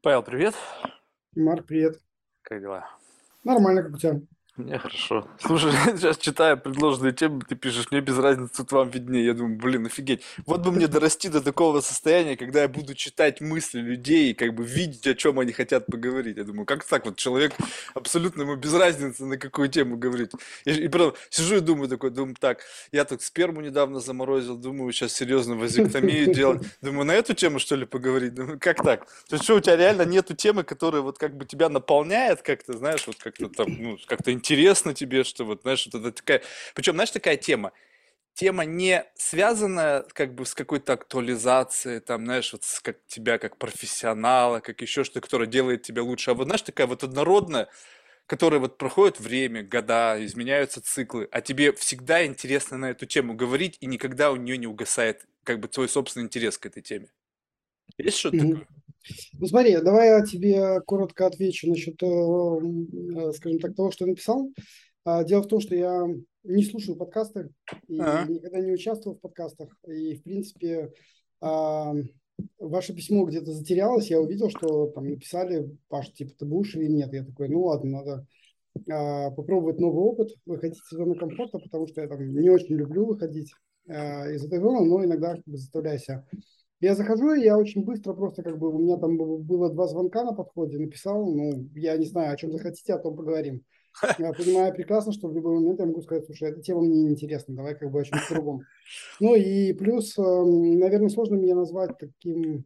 Павел, привет. Марк, привет. Как дела? Нормально, как у тебя? Мне хорошо. Слушай, сейчас читаю предложенные темы, ты пишешь, мне без разницы, тут вам виднее. Я думаю, блин, офигеть. Вот бы мне дорасти до такого состояния, когда я буду читать мысли людей и как бы видеть, о чем они хотят поговорить. Я думаю, как так вот человек абсолютно ему без разницы, на какую тему говорить. И потом сижу и думаю такой, думаю, так, я тут сперму недавно заморозил, думаю, сейчас серьезно вазэктомию делать. Думаю, на эту тему что ли поговорить? Думаю, как так? То есть что, у тебя реально нету темы, которая вот как бы тебя наполняет как-то, знаешь, вот как-то там, ну, как-то интересно тебе, что вот, знаешь, вот это такая... Причем, знаешь, такая тема. Тема не связанная как бы с какой-то актуализацией, там, знаешь, вот с как тебя как профессионала, как еще что-то, которое делает тебя лучше. А вот, знаешь, такая вот однородная, которая вот проходит время, года, изменяются циклы, а тебе всегда интересно на эту тему говорить, и никогда у нее не угасает как бы твой собственный интерес к этой теме. Есть что-то Мгм. такое? Ну смотри, давай я тебе коротко отвечу насчет, скажем так, того, что я написал. Дело в том, что я не слушаю подкасты и Ага. никогда не участвовал в подкастах. И, в принципе, а, ваше письмо где-то затерялось. Я увидел, что там написали: Паш, типа, ты будешь или нет? Я такой, ну ладно, надо попробовать новый опыт, выходить из зоны комфорта, потому что я там не очень люблю выходить из этой зоны, но иногда как бы заставляю себя. Я захожу, и я очень быстро просто как бы, у меня там было два звонка на подходе, написал, ну, я не знаю, о чем захотите, о том поговорим. Я понимаю прекрасно, что в любой момент я могу сказать: слушай, эта тема мне не интересна, давай как бы о чем-то другом. Ну и плюс, наверное, сложно меня назвать таким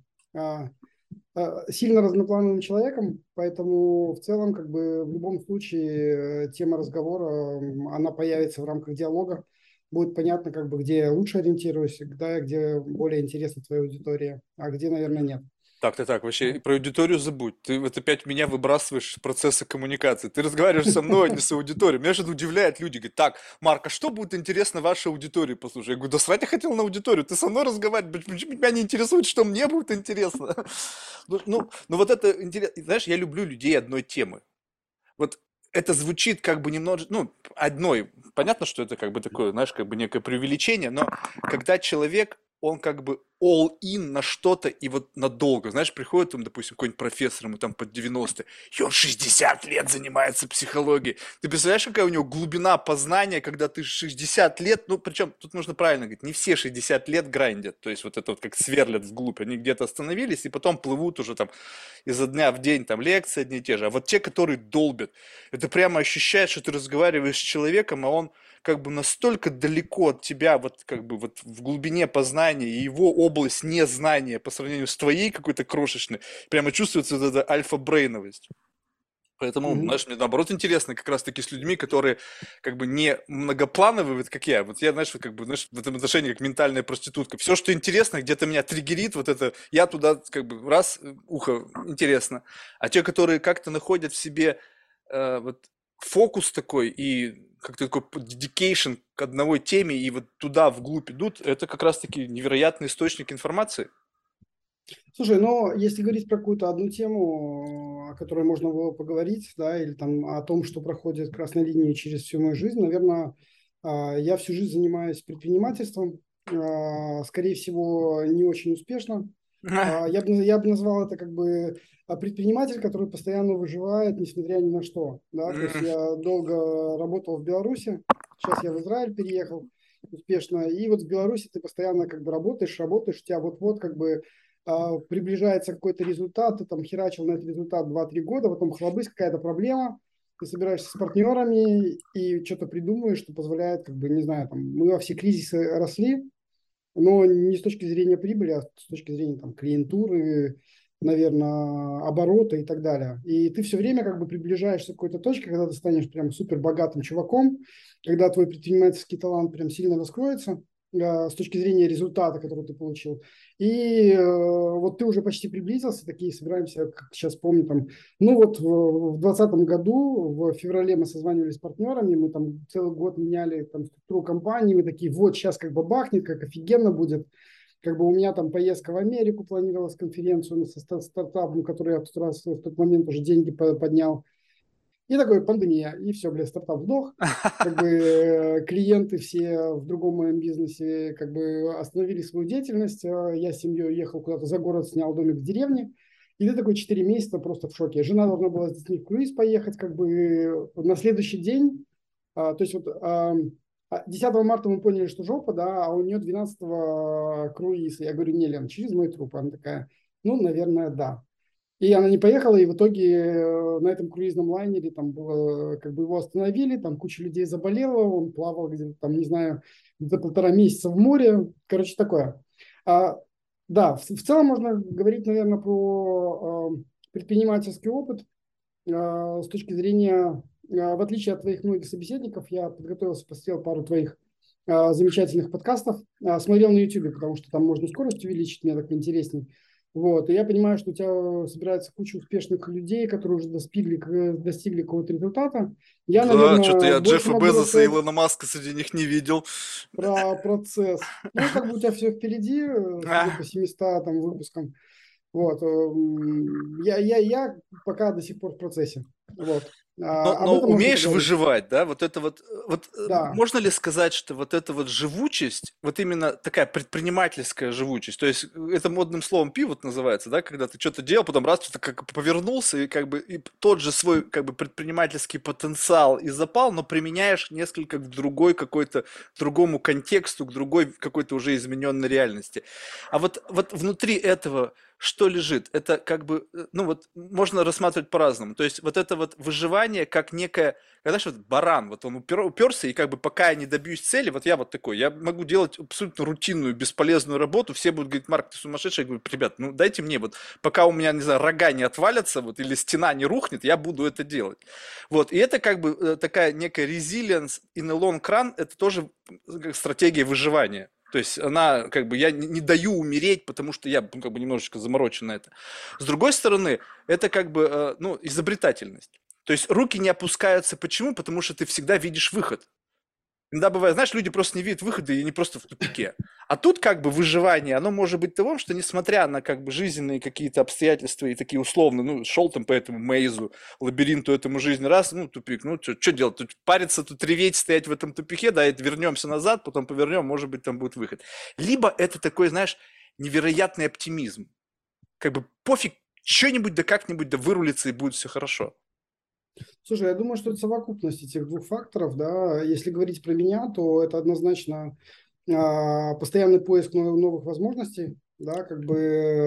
сильно разноплановым человеком, поэтому в целом, как бы в любом случае, тема разговора, она появится в рамках диалога, будет понятно, как бы где я лучше ориентируюсь, где более интересна твоя аудитория, а где, наверное, нет. Так, вообще про аудиторию забудь. Ты вот опять меня выбрасываешь из процесса коммуникации. Ты разговариваешь со мной, а не с аудиторией. Меня же это удивляет. Люди говорят, так, Марк, а что будет интересно вашей аудитории послушать? Я говорю, да срать я хотел на аудиторию. Ты со мной разговариваешь. Почему тебя не интересует, что мне будет интересно? Ну, вот это интересно. Знаешь, я люблю людей одной темы. Вот это звучит как бы немножко, ну, одной. Понятно, что это как бы такое, знаешь, как бы некое преувеличение, но когда человек, он как бы all in на что-то и вот надолго. Знаешь, приходит там, допустим, какой-нибудь профессор, ему там под 90, и он 60 лет занимается психологией. Ты представляешь, какая у него глубина познания, когда ты 60 лет, ну, причем тут нужно правильно говорить, не все 60 лет грандят, то есть вот это вот как сверлят вглубь, они где-то остановились и потом плывут уже там изо дня в день, там лекции одни и те же. А вот те, которые долбят, это прямо ощущаешь, что ты разговариваешь с человеком, а он как бы настолько далеко от тебя, вот как бы вот в глубине познания, и его область незнания по сравнению с твоей какой-то крошечной, прямо чувствуется вот эта альфа-брейновость. Поэтому, Мгм. знаешь, мне наоборот интересно как раз-таки с людьми, которые как бы не многоплановые, вот как я. Вот я, знаешь, вот как бы, знаешь, в этом отношении как ментальная проститутка. Все, что интересно, где-то меня триггерит, вот это, я туда как бы раз, ухо, интересно. А те, которые как-то находят в себе вот фокус такой и как-то такой dedication к одной теме и вот туда вглубь идут, это как раз-таки невероятный источник информации. Слушай, но если говорить про какую-то одну тему, о которой можно было поговорить, да, или там о том, что проходит красной линией через всю мою жизнь, наверное, я всю жизнь занимаюсь предпринимательством, скорее всего, не очень успешно. Я бы назвал это как бы предприниматель, который постоянно выживает, несмотря ни на что. Да? То есть М. я долго работал в Беларуси, сейчас я в Израиль переехал успешно, и вот в Беларуси ты постоянно как бы работаешь, у тебя вот-вот как бы приближается какой-то результат, ты там херачил на этот результат 2-3 года, потом хлобысь, какая-то проблема, ты собираешься с партнерами и что-то придумаешь, что позволяет, как бы, не знаю, там, мы во все кризисы росли, но не с точки зрения прибыли, а с точки зрения там, клиентуры, наверное, оборота и так далее. И ты все время как бы приближаешься к какой-то точке, когда ты станешь прям супер богатым чуваком, когда твой предпринимательский талант прям сильно раскроется с точки зрения результата, который ты получил. И вот ты уже почти приблизился, такие собираемся, как сейчас помню, там, ну вот в 2020 году, в феврале мы созванивались с партнерами, мы там целый год меняли там структуру компании, мы такие, вот сейчас как бы бахнет, как офигенно будет. Как бы у меня там поездка в Америку планировалась, конференцию со стартапом, который я в тот раз в тот момент уже деньги поднял. И такой пандемия, и все, блядь, стартап сдох. Как бы клиенты все в другом моем бизнесе как бы остановили свою деятельность. Я с семьей ехал куда-то за город, снял домик в деревне. И ты такой 4 месяца просто в шоке. Жена должна была с детьми в круиз поехать как бы на следующий день. То есть вот 10 марта мы поняли, что жопа, да, а у нее 12 круиз. Я говорю, не, Лен, через мой труп. Она такая, ну, наверное, да. И она не поехала, и в итоге на этом круизном лайнере там было, как бы его остановили, там куча людей заболела, он плавал где-то там, не знаю, где-то 1,5 месяца в море. Короче, такое. А, да, в целом можно говорить, наверное, про предпринимательский опыт с точки зрения, в отличие от твоих многих собеседников, я подготовился, посмотрел пару твоих замечательных подкастов, смотрел на YouTube, потому что там можно скорость увеличить, мне так интересней. Вот, и я понимаю, что у тебя собирается куча успешных людей, которые уже достигли какого-то результата. Я, Да, что-то наверное, я больше Джеффа могу Безоса и рассказать Илона Маска среди них не видел. про процесс. Ну, как бы у тебя все впереди, судя А, по 700 там, выпускам. Вот, я пока до сих пор в процессе. Вот. Об но этом можно умеешь поговорить. выживать, да? Вот это вот, Да. можно ли сказать, что вот эта вот живучесть, вот именно такая предпринимательская живучесть, то есть это модным словом пивот называется, да, когда ты что-то делал, потом раз что-то как повернулся и как бы и тот же свой как бы предпринимательский потенциал и запал, но применяешь несколько к другой какой-то, к другому контексту, к другой какой-то уже измененной реальности. А вот внутри этого что лежит? Это как бы, ну вот можно рассматривать по-разному. То есть вот это вот выживание как некое, когда что вот баран, вот он уперся, и как бы пока я не добьюсь цели, вот я вот такой, я могу делать абсолютно рутинную, бесполезную работу, все будут говорить, Марк, ты сумасшедший, я говорю, ребят, ну дайте мне вот, пока у меня, не знаю, рога не отвалятся, вот, или стена не рухнет, я буду это делать. Вот, и это как бы такая некая resilience in the long run, это тоже стратегия выживания. То есть она, как бы, я не даю умереть, потому что я, ну, как бы, немножечко заморочен на это. С другой стороны, это как бы, ну, изобретательность. То есть руки не опускаются. Почему? Потому что ты всегда видишь выход. Иногда бывает, знаешь, люди просто не видят выхода, и они просто в тупике. А тут как бы выживание, оно может быть того, что несмотря на как бы жизненные какие-то обстоятельства и такие условно, ну, шел там по этому мейзу, лабиринту этому жизни, раз, ну, тупик, ну, что делать, тут париться, тут реветь, стоять в этом тупике, да, это вернемся назад, потом повернем, может быть, там будет выход. Либо это такой, знаешь, невероятный оптимизм. Как бы пофиг, что-нибудь да как-нибудь да вырулится и будет все хорошо. Слушай, я думаю, что это совокупность этих двух факторов, да. Если говорить про меня, то это однозначно постоянный поиск новых возможностей, да, как бы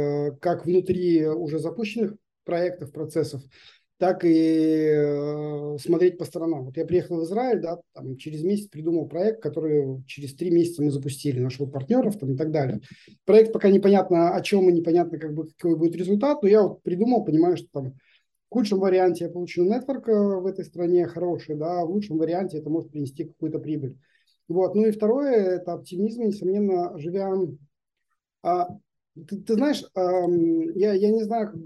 как внутри уже запущенных проектов, процессов, так и смотреть по сторонам. Вот я приехал в Израиль, да, там, через месяц придумал проект, который через 3 месяца мы запустили, нашел партнеров там, и так далее. Проект пока непонятно о чем и непонятно, как бы, какой будет результат, но я вот придумал, понимаю, что там в худшем варианте я получил нетворк в этой стране хороший, да, в лучшем варианте это может принести какую-то прибыль. Вот. Ну и второе, это оптимизм, несомненно, живя... А, ты знаешь, я не знаю, как бы...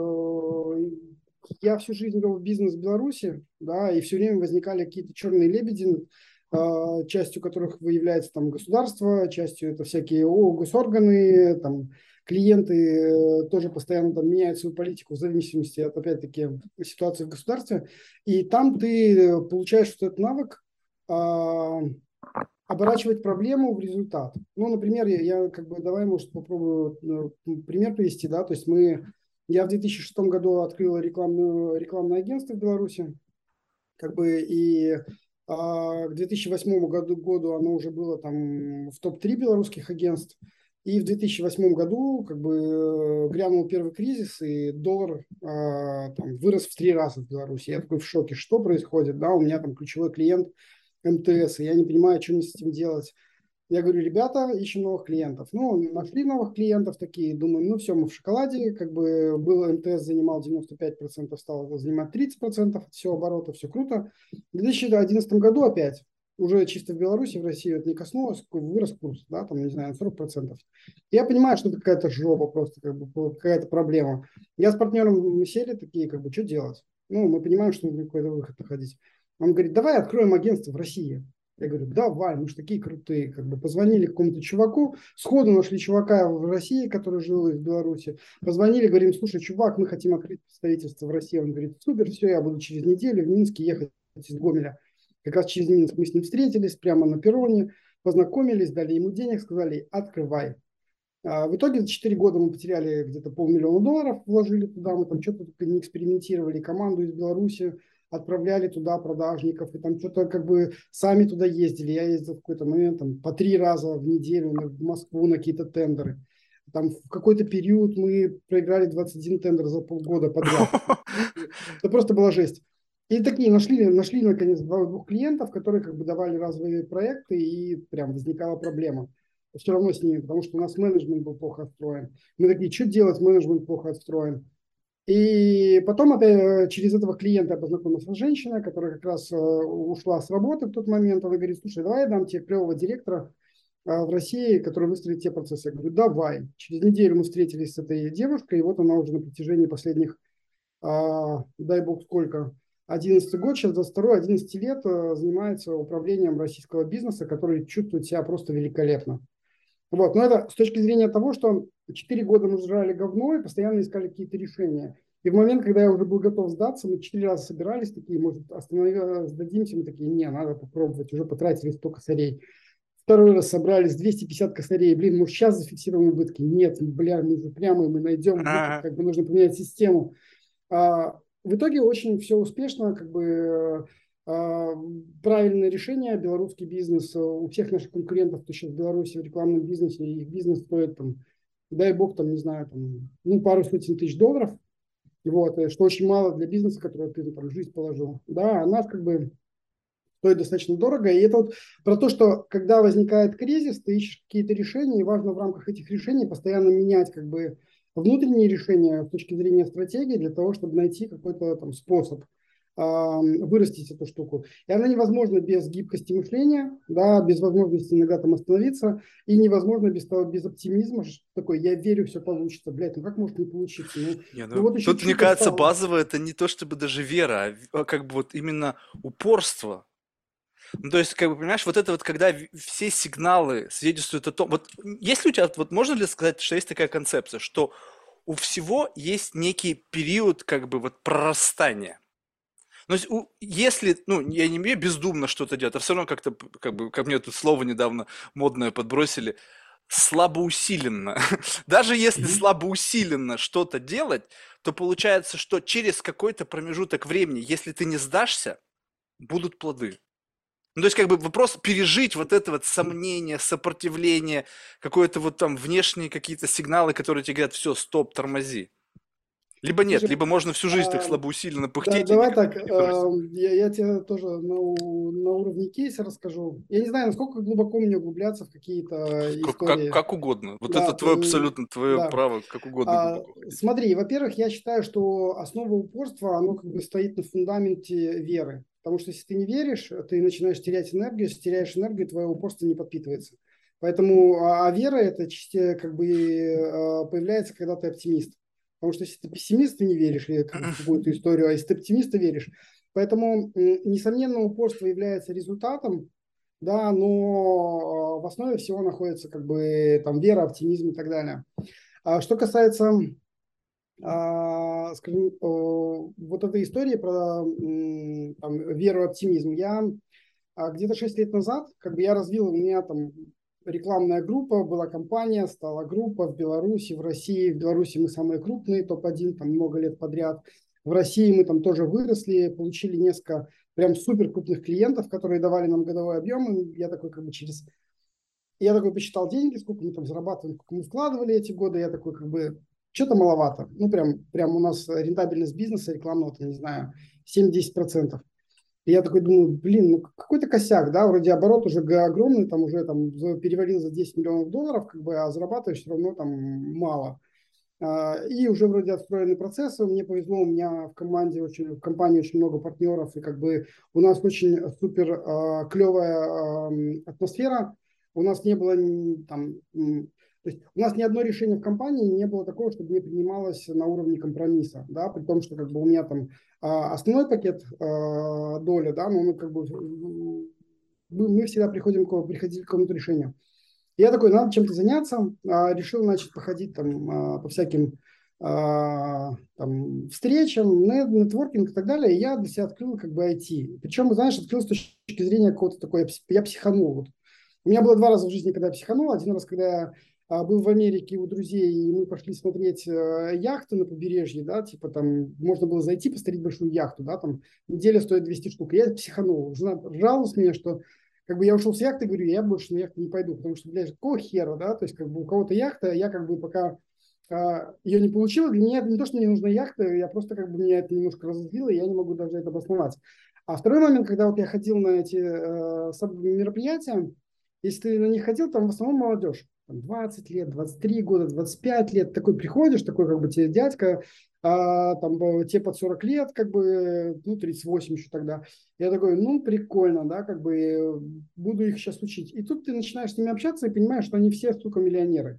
Я всю жизнь вел бизнес в Беларуси, да, и все время возникали какие-то черные лебеди, частью которых является там государство, частью это всякие госорганы, там клиенты тоже постоянно там меняют свою политику в зависимости от, опять-таки, ситуации в государстве. И там ты получаешь вот этот навык оборачивать проблему в результат. Ну, например, я как бы, давай, может, попробую пример привести, да, то есть я в 2006 году открыл рекламное агентство в Беларуси, как бы, и к 2008 году оно уже было там в топ-3 белорусских агентств. И в 2008 году как бы грянул первый кризис, и доллар там, вырос в 3 раза в Беларуси. Я такой в шоке, что происходит, да, у меня там ключевой клиент МТС, и я не понимаю, что мне с этим делать. Я говорю, ребята, ищем новых клиентов. Ну, нашли новых клиентов такие, думаем, ну все, мы в шоколаде, как бы был МТС занимал 95%, стал занимать 30% от всего оборота, все круто. В 2011 году опять, уже чисто в Беларуси, в России это не коснулось, вырос курс, да, там, не знаю, 40%. Я понимаю, что это какая-то жопа просто, как бы какая-то проблема. Я с партнером мы сели такие, как бы, что делать? Ну, мы понимаем, что нужно какой-то выход находить. Он говорит, давай откроем агентство в России. Я говорю, давай, мы же такие крутые. Как бы позвонили какому-то чуваку, сходу нашли чувака в России, который жил в Беларуси. Позвонили, говорим, слушай, чувак, мы хотим открыть представительство в России. Он говорит, супер, все, я буду через неделю в Минске ехать из Гомеля. Как раз через Минск мы с ним встретились прямо на перроне, познакомились, дали ему денег, сказали, открывай. В итоге за 4 года мы потеряли где-то $500 000, вложили туда, мы там что-то только не экспериментировали, команду из Беларуси отправляли туда продажников, и там что-то как бы сами туда ездили. Я ездил в какой-то момент там, по 3 раза в неделю в Москву на какие-то тендеры. Там в какой-то период мы проиграли 21 тендер за полгода подряд. Это просто была жесть. И такие нашли наконец двух клиентов, которые как бы давали разовые проекты, и прям возникала проблема. Все равно с ними, потому что у нас менеджмент был плохо отстроен. Мы такие, что делать, менеджмент плохо отстроен. И потом через этого клиента я познакомился с женщиной, которая как раз ушла с работы в тот момент. Она говорит, слушай, давай я дам тебе клевого директора в России, который выстроит те процессы. Я говорю, давай. Через неделю мы встретились с этой девушкой, и вот она уже на протяжении последних, дай бог сколько, 11 год, сейчас 22, 11 лет занимается управлением российского бизнеса, который чувствует себя просто великолепно. Вот, но это с точки зрения того, что 4 года мы жрали говно и постоянно искали какие-то решения. И в момент, когда я уже был готов сдаться, мы 4 раза собирались, такие, может, сдадимся, мы такие, не, надо попробовать, уже потратили 100 косарей. Второй раз собрались, 250 косарей, блин, может, сейчас зафиксируем убытки? Нет, бля, мы же прямо, мы найдем выход, как бы нужно поменять систему. В итоге очень все успешно, как бы правильное решение, белорусский бизнес, у всех наших конкурентов, кто сейчас в Беларуси в рекламном бизнесе, их бизнес стоит, там, дай бог, там, не знаю, там, ну, пару сотен тысяч долларов, вот, что очень мало для бизнеса, который ты там жизнь положил, да, а нас как бы стоит достаточно дорого, и это вот про то, что когда возникает кризис, ты ищешь какие-то решения, и важно в рамках этих решений постоянно менять как бы внутренние решения с точки зрения стратегии для того, чтобы найти какой-то там способ вырастить эту штуку. И она невозможна без гибкости мышления, да, без возможности иногда там остановиться, и невозможно без оптимизма, что такое, я верю, все получится, блядь, ну как может не получиться? Не, Ну ну, вот еще тут, мне чуть кажется, осталось. базовое это не то чтобы даже вера, а как бы вот именно упорство. Ну, то есть, как бы, понимаешь, вот это вот, когда все сигналы свидетельствуют о том, вот есть ли у тебя, вот можно ли сказать, что есть такая концепция, что у всего есть некий период, как бы, вот прорастания. Ну, то есть если, ну, я не имею бездумно что-то делать, а все равно как-то, как бы, как мне тут слово недавно модное подбросили, слабоусиленно. Даже если Мгм. слабоусиленно что-то делать, то получается, что через какой-то промежуток времени, если ты не сдашься, будут плоды. Ну, то есть, как бы вопрос пережить вот это вот сомнение, сопротивление, какое-то вот там внешние какие-то сигналы, которые тебе говорят, все, стоп, тормози. Либо нет, Слушай, либо можно всю жизнь так а, слабоусиленно да, пыхтеть и давай никогда так, не сдашься. я тебе тоже на уровне кейса расскажу. Я не знаю, насколько глубоко мне углубляться в какие-то истории. Как угодно. Вот это Да, твое абсолютно твое да. право, как угодно глубоко ходить. Смотри, во-первых, я считаю, что основа упорства, оно как бы стоит на фундаменте веры. Потому что если ты не веришь, ты начинаешь терять энергию, если теряешь энергию, твое упорство не подпитывается. Поэтому, вера это как бы появляется, когда ты оптимист. Потому что если ты пессимист, ты не веришь как бы, в какую-то историю, а если ты оптимист, ты веришь. Поэтому, несомненно, упорство является результатом, да, но в основе всего находится как бы там вера, оптимизм и так далее. Что касается, скажем, вот этой истории про там, веру, оптимизм, я где-то 6 лет назад, как бы я развил, у меня там рекламная группа, была компания, стала группа в Беларуси, в России. В Беларуси мы самые крупные, топ-1, там много лет подряд. В России мы там тоже выросли, получили несколько прям супер крупных клиентов, которые давали нам годовой объем. И я такой как бы я такой посчитал деньги, сколько мы там зарабатываем, сколько мы вкладывали эти годы. Я такой как бы, что-то маловато. Ну, прям у нас рентабельность бизнеса рекламного, не знаю, 7-10%. И я такой думаю, блин, ну какой-то косяк, да, вроде оборот уже огромный, там уже там перевалил за 10 миллионов долларов, как бы, а зарабатываешь все равно там мало. И уже вроде отстроены процессы. Мне повезло, у меня в компании очень много партнеров, и как бы у нас очень супер клевая атмосфера. У нас не было там, то есть у нас ни одно решение в компании не было такого, чтобы не принималось на уровне компромисса, да, при том, что как бы у меня там основной пакет доля, да, но мы как бы мы всегда приходили к какому-то решению. Я такой, надо чем-то заняться, решил, значит, походить там по всяким там, встречам, нетворкинг и так далее, и я для себя открыл как бы IT. Причем, знаешь, открыл с точки зрения какого-то такой, я психанул. Вот. У меня было 2 раза в жизни, когда я психанул. Один раз, когда я был в Америке у друзей, и мы пошли смотреть яхты на побережье, да, типа там можно было зайти, посмотреть большую яхту, да, там неделя стоит 200 штук. И я психанул. Жена жаловалась мне, что как бы я ушел с яхты, говорю, я больше на яхту не пойду, потому что, блядь, какого хера, да, то есть как бы у кого-то яхта, я как бы пока ее не получила, для меня это не то, что мне нужна яхта, я просто как бы меня это немножко разозлило, и я не могу даже это обосновать. А второй момент, когда вот я ходил на эти мероприятия, если ты на них ходил, там в основном молодежь, там 20 лет, 23 года, 25 лет, такой приходишь, такой как бы тебе дядька, там тебе под 40 лет, как бы, ну, 38 еще тогда. Я такой, ну, прикольно, да, как бы буду их сейчас учить. И тут ты начинаешь с ними общаться и понимаешь, что они все, сука, миллионеры.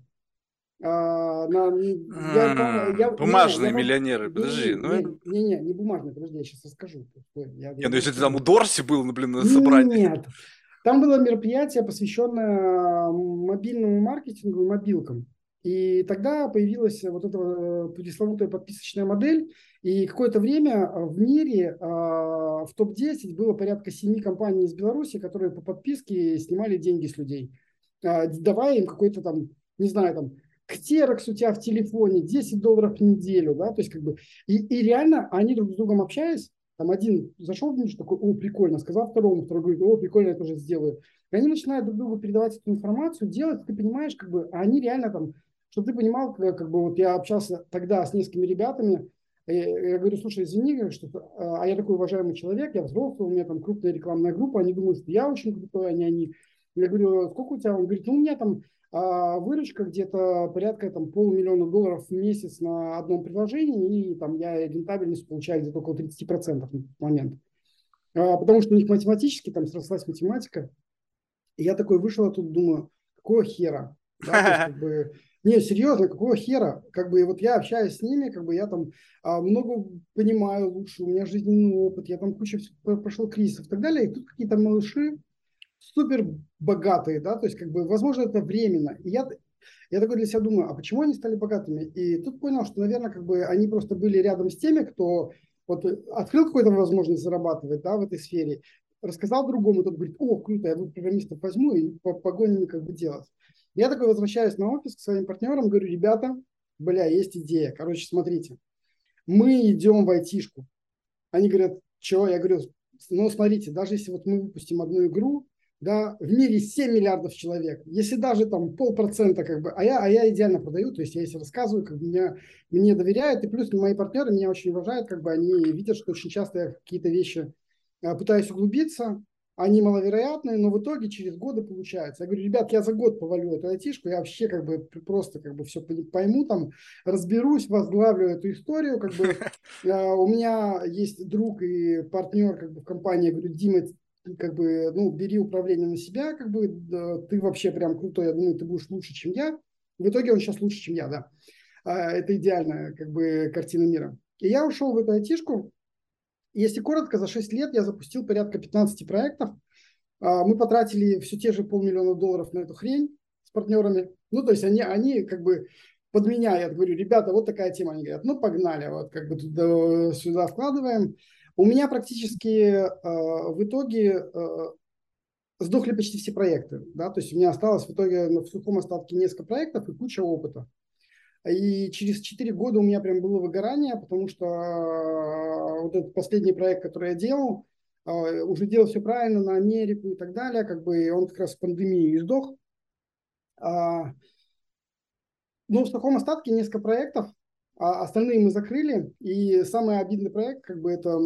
Бумажные миллионеры, подожди. Не бумажный, подожди, я сейчас расскажу. Я Ну если ты там у расскажу. Дорси был, ну, блин, на собрании. Нет, там было мероприятие, посвященное мобильному маркетингу и мобилкам. И тогда появилась вот эта пресловутая подписочная модель. И какое-то время в мире в топ-10 было порядка 7 компаний из Беларуси, которые по подписке снимали деньги с людей, давая им какой-то там, не знаю, там, ксерокс у тебя в телефоне, $10 в неделю, да, то есть как бы, и реально они друг с другом общаясь, там один зашел в нишу, такой, о, прикольно, сказал второму, второй говорит, о, прикольно, я тоже сделаю. И они начинают друг другу передавать эту информацию, делать, ты понимаешь, как бы, они реально там, чтобы ты понимал, как бы, вот я общался тогда с несколькими ребятами, я говорю, слушай, извини, говорю, что, а я такой уважаемый человек, я взрослый, у меня там крупная рекламная группа, они думают, что я очень крутой, а не они. Я говорю, сколько у тебя? Он говорит, ну, у меня там выручка где-то порядка там, $500 000 в месяц на одном предложении, и там я рентабельность получаю где-то около 30% на этот момент. Потому что у них математически там срослась математика. И я такой вышел оттуда, думаю, какого хера? Да, то есть как бы, не, серьезно, какого хера? Как бы вот я общаюсь с ними, как бы я там много понимаю лучше, у меня жизненный опыт, я там кучу прошел кризисов и так далее. И тут какие-то малыши, супер богатые, да, то есть как бы, возможно, это временно. И я такой для себя думаю, а почему они стали богатыми? И тут понял, что, наверное, как бы они просто были рядом с теми, кто вот открыл какую-то возможность зарабатывать, да, в этой сфере, рассказал другому, тот говорит, о, круто, я двух программистов возьму и по погоне как бы делать. Я такой возвращаюсь на офис к своим партнерам, говорю, ребята, бля, есть идея, короче, смотрите, мы идем в айтишку. Они говорят, что? Я говорю, ну, смотрите, даже если вот мы выпустим одну игру, да, в мире 7 миллиардов человек, если даже там 0,5%, как бы, а я идеально продаю, то есть я если рассказываю, как бы мне доверяют, и плюс мои партнеры меня очень уважают, как бы они видят, что очень часто я какие-то вещи пытаюсь углубиться, они маловероятные, но в итоге через годы получается. Я говорю, ребят, я за год повалю эту айтишку, я вообще как бы просто как бы все пойму, там, разберусь, возглавлю эту историю, как бы у меня есть друг и партнер как бы в компании, я говорю, Дима, как бы, ну, бери управление на себя, как бы, да, ты вообще прям крутой, я думаю, ты будешь лучше, чем я. В итоге он сейчас лучше, чем я, да. Это идеальная, как бы, картина мира. И я ушел в эту айтишку. Если коротко, за 6 лет я запустил порядка 15 проектов. Мы потратили все те же $500 000 на эту хрень с партнерами. Ну, то есть они как бы под меня, я говорю, ребята, вот такая тема. Они говорят, ну, погнали, вот как бы туда, сюда вкладываем. У меня практически в итоге сдохли почти все проекты. Да? То есть у меня осталось в итоге в сухом остатке несколько проектов и куча опыта. И через 4 года у меня прям было выгорание, потому что вот этот последний проект, который я делал, уже делал все правильно на Америку и так далее, как бы он как раз в пандемию и сдох. А, Но в таком остатке несколько проектов, а остальные мы закрыли. И самый обидный проект, как бы это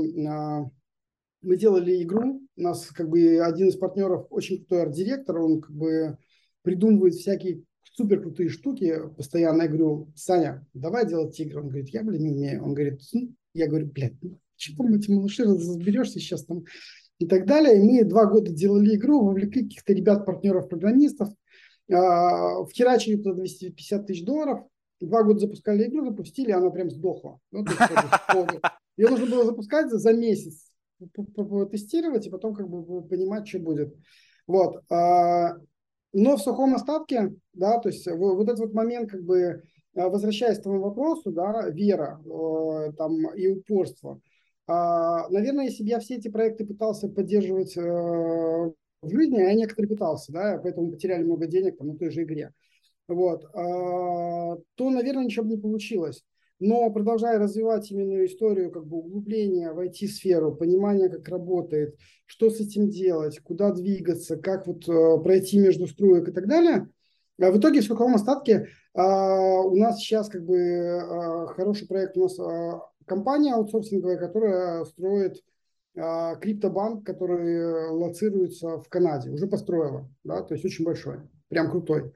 мы делали игру, у нас как бы один из партнеров очень крутой арт-директор, он как бы придумывает всякие супер крутые штуки постоянно. Я говорю, Саня, давай делать игры. Он говорит, я, блин, не умею. Он говорит, я говорю, блядь, ну, чего мы эти малыши разберешься сейчас там и так далее. И мы 2 года делали игру, вовлекли каких-то ребят, партнеров, программистов, вхерачили туда $250 000, 2 года запускали игру, запустили, она прям сдохла. Ну, то есть, как бы, ее нужно было запускать за месяц, тестировать и потом как бы понимать, что будет. Вот. Но в сухом остатке, да, то есть вот этот вот момент, как бы, возвращаясь к твоему вопросу, да, вера там, и упорство. Наверное, если бы я все эти проекты пытался поддерживать в жизни, а я некоторые пытался, да, поэтому потеряли много денег там, на той же игре. вот, то, наверное, ничего бы не получилось. Но продолжая развивать именно историю как бы углубления в IT-сферу, понимание, как работает, что с этим делать, куда двигаться, как вот пройти между строек и так далее, в итоге в сухом остатке у нас сейчас как бы хороший проект, у нас компания аутсорсинговая, которая строит криптобанк, который лоцируется в Канаде, уже построила, да, то есть очень большой, прям крутой.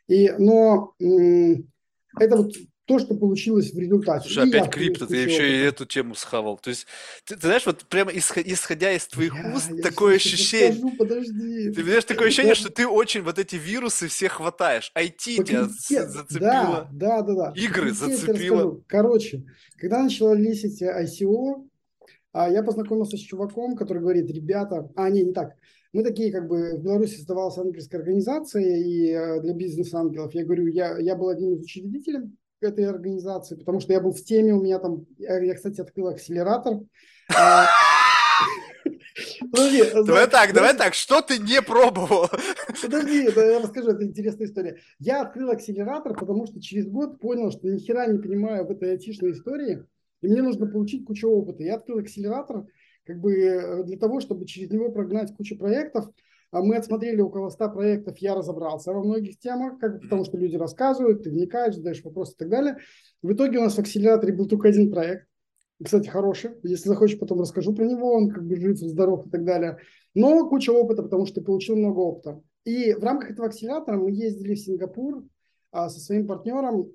Но это вот то, что получилось в результате. Слушай, И я опять принес крипто, ты кучу еще и опыта. эту тему схавал. То есть, ты знаешь, вот прямо исходя из твоих уст, Я такое сейчас ощущение, расскажу, подожди. ты знаешь, такое ощущение, Да, что ты очень вот эти вирусы все хватаешь. IT по тебя крипте, да, зацепило, да, да, да. По игры крипте я тебе зацепило. расскажу. Короче, когда начались эти ICO, я познакомился с чуваком, который говорит, ребята, не так. Мы такие, как бы, в Беларуси создавалась ангельская организация и для бизнес-ангелов. Я говорю, я был одним из учредителей этой организации, потому что я был в теме, у меня там, я кстати, открыл акселератор. А, Подожди, Давай знаешь, так, что ты не пробовал? подожди, да, я расскажу, это интересная история. Я открыл акселератор, потому что через год понял, что ни хера не понимаю в этой айтишной истории, и мне нужно получить кучу опыта. Я открыл акселератор как бы для того, чтобы через него прогнать кучу проектов. Мы отсмотрели около 100 проектов, я разобрался во многих темах, как бы, потому что люди рассказывают, ты вникаешь, задаешь вопросы и так далее. В итоге у нас в акселераторе был только один проект, кстати, хороший. Если захочешь, потом расскажу про него, он как бы жив, здоров и так далее. Но куча опыта, потому что ты получил много опыта. И в рамках этого акселератора мы ездили в Сингапур со своим партнером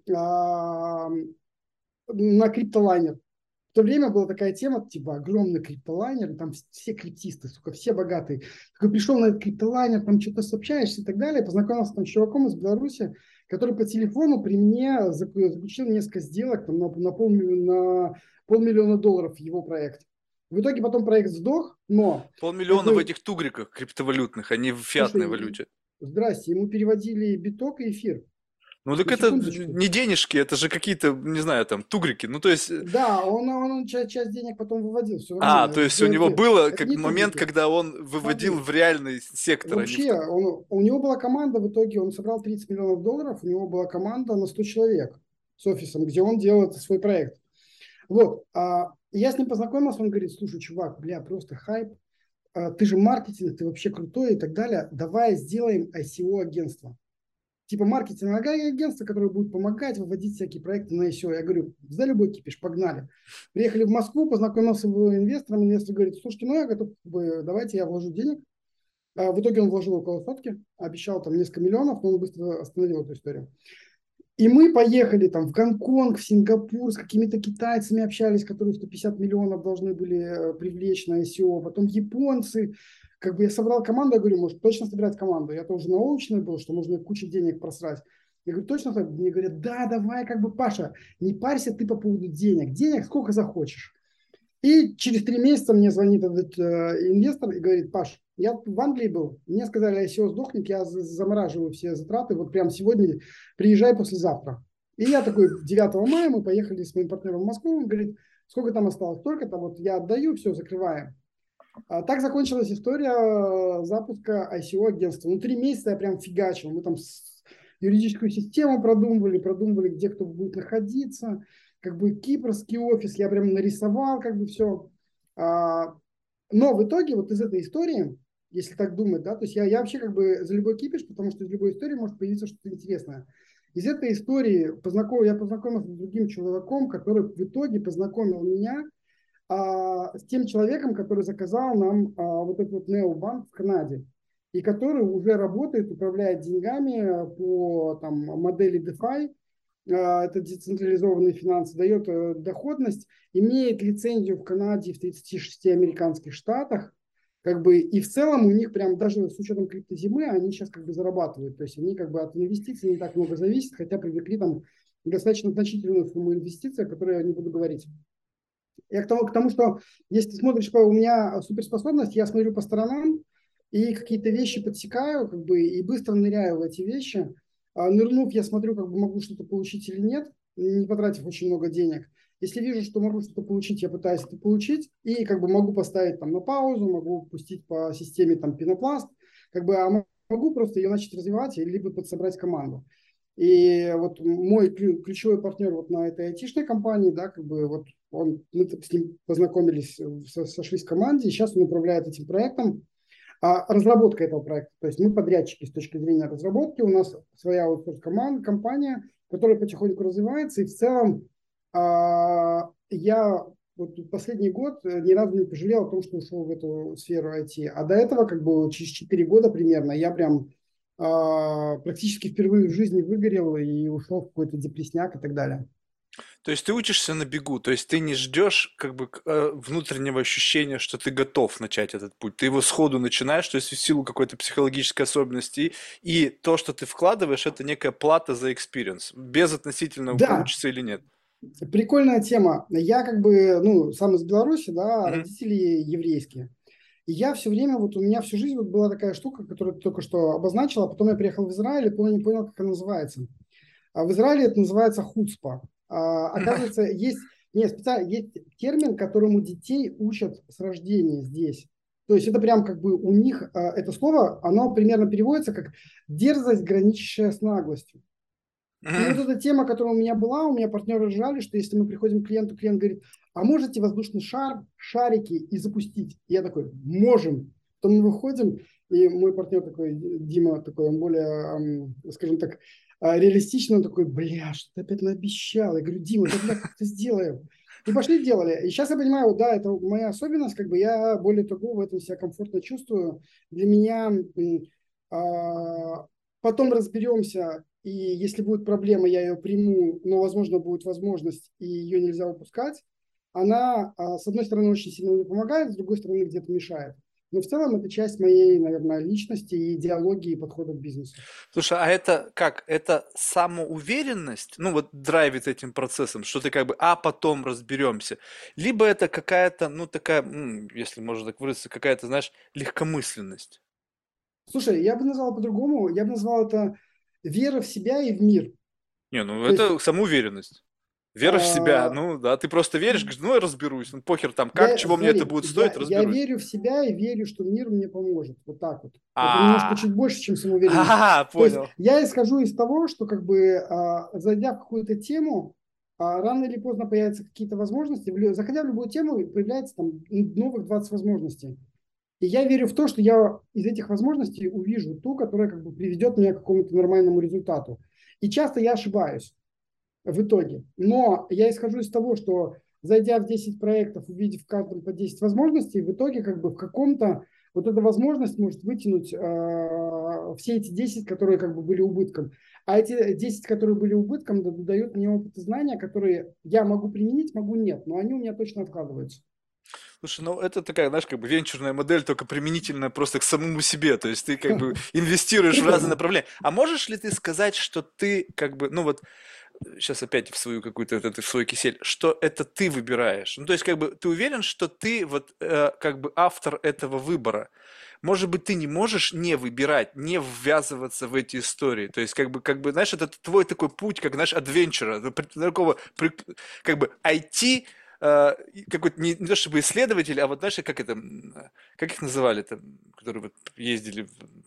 на криптолайнер. В то время была такая тема, типа огромный криптолайнер, там все криптисты, сука, все богатые. Такой пришел на этот криптолайнер, там что-то сообщаешься и так далее, познакомился там с чуваком из Беларуси, который по телефону при мне заключил несколько сделок там, на полмиллиона долларов в его проект. В итоге потом проект сдох, но как Полмиллиона в бы, этих тугриках криптовалютных, а не в фиатной слушай, валюте. здрасте, ему переводили биток и эфир. Ну так На это секундочку. не денежки, это же какие-то, не знаю, там, тугрики. Ну то есть, Да, он часть денег потом выводил, все нормально. то Это, есть у него это, было это как не момент, тугрики. когда он выводил Смотри, в реальный сектор, а не в вообще, такой. у него была команда, в итоге он собрал 30 миллионов долларов, у него была команда на 100 человек с офисом, где он делал свой проект. Вот, я с ним познакомился, он говорит, слушай, чувак, бля, просто хайп, ты же маркетинг, ты вообще крутой и так далее, давай сделаем ICO-агентство. Типа маркетинговое агентство, которое будет помогать выводить всякие проекты на ICO. Я говорю, за любой кипиш, погнали. Приехали в Москву, познакомился с инвестором, инвестор говорит, слушайте, ну я готов, давайте я вложу денег. В итоге он вложил около сотки, обещал там несколько миллионов, но он быстро остановил эту историю. И мы поехали там в Гонконг, в Сингапур, с какими-то китайцами общались, которые 150 миллионов должны были привлечь на ICO, потом японцы. Как бы я собрал команду, я говорю, может, точно собирать команду? Я тоже научный был, что можно кучу денег просрать. Я говорю, точно? Мне говорят, да, давай, как бы, Паша, не парься ты по поводу денег. Денег сколько захочешь. И через 3 месяца мне звонит этот инвестор и говорит, Паш, я в Англии был, мне сказали, ICO сдохнет, я замораживаю все затраты, вот прямо сегодня приезжай послезавтра. И я такой, 9 мая мы поехали с моим партнером в Москву, он говорит, сколько там осталось, столько-то, вот я отдаю, все, закрываем. Так закончилась история запуска ICO-агентства. Ну, 3 месяца я прям фигачил, мы там юридическую систему продумывали, где кто будет находиться, как бы кипрский офис, я прям нарисовал, как бы все. Но в итоге вот из этой истории, если так думать, да, то есть я вообще как бы за любой кипиш, потому что из любой истории может появиться что-то интересное. Из этой истории я познакомился с другим чуваком, который в итоге познакомил меня с тем человеком, который заказал нам вот этот вот необанк в Канаде и который уже работает, управляет деньгами по там, модели DeFi, это децентрализованные финансы, дает доходность, имеет лицензию в Канаде, в 36 американских штатах, как бы, и в целом у них прям даже с учетом криптозимы они сейчас как бы зарабатывают, то есть они как бы от инвестиций не так много зависят, хотя привлекли там достаточно значительную сумму инвестиций, о которой я не буду говорить. Я к тому, что если ты смотришь, у меня суперспособность, я смотрю по сторонам и какие-то вещи подсекаю, как бы, и быстро ныряю в эти вещи. Нырнув, я смотрю, как бы могу что-то получить или нет, не потратив очень много денег. Если вижу, что могу что-то получить, я пытаюсь это получить, и как бы могу поставить там на паузу, могу пустить по системе там пенопласт, как бы, могу просто ее начать развивать, либо подсобрать команду. И вот мой ключевой партнер вот на этой айтишной компании, да, как бы вот мы с ним познакомились, сошлись в команде, и сейчас он управляет этим проектом. Разработка этого проекта. То есть мы подрядчики с точки зрения разработки. У нас своя компания, которая потихоньку развивается. И в целом я вот последний год ни разу не пожалел о том, что ушел в эту сферу IT. А до этого, как бы через 4 года примерно, я прям практически впервые в жизни выгорел и ушел в какой-то депресняк и так далее. То есть ты учишься на бегу, то есть ты не ждешь как бы внутреннего ощущения, что ты готов начать этот путь. Ты его сходу начинаешь, то есть в силу какой-то психологической особенности. И то, что ты вкладываешь, это некая плата за экспириенс, без относительно Да, получится или нет. прикольная тема. Я как бы, ну, сам из Беларуси, да, Мгм. родители еврейские. И я все время, вот у меня всю жизнь вот была такая штука, которую ты только что обозначила, а потом я приехал в Израиль и не понял, как она называется. А в Израиле это называется хуцпа. Оказывается, есть термин, которому детей учат с рождения здесь. То есть это прям как бы у них это слово, оно примерно переводится как дерзость, граничащая с наглостью. И вот Мгм. эта тема, которая у меня была, у меня партнеры ржали, что если мы приходим к клиенту, клиент говорит, а можете воздушный шар, шарики и запустить? И я такой, можем. Потом мы выходим, и мой партнер такой, Дима, такой, он более, скажем так, реалистичный, он такой, бля, что ты опять наобещал? Я говорю, Дима, да бля, как-то сделаем. И пошли делали. И сейчас я понимаю, вот, да, это моя особенность, как бы я более того в этом себя комфортно чувствую. Для меня потом разберемся, и если будет проблема, я ее приму, но, возможно, будет возможность, и ее нельзя упускать. Она, с одной стороны, очень сильно мне помогает, с другой стороны, где-то мешает. Но в целом это часть моей, наверное, личности и идеологии и подхода к бизнесу. Слушай, а это как? Это самоуверенность, ну вот драйвит этим процессом, что ты как бы, а потом разберемся. Либо это какая-то, ну такая, если можно так выразиться, какая-то, знаешь, легкомысленность. Слушай, я бы назвал по-другому, я бы назвал это вера в себя и в мир. Не, ну То есть это самоуверенность. Вера в себя, а, ну да, ты просто веришь, говоришь, ну я разберусь, ну похер там, как, я, чего мне это смотри, будет стоить, я разберусь. верю в себя и верю, что мир мне поможет. Вот так вот. Это немножко А, чуть больше, чем самоуверенность. То есть понял. я исхожу из того, что как бы зайдя в какую-то тему, рано или поздно появятся какие-то возможности. Заходя в любую тему, появляется там новых 20 возможностей. И я верю в то, что я из этих возможностей увижу ту, которая как бы приведет меня к какому-то нормальному результату. И часто я ошибаюсь в итоге. Но я исхожу из того, что зайдя в 10 проектов, увидев в каждом по 10 возможностей, в итоге как бы в каком-то вот эта возможность может вытянуть все эти 10, которые как бы были убытком. А эти 10, которые были убытком, дают мне опыт и знания, которые я могу применить, могу нет, но они у меня точно откладываются. Слушай, ну это такая, знаешь, как бы венчурная модель, только применительная просто к самому себе. То есть ты как бы инвестируешь в разные Прикольно. направления. А можешь ли ты сказать, что ты как бы, ну вот сейчас опять в свою какую-то вот в свой кисель, что это ты выбираешь. Ну, то есть, как бы, ты уверен, что ты вот как бы автор этого выбора. Может быть, ты не можешь не выбирать, не ввязываться в эти истории. То есть, знаешь, это твой такой путь, как, знаешь, адвенчера, такого, как бы, IT, какой-то, не то чтобы исследователь, а вот, знаешь, как это, как их называли там, которые вот ездили,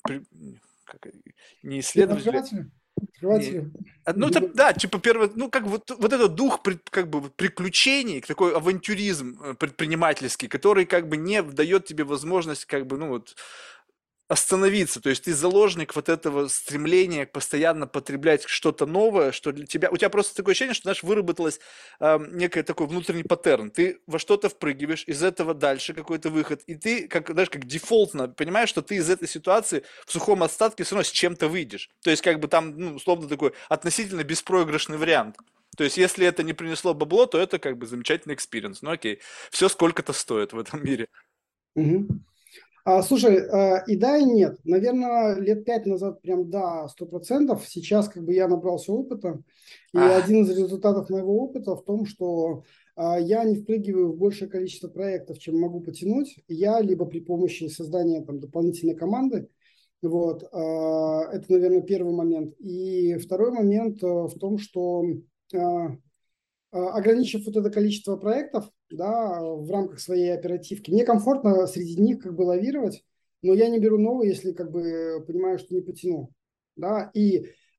как, не исследователи, Первооткрыватели, не. открыватели. Ну, это, да, типа первый, ну, как вот этот дух как бы вот приключений, такой авантюризм предпринимательский, который как бы не дает тебе возможность как бы, ну, вот, остановиться. То есть ты заложник вот этого стремления постоянно потреблять что-то новое, что для тебя... У тебя просто такое ощущение, что, знаешь, выработалось некий такой внутренний паттерн. Ты во что-то впрыгиваешь, из этого дальше какой-то выход, и ты, как, знаешь, как дефолтно понимаешь, что ты из этой ситуации в сухом остатке все равно с чем-то выйдешь. То есть как бы там, ну, условно, такой относительно беспроигрышный вариант. То есть, если это не принесло бабло, то это как бы замечательный экспириенс. Ну окей, все сколько-то стоит в этом мире. Мгм. Слушай, и да, и нет. Наверное, лет 5 назад прям да, 100%. Сейчас как бы я набрался опыта. И А, один из результатов моего опыта в том, что я не впрыгиваю в большее количество проектов, чем могу потянуть. Я либо при помощи создания там, дополнительной команды. Вот, это, наверное, первый момент. И второй момент в том, что а, ограничив вот это количество проектов, да, в рамках своей оперативки, мне комфортно среди них как бы лавировать, но я не беру новые, если как бы понимаю, что не потяну, да, и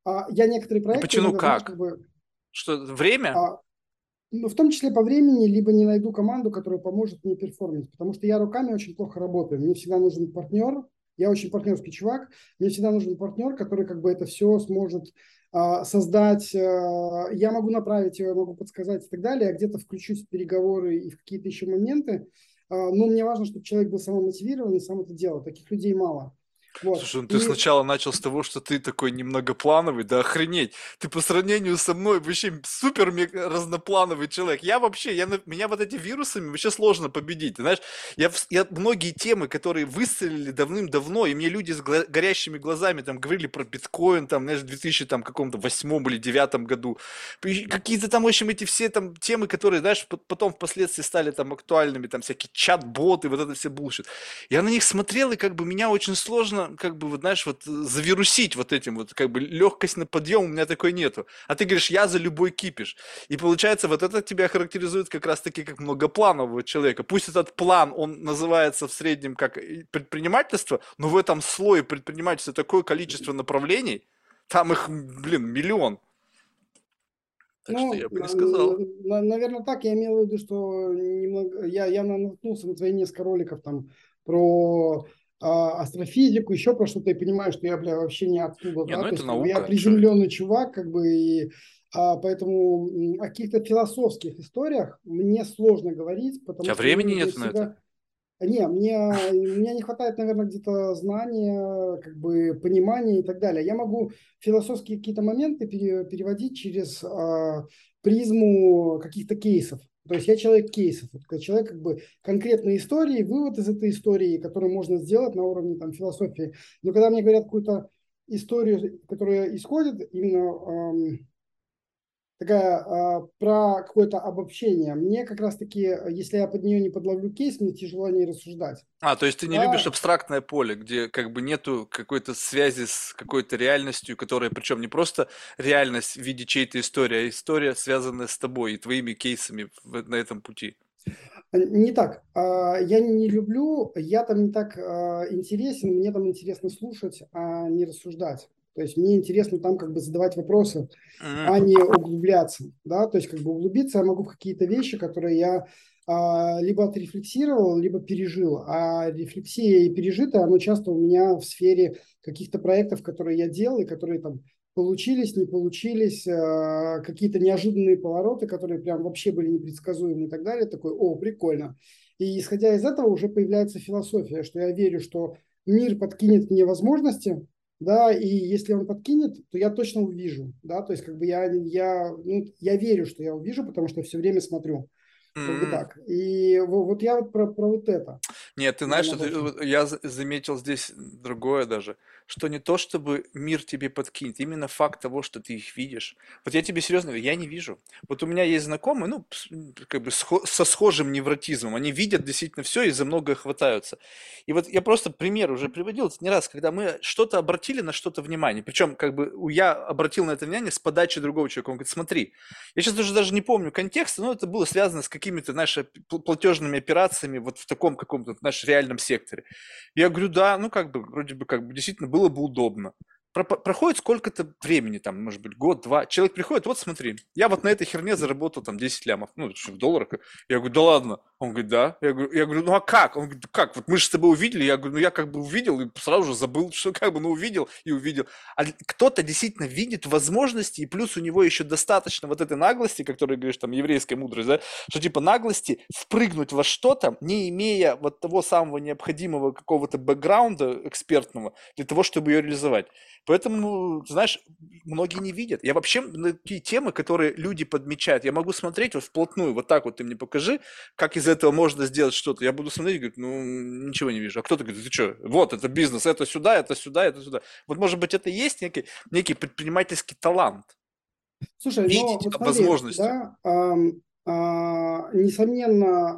Я некоторые И проекты потяну иногда, знаешь, как? как бы, Что, время? а, ну, в том числе по времени, либо не найду команду, которая поможет мне перформить, потому что я руками очень плохо работаю. Мне всегда нужен партнер, я очень партнерский чувак, мне всегда нужен партнер, который как бы это все сможет создать. Я могу направить его, я могу подсказать и так далее, я где-то включусь в переговоры и в какие-то еще моменты, но мне важно, чтобы человек был самомотивирован и сам это делал. Таких людей мало. Вот. Слушай, ну ты И сначала начал с того, что ты такой немногоплановый, да охренеть. Ты по сравнению со мной вообще супер разноплановый человек. Я вообще, меня вот эти вирусами вообще сложно победить. Ты знаешь, я многие темы, которые выстрелили давным-давно, и мне люди с горящими глазами там говорили про биткоин, там, знаешь, в 2000 там каком-то восьмом или девятом году. Какие-то там, в общем, эти все там темы, которые, знаешь, потом впоследствии стали там актуальными, там всякие чат-боты, вот это все булшит. Я на них смотрел, и как бы меня очень сложно, как бы, вот, знаешь, вот завирусить вот этим вот, как бы легкость на подъем у меня такой нету. А ты говоришь, я за любой кипиш. И получается, вот это тебя характеризует как раз-таки как многопланового человека. Пусть этот план, он называется в среднем как предпринимательство, но в этом слое предпринимательства такое количество направлений, там их, блин, миллион. Так что Ну, я бы не сказал. наверное, так. Я имел в виду, что немного, я наткнулся на твои несколько роликов там про астрофизику, еще про что-то, и понимаю, что я, бля, вообще не оттуда, Не, да, ну то это есть как бы я наука, что это? приземленный чувак, как бы, и поэтому о каких-то философских историях мне сложно говорить, У потому тебя что мне времени нужно нет на это? всегда. Не, мне не хватает, наверное, где-то знания, как бы понимания и так далее. Я могу философские какие-то моменты переводить через призму каких-то кейсов. То есть я человек кейсов, вот человек как бы конкретной истории, вывод из этой истории, который можно сделать на уровне там, философии. Но когда мне говорят какую-то историю, которая исходит именно такая про какое-то обобщение. Мне как раз-таки, если я под нее не подловлю кейс, мне тяжело не рассуждать. А, то есть ты не любишь Да, абстрактное поле, где как бы нету какой-то связи с какой-то реальностью, которая причем не просто реальность в виде чьей-то истории, а история, связанная с тобой и твоими кейсами на этом пути. не так. Я не люблю, я там не так интересен, мне там интересно слушать, а не рассуждать. То есть мне интересно там как бы задавать вопросы, М. а не углубляться. Да? То есть как бы углубиться я могу в какие-то вещи, которые я либо отрефлексировал, либо пережил. А рефлексия и пережитое, оно часто у меня в сфере каких-то проектов, которые я делал, и которые там получились, не получились, какие-то неожиданные повороты, которые прям вообще были непредсказуемы и так далее. Такой, о, прикольно. И исходя из этого уже появляется философия, что я верю, что мир подкинет мне возможности, да, и если он подкинет, то я точно увижу, да, то есть как бы я верю, что я увижу, потому что все время смотрю, как бы М. так. И вот я вот про вот это, Нет, ты знаешь, наверное, что больше. я заметил здесь другое даже, что не то, чтобы мир тебе подкинет, именно факт того, что ты их видишь. Вот я тебе серьезно говорю, я не вижу. Вот у меня есть знакомые, ну, как бы со схожим невротизмом, они видят действительно все и за многое хватаются. И вот я просто пример уже приводил это не раз, когда мы что-то обратили на что-то внимание, причем как бы я обратил на это внимание с подачи другого человека, он говорит, смотри, я сейчас уже даже не помню контекста, но это было связано с какими-то, знаешь, платежными операциями вот в таком каком-то, знаешь, реальном секторе. Я говорю, да, ну как бы, вроде бы, как бы действительно было бы удобно. Проходит сколько-то времени, там, может быть, год, два. Человек приходит, вот смотри, я вот на этой херне заработал там 10 лямов, ну, это что, в долларах. Я говорю, да ладно. Он говорит, да. Я говорю, ну а как? Он говорит, «Да как? Вот мы же с тобой увидели. Я говорю, ну я как бы увидел и сразу же забыл, что как бы, ну увидел и увидел. А кто-то действительно видит возможности, и плюс у него еще достаточно вот этой наглости, которой говоришь, там, еврейская мудрость, да, что типа наглости впрыгнуть во что-то, не имея вот того самого необходимого какого-то бэкграунда экспертного для того, чтобы ее реализовать. Поэтому, знаешь, многие не видят. Я вообще на такие темы, которые люди подмечают, я могу смотреть вот вплотную, вот так вот ты мне покажи, как из этого можно сделать что-то. Я буду смотреть и говорить, ну, ничего не вижу. А кто-то говорит, ты что, вот, это бизнес, это сюда, это сюда, это сюда. Вот, может быть, это и есть некий предпринимательский талант. Слушай, но Видеть вот смотри, возможности. да, несомненно,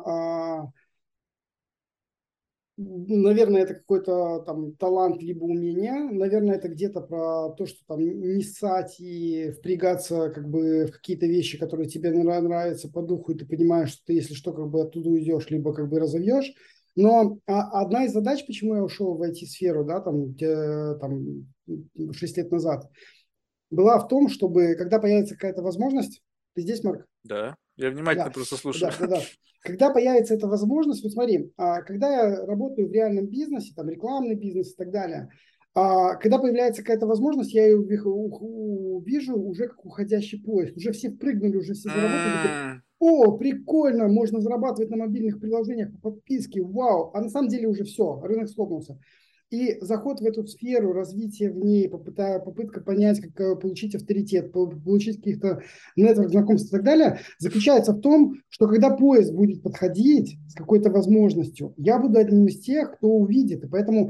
наверное, это какой-то там талант либо умение. Наверное, это где-то про то, что там не ссать и впрягаться как бы в какие-то вещи, которые тебе нравятся по духу, и ты понимаешь, что ты, если что, как бы оттуда уйдешь, либо как бы разовьешь. Но одна из задач, почему я ушел в IT-сферу, да, там 6 лет назад, была в том, чтобы, когда появится какая-то возможность, ты здесь, Марк? Да, я внимательно Да, просто слушаю. да, да, да. Когда появится эта возможность, вот смотри, когда я работаю в реальном бизнесе, там рекламный бизнес и так далее, когда появляется какая-то возможность, я ее вижу уже как уходящий поезд. Уже все впрыгнули, уже все заработали. Такой, М, о, прикольно, можно зарабатывать на мобильных приложениях по подписке, вау. А на самом деле уже все, рынок схлопнулся. И заход в эту сферу, развитие в ней, попытка понять, как получить авторитет, получить каких-то нетворк, знакомств и так далее, заключается в том, что когда поезд будет подходить с какой-то возможностью, я буду одним из тех, кто увидит. И поэтому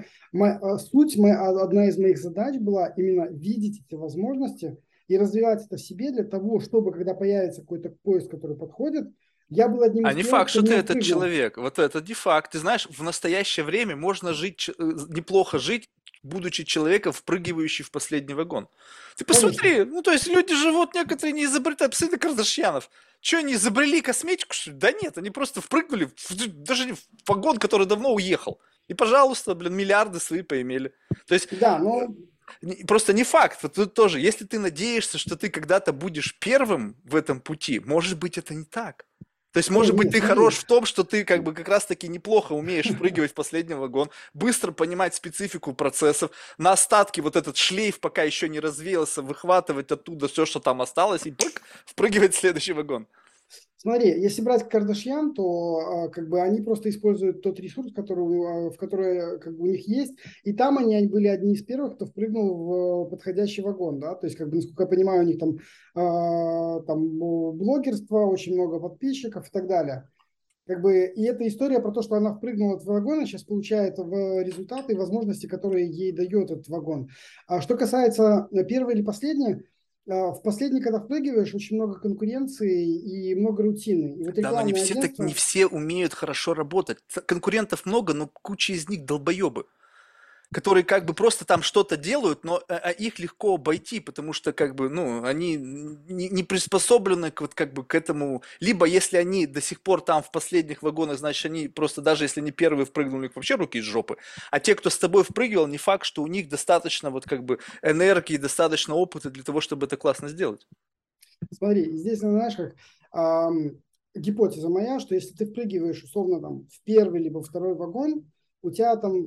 одна из моих задач была именно видеть эти возможности и развивать это в себе для того, чтобы, когда появится какой-то поезд, который подходит, я был одним А из не первых, факт, кто в что ты него этот впрыгнул. человек. Вот это не факт. Ты знаешь, в настоящее время можно жить, неплохо жить, будучи человеком, впрыгивающий в последний вагон. Ты Конечно. посмотри, ну то есть люди живут, некоторые не изобретают, посмотри на Кардашьянов. Что, они изобрели косметику, что ли? Да нет, они просто впрыгнули, даже не в вагон, который давно уехал. И, пожалуйста, блин, миллиарды свои поимели. То есть Да, но просто не факт. Вот тут тоже, если ты надеешься, что ты когда-то будешь первым в этом пути, может быть, это не так. То есть, ой, может быть, нет, ты хорош смотри, в том, что ты как бы как раз-таки неплохо умеешь впрыгивать в последний вагон, быстро понимать специфику процессов, на остатки вот этот шлейф, пока еще не развеялся, выхватывать оттуда все, что там осталось, и впрыгивать в следующий вагон. смотри, если брать Кардашьян, то как бы они просто используют тот ресурс, в который как бы у них есть, и там они были одни из первых, кто впрыгнул в подходящий вагон, да, то есть, как бы, насколько я понимаю, у них там блогерство, очень много подписчиков и так далее. Как бы, и эта история про то, что она впрыгнула в вагон, и сейчас получает результаты и возможности, которые ей дает этот вагон. А что касается первой или последней, в последний, когда впрыгиваешь, очень много конкуренции и много рутины. И вот Да, но не рекламное все так, не агентство, все умеют хорошо работать. Конкурентов много, но куча из них долбоебы, которые как бы просто там что-то делают, но их легко обойти, потому что как бы, ну, они не приспособлены к, вот как бы к этому. Либо если они до сих пор там в последних вагонах, значит они просто даже если не первые впрыгнули, у них вообще руки из жопы. А те, кто с тобой впрыгивал, не факт, что у них достаточно вот как бы энергии, достаточно опыта для того, чтобы это классно сделать. смотри, здесь, знаешь, как гипотеза моя, что если ты впрыгиваешь условно там в первый либо второй вагон, у тебя там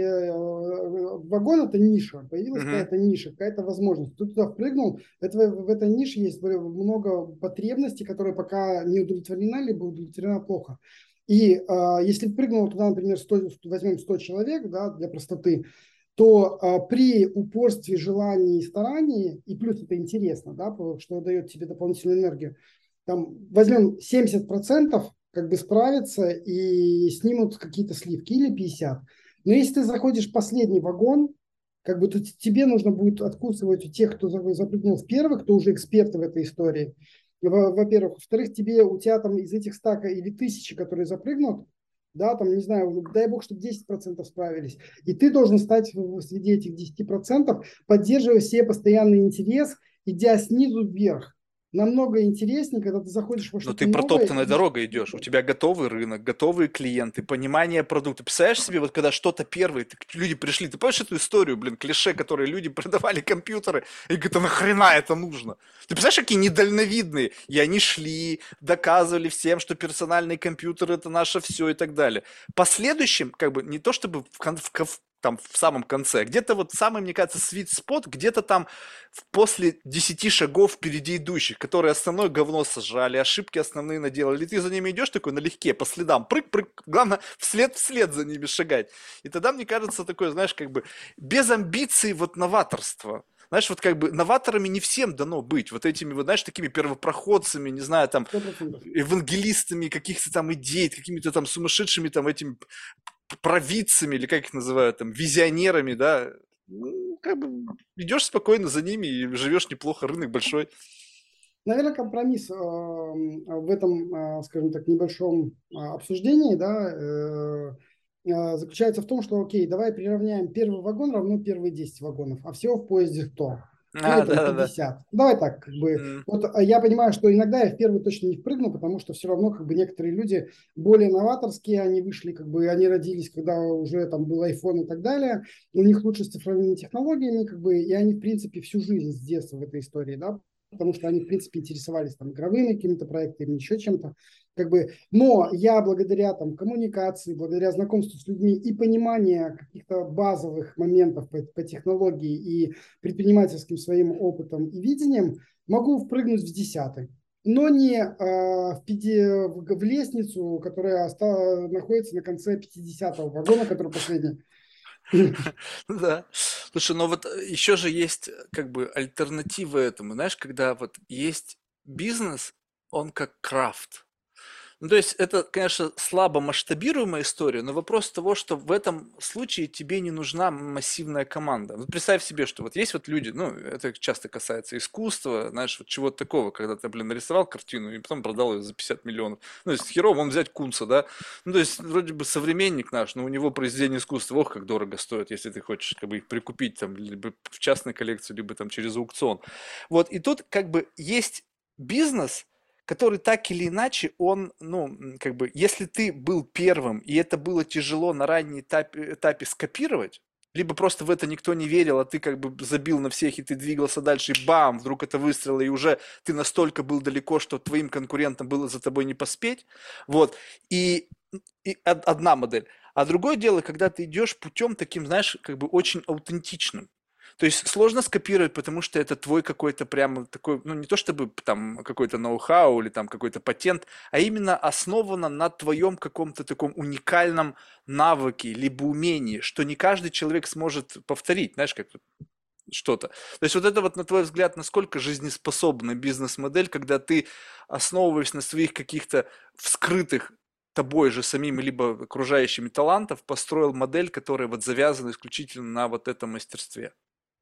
вагон это ниша, появилась Мгм. какая-то ниша, какая-то возможность. Ты туда впрыгнул, в этой нише есть много потребностей, которые пока не удовлетворены, либо удовлетворена плохо. И если впрыгнул туда, например, 100, возьмем 100 человек, да, для простоты, то при упорстве, желании и старании, и плюс это интересно, да, что дает тебе дополнительную энергию, там возьмем 70% как бы справятся и снимут какие-то сливки или 50. Но если ты заходишь в последний вагон, как бы то тебе нужно будет откусывать у тех, кто запрыгнул в первый, кто уже эксперты в этой истории. Во-первых. Во-вторых, у тебя там из этих 100 или 1000, которые запрыгнут, да, там, не знаю, дай бог, чтобы 10% справились. И ты должен стать среди этих 10%, поддерживая себе постоянный интерес, идя снизу вверх. Намного интереснее, когда ты заходишь во Но что-то ты новое протоптанной и ищешь дорогой идешь. У смысл. тебя готовый рынок, готовые клиенты, понимание продукта. Представляешь себе, вот когда что-то первое, люди пришли, ты помнишь эту историю, блин, клише, которые люди продавали компьютеры, и говорят, а нахрена это нужно? Ты представляешь, какие недальновидные? И они шли, доказывали всем, что персональный компьютер это наше все и так далее. Последующим, как бы, не то чтобы там в самом конце, где-то вот самый, мне кажется, sweet spot, где-то там после 10 шагов впереди идущих, которые основное говно сожрали, ошибки основные наделали, и ты за ними идешь такой налегке, по следам, прыг-прыг, главное, вслед за ними шагать. И тогда, мне кажется, такое, знаешь, как бы без амбиций вот новаторство. Знаешь, вот как бы новаторами не всем дано быть, вот этими вот, знаешь, такими первопроходцами, не знаю, там, 100%. евангелистами каких-то там идей, какими-то там сумасшедшими там этими провидцами, или как их называют, там, визионерами, да, ну, как бы идешь спокойно за ними и живешь неплохо, рынок большой. Наверное, компромисс в этом, скажем так, небольшом обсуждении, да, заключается в том, что, окей, давай приравняем первый вагон равно первые 10 вагонов, а всего в поезде 100. или там Да-да-да. 50. Давай так, как бы, вот я понимаю, что иногда я в первую точно не впрыгну, потому что все равно как бы некоторые люди более новаторские, они вышли, как бы они родились, когда уже там был iPhone и так далее, у них лучше с цифровыми технологиями, как бы, и они, в принципе, всю жизнь с детства в этой истории, да, потому что они, в принципе, интересовались там игровыми какими-то проектами, еще чем-то, как бы, но я благодаря там коммуникации, благодаря знакомству с людьми и пониманию каких-то базовых моментов по технологии и предпринимательским своим опытом и видением могу впрыгнуть в десятый. Но не в лестницу, которая находится на конце 50-го вагона, который последний. Ну да. Слушай, но вот еще же есть как бы альтернатива этому. Знаешь, когда вот есть бизнес, он как крафт. Ну, то есть это, конечно, слабо масштабируемая история, но вопрос того, что в этом случае тебе не нужна массивная команда. Вот представь себе, что вот есть вот люди, ну, это часто касается искусства, знаешь, вот чего-то такого, когда ты, блин, нарисовал картину и потом продал ее за 50 миллионов. Ну, если херово, он взять Кунца, да? Ну, то есть, вроде бы современник наш, но у него произведение искусства, ох, как дорого стоит, если ты хочешь как бы их прикупить там, либо в частной коллекции, либо там через аукцион. Вот, и тут как бы есть бизнес, который так или иначе, он, ну, как бы, если ты был первым, и это было тяжело на раннем этапе скопировать, либо просто в это никто не верил, а ты как бы забил на всех, и ты двигался дальше, и бам, вдруг это выстрелило, и уже ты настолько был далеко, что твоим конкурентам было за тобой не поспеть, вот, и, одна модель. А другое дело, когда ты идешь путем таким, знаешь, как бы очень аутентичным. То есть сложно скопировать, потому что это твой какой-то прямо такой, ну не то чтобы там какой-то ноу-хау или там какой-то патент, а именно основано на твоем каком-то таком уникальном навыке, либо умении, что не каждый человек сможет повторить, знаешь, как вот что-то. То есть вот это вот, на твой взгляд, насколько жизнеспособна бизнес-модель, когда ты, основываясь на своих каких-то вскрытых тобой же самим, либо окружающими талантов, построил модель, которая вот завязана исключительно на вот этом мастерстве.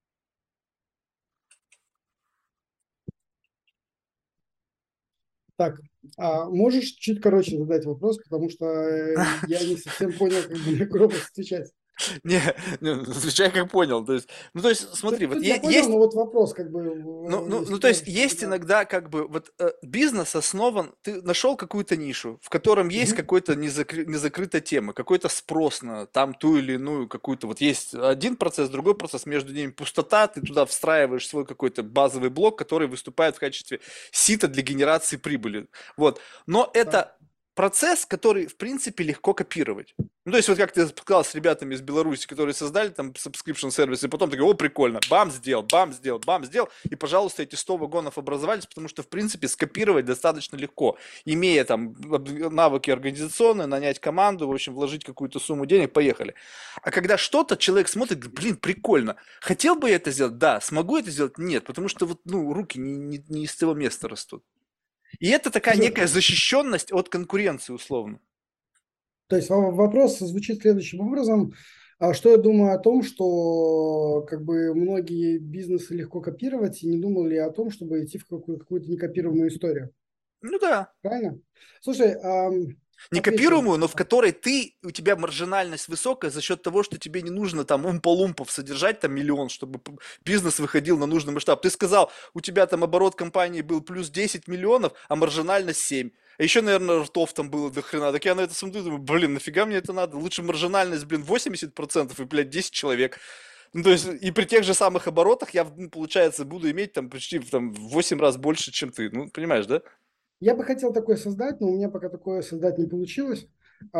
Так, можешь чуть короче задать вопрос, потому что я не совсем понял, как бы на какой вопрос отвечать. Не, отвечай как понял. То есть, смотри, вот Суть я понял, есть, но вот вопрос, как бы, ну, если то есть можешь есть тогда. иногда как бы вот бизнес основан, ты нашел какую-то нишу, в котором есть Мгм. какой-то незакрытая тема, какой-то спрос на там ту или иную какую-то, вот есть один процесс, другой процесс, между ними пустота, ты туда встраиваешь свой какой-то базовый блок, который выступает в качестве сита для генерации прибыли. Вот. Но Так. это процесс, который, в принципе, легко копировать. Ну, то есть, вот как ты сказал с ребятами из Беларуси, которые создали там subscription сервис, и потом такой, о, прикольно, бам, сделал, бам, сделал, бам, сделал, и, пожалуйста, эти 100 вагонов образовались, потому что, в принципе, скопировать достаточно легко, имея там навыки организационные, нанять команду, в общем, вложить какую-то сумму денег, поехали. А когда что-то человек смотрит, говорит, блин, прикольно, хотел бы я это сделать? Да. Смогу это сделать? Нет, потому что вот, ну, руки не из того места растут. И это такая Слушай, некая защищенность от конкуренции, условно. то есть вопрос звучит следующим образом. Что я думаю о том, что как бы многие бизнесы легко копировать, и не думал ли о том, чтобы идти в какую-то некопируемую историю? Ну да, Правильно? Слушай, не отвечу. копируемую, но в которой у тебя маржинальность высокая за счет того, что тебе не нужно там умполумпов содержать там миллион, чтобы бизнес выходил на нужный масштаб. Ты сказал, у тебя там оборот компании был плюс 10 миллионов, а маржинальность 7. А еще, наверное, ртов там было до хрена. Так я на это смотрю, думаю, блин, нафига мне это надо? Лучше маржинальность, блин, 80% и, блядь, 10 человек. Ну, то есть, и при тех же самых оборотах я, ну, получается, буду иметь там почти там, в 8 раз больше, чем ты. Ну, понимаешь, да? Я бы хотел такое создать, но у меня пока такое создать не получилось,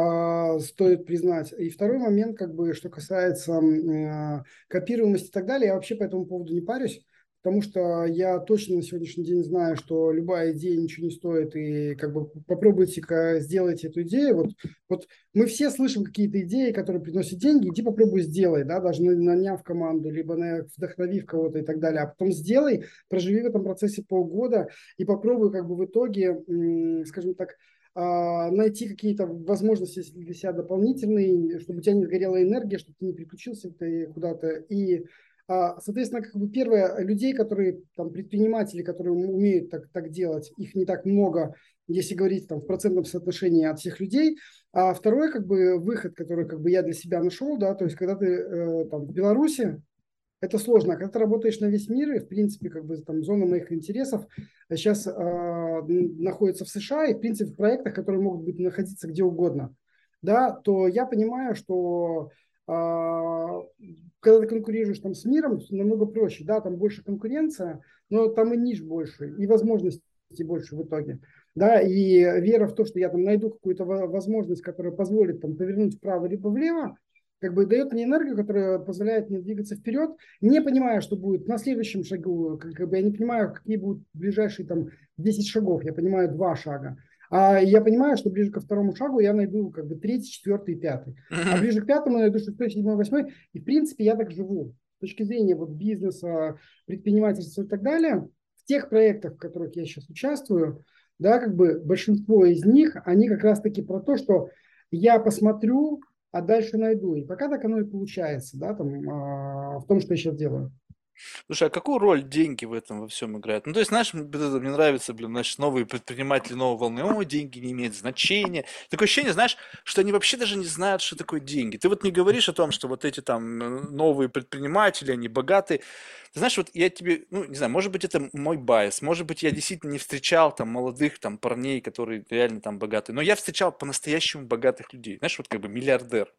стоит признать. И второй момент, как бы, что касается копируемости и так далее, я вообще по этому поводу не парюсь, потому что я точно на сегодняшний день знаю, что любая идея ничего не стоит, и как бы попробуйте-ка сделать эту идею. Вот мы все слышим какие-то идеи, которые приносят деньги, иди попробуй сделай, да, даже наняв команду, либо вдохновив кого-то и так далее, а потом сделай, проживи в этом процессе полгода, и попробую как бы в итоге, скажем так, найти какие-то возможности для себя дополнительные, чтобы у тебя не сгорела энергия, чтобы ты не переключился ты куда-то. И, соответственно, как бы первое, людей, которые, там, предприниматели, которые умеют так делать, их не так много, если говорить там в процентном соотношении от всех людей. А второй, как бы, выход, который как бы я для себя нашел, да, то есть когда ты там в Беларуси, это сложно. А когда ты работаешь на весь мир, и, в принципе, как бы там зона моих интересов сейчас находится в США, и, в принципе, в проектах, которые могут быть находиться где угодно, да, то я понимаю, что когда ты конкурируешь там с миром, намного проще, да, там больше конкуренция, но там и ниш больше, и возможностей больше в итоге. Да, и вера в то, что я там найду какую-то возможность, которая позволит там повернуть вправо либо влево, как бы дает мне энергию, которая позволяет мне двигаться вперед, не понимая, что будет на следующем шагу, как бы я не понимаю, какие будут ближайшие там 10 шагов, я понимаю 2 шага. А я понимаю, что ближе ко второму шагу я найду как бы третий, четвертый, пятый. А Мгм. ближе к пятому найду шестой, седьмой, восьмой. И в принципе я так живу. С точки зрения вот бизнеса, предпринимательства и так далее, в тех проектах, в которых я сейчас участвую, да, как бы большинство из них, они как раз-таки про то, что я посмотрю, а дальше найду. И пока так оно и получается, да, там, в том, что я сейчас делаю. Слушай, а какую роль деньги в этом во всем играют? Ну, то есть, знаешь, мне нравится, блин, значит, новые предприниматели новой волны. О, деньги не имеют значения. Такое ощущение, знаешь, что они вообще даже не знают, что такое деньги. Ты вот не говоришь о том, что вот эти там новые предприниматели, они богатые. Ты знаешь, вот я тебе, ну, не знаю, может быть, это мой байс, может быть, я действительно не встречал там молодых там парней, которые реально там богатые, но я встречал по-настоящему богатых людей. Знаешь, вот как бы миллиардер.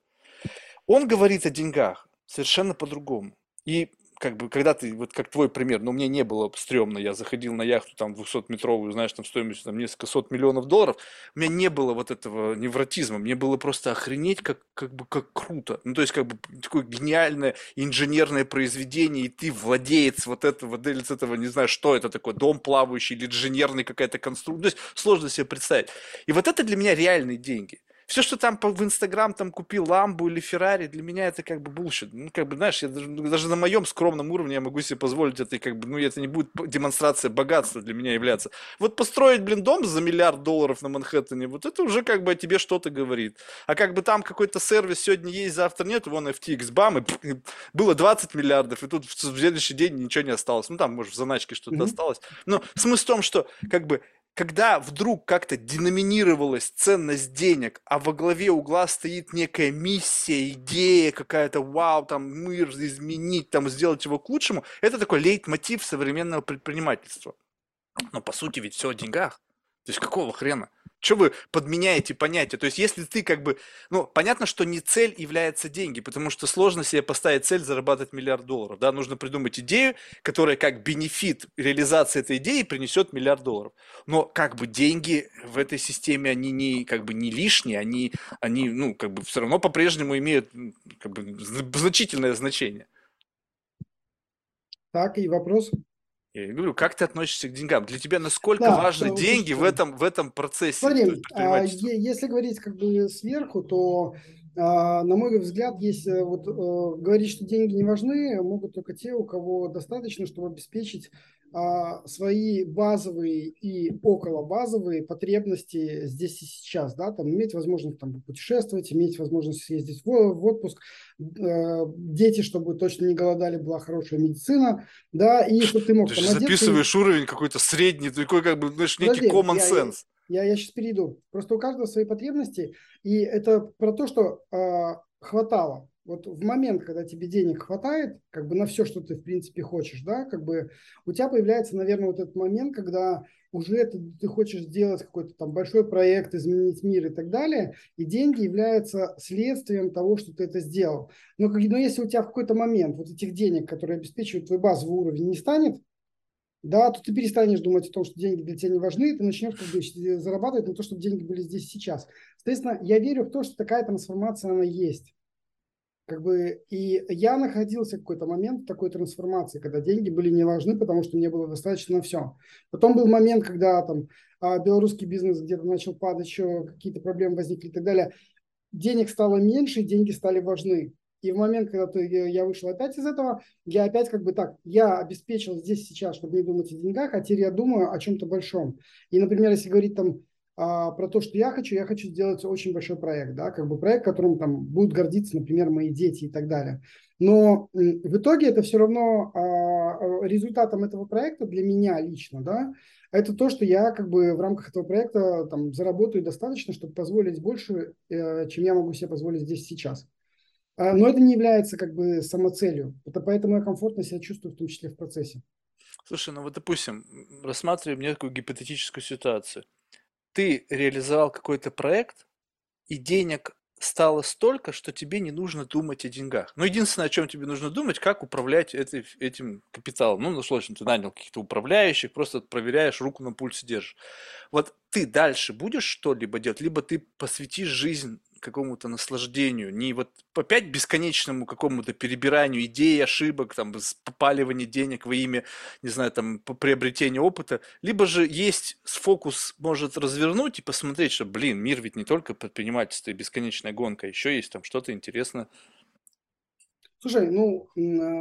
Он говорит о деньгах совершенно по-другому. И как бы, когда ты, вот как твой пример, но мне не было стрёмно, я заходил на яхту там 200-метровую, знаешь, там стоимостью там несколько сот миллионов долларов, у меня не было вот этого невротизма, мне было просто охренеть, как бы, как круто. Ну, то есть, как бы, такое гениальное инженерное произведение, и ты владеец вот этого, владелец этого, не знаю, что это такое, дом плавающий или инженерный какая-то конструкция, то есть, сложно себе представить. И вот это для меня реальные деньги. Все, что там в Инстаграм там купил Ламбу или Феррари, для меня это как бы булщит. Ну, как бы, знаешь, я даже на моем скромном уровне я могу себе позволить это, и как бы, ну, это не будет демонстрация богатства для меня являться. Вот построить, блин, дом за миллиард долларов на Манхэттене, вот это уже как бы о тебе что-то говорит. А как бы там какой-то сервис сегодня есть, завтра нет, вон FTX, бам, и было 20 миллиардов, и тут в следующий день ничего не осталось. Ну, там, может, в заначке что-то Мгм. осталось. Но смысл в том, что как бы когда вдруг как-то деноминировалась ценность денег, а во главе угла стоит некая миссия, идея какая-то, вау, там мир изменить, там сделать его к лучшему, это такой лейтмотив современного предпринимательства. Но по сути ведь все о деньгах. То есть какого хрена? Что вы подменяете понятия? То есть если ты как бы, ну, понятно, что не цель является деньги, потому что сложно себе поставить цель зарабатывать миллиард долларов, да, нужно придумать идею, которая как бенефит реализации этой идеи принесет миллиард долларов. Но как бы деньги в этой системе, они не, как бы не лишние, они, ну, как бы все равно по-прежнему имеют как бы значительное значение. Так, и вопрос. Я и говорю, как ты относишься к деньгам? Для тебя насколько Да, важны деньги слушайте, в этом процессе, то есть смотри, предпринимательства? если говорить как бы сверху, то, на мой взгляд, есть вот говорить, что деньги не важны, могут только те, у кого достаточно, чтобы обеспечить свои базовые и околобазовые потребности здесь и сейчас, да, там иметь возможность там путешествовать, иметь возможность съездить в отпуск, дети, чтобы точно не голодали, была хорошая медицина, да, и чтобы ты Ты мог же там одеться и записываешь уровень какой-то средний, такой как бы, знаешь, некий подожди, common sense. я сейчас перейду. Просто у каждого свои потребности, и это про то, что хватало. Вот в момент, когда тебе денег хватает, как бы на все, что ты в принципе хочешь, да, как бы у тебя появляется, наверное, вот этот момент, когда уже ты хочешь сделать какой-то там большой проект, изменить мир и так далее, и деньги являются следствием того, что ты это сделал. Но если у тебя в какой-то момент вот этих денег, которые обеспечивают твой базовый уровень, не станет, да, то ты перестанешь думать о том, что деньги для тебя не важны, ты начнешь как бы зарабатывать на то, чтобы деньги были здесь и сейчас. Соответственно, я верю в то, что такая трансформация, она есть. Как бы, и я находился в какой-то момент в такой трансформации, когда деньги были не важны, потому что мне было достаточно на все. Потом был момент, когда там белорусский бизнес где-то начал падать, еще какие-то проблемы возникли и так далее. Денег стало меньше, деньги стали важны. И в момент, когда я вышел опять из этого, я опять как бы так, я обеспечил здесь сейчас, чтобы не думать о деньгах, а теперь я думаю о чем-то большом. И, например, если говорить там про то, что я хочу сделать очень большой проект, да, как бы проект, которым там будут гордиться, например, мои дети и так далее. Но в итоге это все равно результатом этого проекта для меня лично, да, это то, что я как бы в рамках этого проекта там заработаю достаточно, чтобы позволить больше, чем я могу себе позволить здесь сейчас. Но это не является как бы самоцелью. Это поэтому я комфортно себя чувствую, в том числе в процессе. Слушай, ну вот, допустим, рассматриваем некую гипотетическую ситуацию. Ты реализовал какой-то проект, и денег стало столько, что тебе не нужно думать о деньгах. Но единственное, о чем тебе нужно думать, как управлять этим капиталом. Ну, сложно, ты нанял каких-то управляющих, просто проверяешь, руку на пульсе держишь. Вот ты дальше будешь что-либо делать, либо ты посвятишь жизнь какому-то наслаждению, не вот опять бесконечному какому-то перебиранию идей, ошибок, там, попаливания денег во имя, не знаю, там, приобретения опыта, либо же есть фокус может развернуть и посмотреть, что, блин, мир ведь не только предпринимательство и бесконечная гонка, еще есть там что-то интересное. Слушай, ну,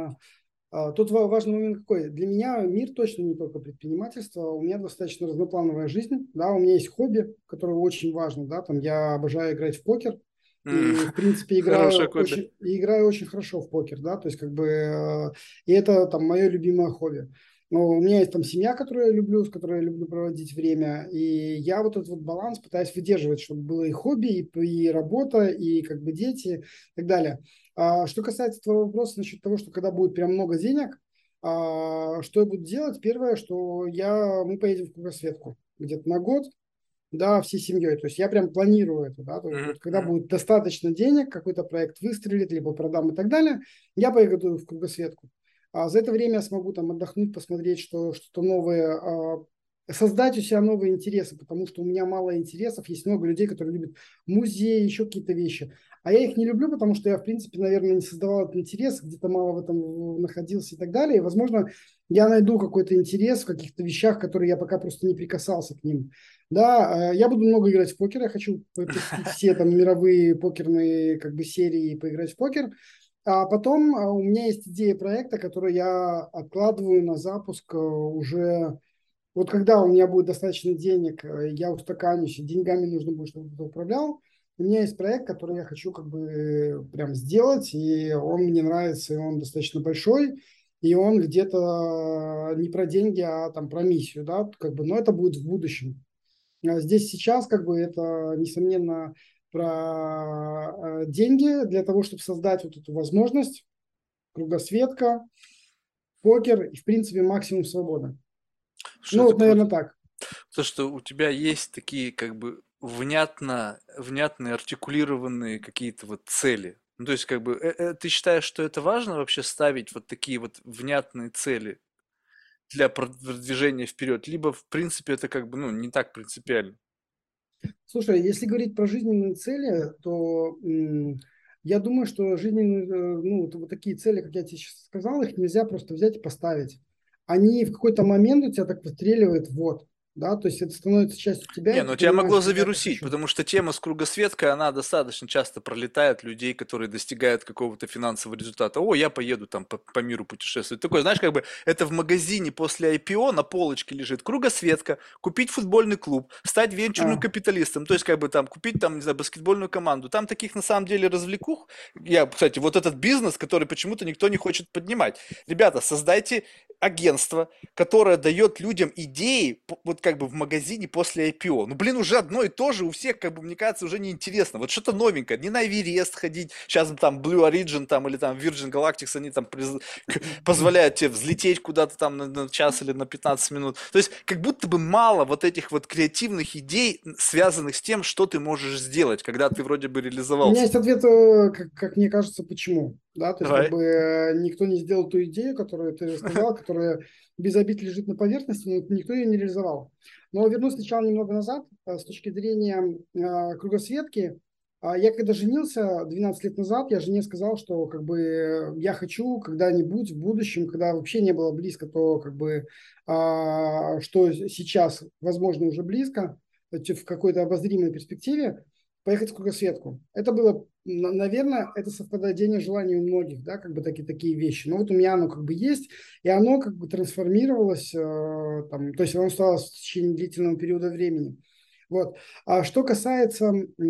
тут важный момент какой. Для меня мир точно не только предпринимательство. У меня достаточно разноплановая жизнь. Да, у меня есть хобби, которое очень важно. Да, там я обожаю играть в покер. И, в принципе, Хорошее хобби. играю очень хорошо в покер, да, то есть, как бы, и это там мое любимое хобби. Но у меня есть там семья, которую я люблю, с которой я люблю проводить время, и я вот этот вот баланс пытаюсь выдерживать, чтобы было и хобби, и работа, и как бы дети, и так далее. Что касается твоего вопроса насчет того, что когда будет прям много денег, что я буду делать? Первое, что мы поедем в кругосветку где-то на год, да, всей семьей. То есть я прям планирую это, да, то есть Мгм, вот когда мгм. будет достаточно денег, какой-то проект выстрелит, либо продам и так далее, я поеду в кругосветку. За это время я смогу там отдохнуть, посмотреть что-то новое, создать у себя новые интересы, потому что у меня мало интересов, есть много людей, которые любят музеи, еще какие-то вещи. А я их не люблю, потому что я, в принципе, наверное, не создавал этот интерес, где-то мало в этом находился и так далее. И, возможно, я найду какой-то интерес в каких-то вещах, которые я пока просто не прикасался к ним. Да, я буду много играть в покер. Я хочу посетить все там мировые покерные как бы серии и поиграть в покер. А потом у меня есть идея проекта, который я откладываю на запуск уже вот когда у меня будет достаточно денег, я устаканюсь, и деньгами нужно будет, чтобы кто-то управлял. У меня есть проект, который я хочу как бы прям сделать, и он мне нравится, и он достаточно большой, и он где-то не про деньги, а там про миссию, да, как бы, но это будет в будущем. Здесь сейчас как бы это, несомненно, про деньги для того, чтобы создать вот эту возможность, кругосветка, покер и, в принципе, максимум свободы. Слушай, Ну, это вот, наверное, круто. так. То, что у тебя есть такие как бы внятные артикулированные какие-то вот цели. Ну, то есть, как бы, ты считаешь, что это важно вообще ставить вот такие вот внятные цели для продвижения вперед? Либо, в принципе, это как бы, ну, не так принципиально? Слушай, если говорить про жизненные цели, то я думаю, что жизненные, ну, вот такие цели, как я тебе сейчас сказал, их нельзя просто взять и поставить. Они в какой-то момент у тебя так выстреливают, вот, да, то есть это становится частью тебя, Не, и ты ну тебя понимаешь, могло что я это завирусить, хочу. потому что тема с кругосветкой, она достаточно часто пролетает людей, которые достигают какого-то финансового результата. О, я поеду там по миру путешествовать. Такое, знаешь, как бы это в магазине после IPO на полочке лежит кругосветка, купить футбольный клуб, стать венчурным А, капиталистом, то есть как бы там купить там, не знаю, баскетбольную команду. Там таких на самом деле развлекух. Я, кстати, вот этот бизнес, который почему-то никто не хочет поднимать. Ребята, создайте агентство, которое дает людям идеи, вот как бы в магазине после IPO. Ну, блин, уже одно и то же у всех, как бы, мне кажется, уже неинтересно. Вот что-то новенькое. Не на Эверест ходить. Сейчас там Blue Origin там, или там Virgin Galactic, они там позволяют тебе взлететь куда-то там на час или на 15 минут. То есть, как будто бы мало вот этих вот креативных идей, связанных с тем, что ты можешь сделать, когда ты вроде бы у меня реализовался. есть ответ, как мне кажется, почему, да, то есть как Давай. бы никто не сделал ту идею, которую ты рассказал, которая без обид лежит на поверхности, но никто ее не реализовал. Но вернусь сначала немного назад, с точки зрения кругосветки. Я когда женился 12 лет назад, я жене сказал, что как бы я хочу когда-нибудь в будущем, когда вообще не было близко, то как бы что сейчас, возможно, уже близко, в какой-то обозримой перспективе, поехать в кругосветку. Это было, наверное, это совпадение желаний у многих, да, как бы такие вещи. Но вот у меня оно как бы есть, и оно как бы трансформировалось, там, то есть оно осталось в течение длительного периода времени. Вот. А что касается,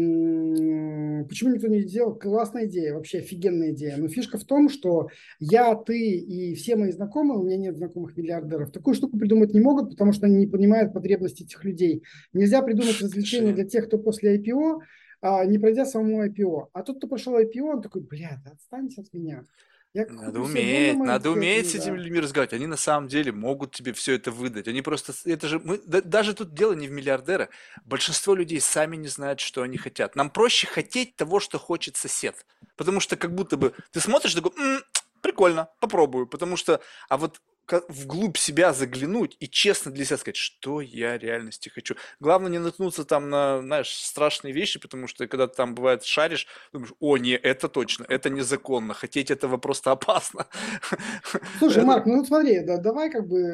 почему никто не сделал, классная идея, вообще офигенная идея. Но фишка в том, что я, ты и все мои знакомые, у меня нет знакомых миллиардеров, такую штуку придумать не могут, потому что они не понимают потребности этих людей. Нельзя придумать развлечения Решение. для тех, кто после IPO, не пройдя самому IPO. А тот, кто прошел IPO, он такой, бля, да отстаньте от меня. Я куплю себе дом на Надо уметь Манхэттене, с этими да. людьми разговаривать. Они на самом деле могут тебе все это выдать. Они просто, это же, даже тут дело не в миллиардерах. Большинство людей сами не знают, что они хотят. Нам проще хотеть того, что хочет сосед. Потому что как будто бы ты смотришь, такой, прикольно, попробую. Потому что, а вот вглубь себя заглянуть и честно для себя сказать, что я в реальности хочу. Главное не наткнуться там на, знаешь, страшные вещи, потому что когда ты там бывает шаришь, думаешь, о, не, это точно, это незаконно, хотеть этого просто опасно. Слушай, Это- Марк, ну вот смотри, да, давай как бы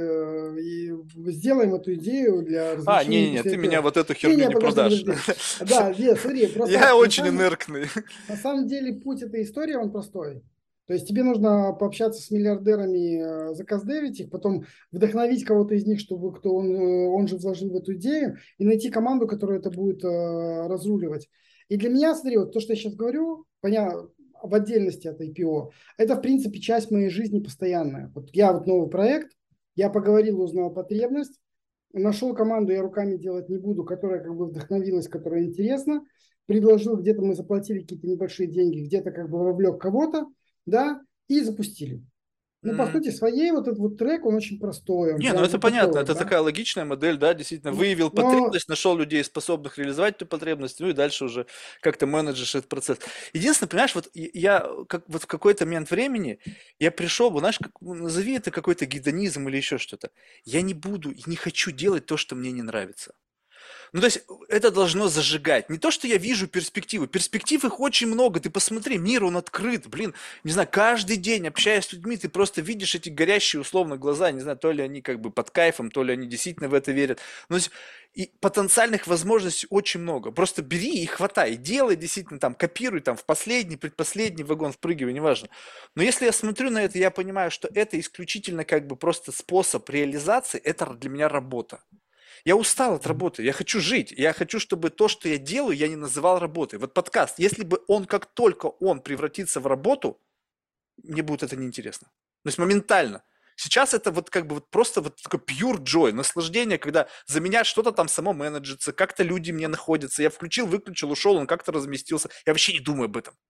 и сделаем эту идею для развлечения не-не-не, после ты меня IPO. вот эту херню Не-не, не подожди, продашь. подожди. Да, нет, смотри, Я просто очень инертный. на самом деле путь этой истории, он простой. То есть тебе нужно пообщаться с миллиардерами, заказдевить их, потом вдохновить кого-то из них, чтобы кто он же вложил в эту идею, и найти команду, которая это будет разруливать. И для меня, смотри, вот то, что я сейчас говорю, понятно, в отдельности от IPO, это, в принципе, часть моей жизни постоянная. Вот я вот новый проект, я поговорил, узнал потребность, нашел команду, я руками делать не буду, которая как бы вдохновилась, которая интересна, предложил, где-то мы заплатили какие-то небольшие деньги, где-то как бы вовлек кого-то, да, и запустили. Ну, по сути своей, вот этот вот трек, он очень простой, он Не, ну прям это вот такой понятно, вот, это да. такая логичная модель, да, действительно, выявил Но потребность, нашел людей, способных реализовать эту потребность, ну и дальше уже как-то менеджеришь этот процесс. Единственное, понимаешь, вот я как, вот в какой-то момент времени, я пришел, вот, знаешь, назови это какой-то гедонизм или еще что-то. Я не буду и не хочу делать то, что мне не нравится. Ну, то есть это должно зажигать. Не то, что я вижу перспективы. Перспектив их очень много. Ты посмотри, мир, он открыт. Блин, не знаю, каждый день, общаясь с людьми, ты просто видишь эти горящие условно глаза. Не знаю, то ли они как бы под кайфом, то ли они действительно в это верят. Ну, то есть, и потенциальных возможностей очень много. Просто бери и хватай. Делай действительно там, копируй там в последний, предпоследний вагон, впрыгивай, неважно. Но если я смотрю на это, я понимаю, что это исключительно как бы просто способ реализации, это для меня работа. Я устал от работы, я хочу жить, я хочу, чтобы то, что я делаю, я не называл работой. Вот подкаст, если бы он, как только он превратится в работу, мне будет это неинтересно. То есть моментально. Сейчас это вот как бы вот просто вот такой pure joy, наслаждение, когда за меня что-то там само менеджится, как-то люди мне находятся, я включил, выключил, ушел, он как-то разместился, я вообще не думаю об этом.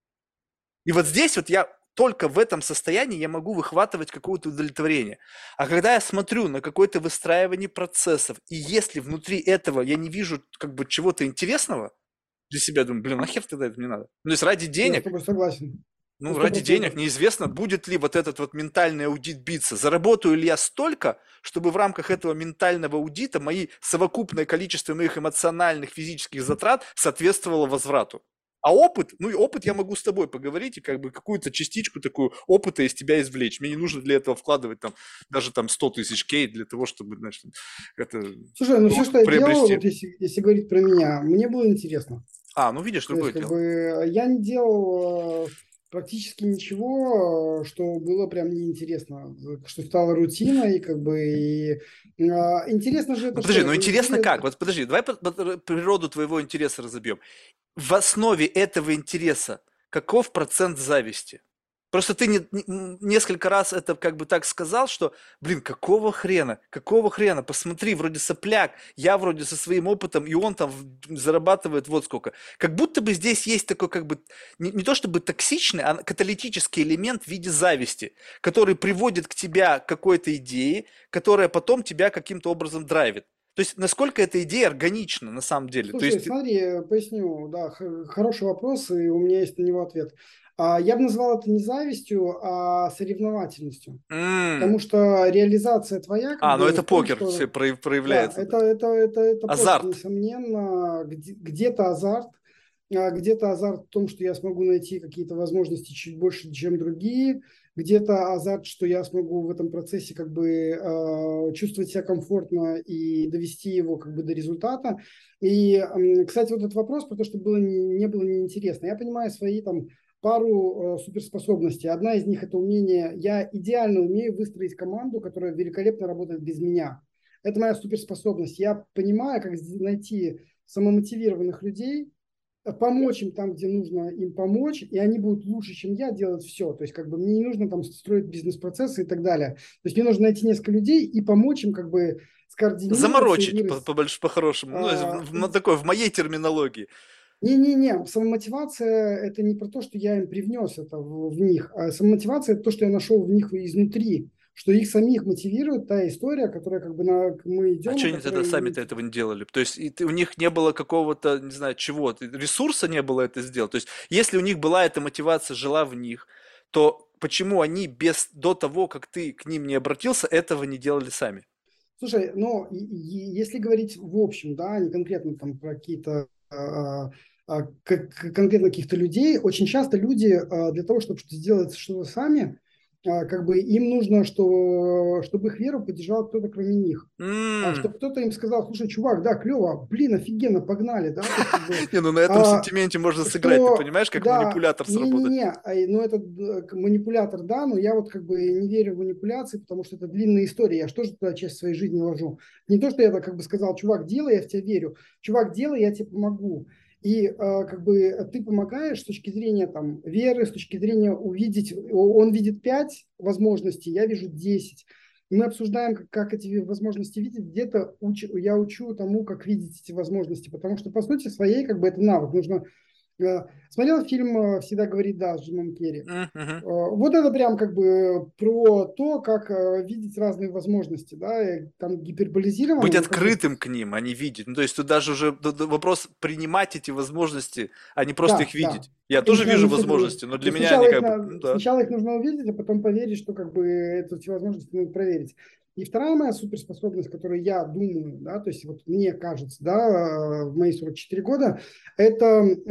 И вот здесь вот я только в этом состоянии я могу выхватывать какое-то удовлетворение. А когда я смотрю на какое-то выстраивание процессов, и если внутри этого я не вижу как бы чего-то интересного для себя, думаю, блин, нахер тогда это мне надо? Ну, то есть ради я с денег, тобой согласен. На ну, сто ради денег процентов. неизвестно, будет ли вот этот вот ментальный аудит биться. Заработаю ли я столько, чтобы в рамках этого ментального аудита мои совокупное количество моих эмоциональных, физических затрат соответствовало возврату. А опыт, ну и опыт я могу с тобой поговорить и как бы какую-то частичку такую опыта из тебя извлечь. Мне не нужно для этого вкладывать там даже там 100 тысяч кей для того, чтобы, значит, это Слушай, ну все, что я делал, приобрести. вот если говорить про меня, мне было интересно. А, ну видишь, То есть, другое как дело. бы, я не делал практически ничего, что было прям неинтересно, что стало рутиной, как бы, интересно же Ну это подожди, что? ну Это интересно интересно. как? Вот подожди, давай природу твоего интереса разобьем. В основе этого интереса каков процент зависти? Просто ты несколько раз это как бы так сказал, что, блин, какого хрена, посмотри, вроде сопляк, я вроде со своим опытом, и он там зарабатывает вот сколько. Как будто бы здесь есть такой как бы, не то чтобы токсичный, а каталитический элемент в виде зависти, который приводит к тебя к какой-то идее, которая потом тебя каким-то образом драйвит. То есть, насколько эта идея органична на самом деле? То Слушай, есть, смотри, поясню, да, хороший вопрос, и у меня есть на него ответ. Я бы назвал это не завистью, а соревновательностью. Потому что реализация твоя как ну бы это в том, покер что все да, проявляется. это покер, Азарт. несомненно, где-то азарт, где-то азарт в том, что я смогу найти какие-то возможности чуть больше, чем другие, где-то азарт, что я смогу в этом процессе как бы чувствовать себя комфортно и довести его как бы до результата. И, кстати, вот этот вопрос про то, что было не было неинтересно. Я понимаю свои там пару суперспособностей. Одна из них это умение, я идеально умею выстроить команду, которая великолепно работает без меня. Это моя суперспособность. Я понимаю, как найти самомотивированных людей, помочь им там, где нужно им помочь, и они будут лучше, чем я, делать все. То есть, как бы мне не нужно там строить бизнес-процессы и так далее. То есть, мне нужно найти несколько людей и помочь им как бы скоординироваться и Заморочить вырасти. по-хорошему. Ну, А, такой, в моей терминологии. Не-не-не, самомотивация – это не про то, что я им привнес это в них, а самомотивация – это то, что я нашел в них изнутри, что их самих мотивирует та история, которая как бы мы А идем, что и они тогда которая сами-то этого не делали? То есть у них не было какого-то, не знаю, чего, ресурса не было это сделать. То есть если у них была эта мотивация, жила в них, то почему они до того, как ты к ним не обратился, этого не делали сами? Слушай, но если говорить в общем, да, не конкретно там про какие-то конкретно каких-то людей, очень часто люди для того, чтобы сделать что-то сами, как бы им нужно, чтобы их веру поддержал кто-то кроме них. М. Чтобы кто-то им сказал, слушай, чувак, да, клево, блин, офигенно, погнали, да, то есть как бы Не, ну на этом а, сентименте можно сыграть. Ты что, понимаешь, как да, манипулятор сработать? не-не-не, ну это манипулятор, да, но я вот как бы не верю в манипуляции, потому что это длинная история, я же тоже туда часть своей жизни вложу. Не то, что я так как бы сказал, чувак, делай, я в тебя верю, чувак, делай, я тебе помогу. И как бы ты помогаешь с точки зрения там веры, с точки зрения увидеть, он видит 5 возможностей, я вижу 10. И мы обсуждаем, как эти возможности видеть. Где-то я учу тому, как видеть эти возможности, потому что, по сути своей, как бы это навык. Нужно Смотрел фильм «Всегда говорит да» с Джимом Керри. Мгм. Вот это прям как бы про то, как видеть разные возможности, да, и там гиперболизировано, Быть но как бы открытым к ним, а не видеть. Ну, то есть тут даже уже вопрос принимать эти возможности, а не просто их да, да. видеть. Я тоже Их вижу надо, возможности, но для но меня они сначала как бы, ну да. сначала их нужно увидеть, а потом поверить, что как бы эту возможность надо проверить. И вторая моя суперспособность, которую я думаю, да, то есть вот мне кажется, да, в мои 44 года, это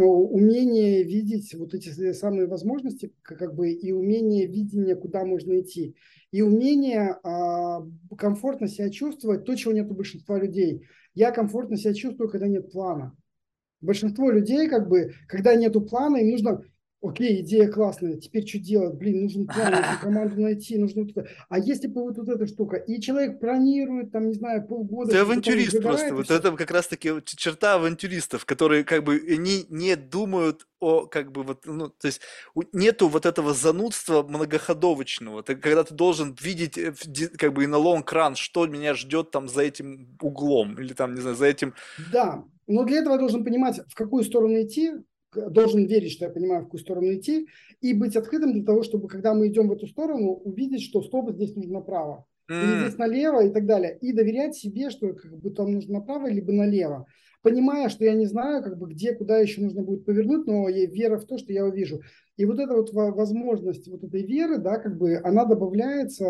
умение видеть вот эти самые возможности, как бы и умение видения, куда можно идти, и умение комфортно себя чувствовать, то, чего нет у большинства людей. Я комфортно себя чувствую, когда нет плана. Большинство людей, как бы, когда нету плана, им нужно, окей, идея классная, теперь что делать? Блин, нужен план, нужно команду найти, нужно вот это. А если бы вот эта штука? И человек планирует, там, не знаю, полгода, Ты что потом авантюрист просто. загорает и Вот все. это как раз-таки вот черта авантюристов, которые как бы они не думают о как бы вот, ну, то есть нету вот этого занудства многоходовочного. Ты, когда ты должен видеть как бы и на long run, что меня ждет там за этим углом или там, не знаю, за этим. Да, но для этого я должен понимать, в какую сторону идти, должен верить, что я понимаю, в какую сторону идти, и быть открытым для того, чтобы, когда мы идем в эту сторону, увидеть, что стоп, здесь нужно направо, или М. здесь налево и так далее, и доверять себе, что как бы там нужно направо, либо налево, понимая, что я не знаю, как бы где, куда еще нужно будет повернуть, но вера в то, что я увижу. И вот эта вот возможность вот этой веры, да, как бы она добавляется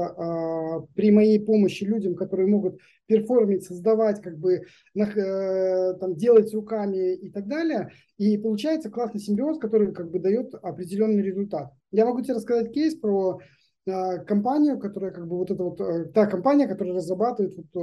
при моей помощи людям, которые могут перформить, создавать, как бы там, делать руками и так далее. И получается классный симбиоз, который как бы дает определенный результат. Я могу тебе рассказать кейс про компанию, которая как бы вот это вот та компания, которая разрабатывает вот,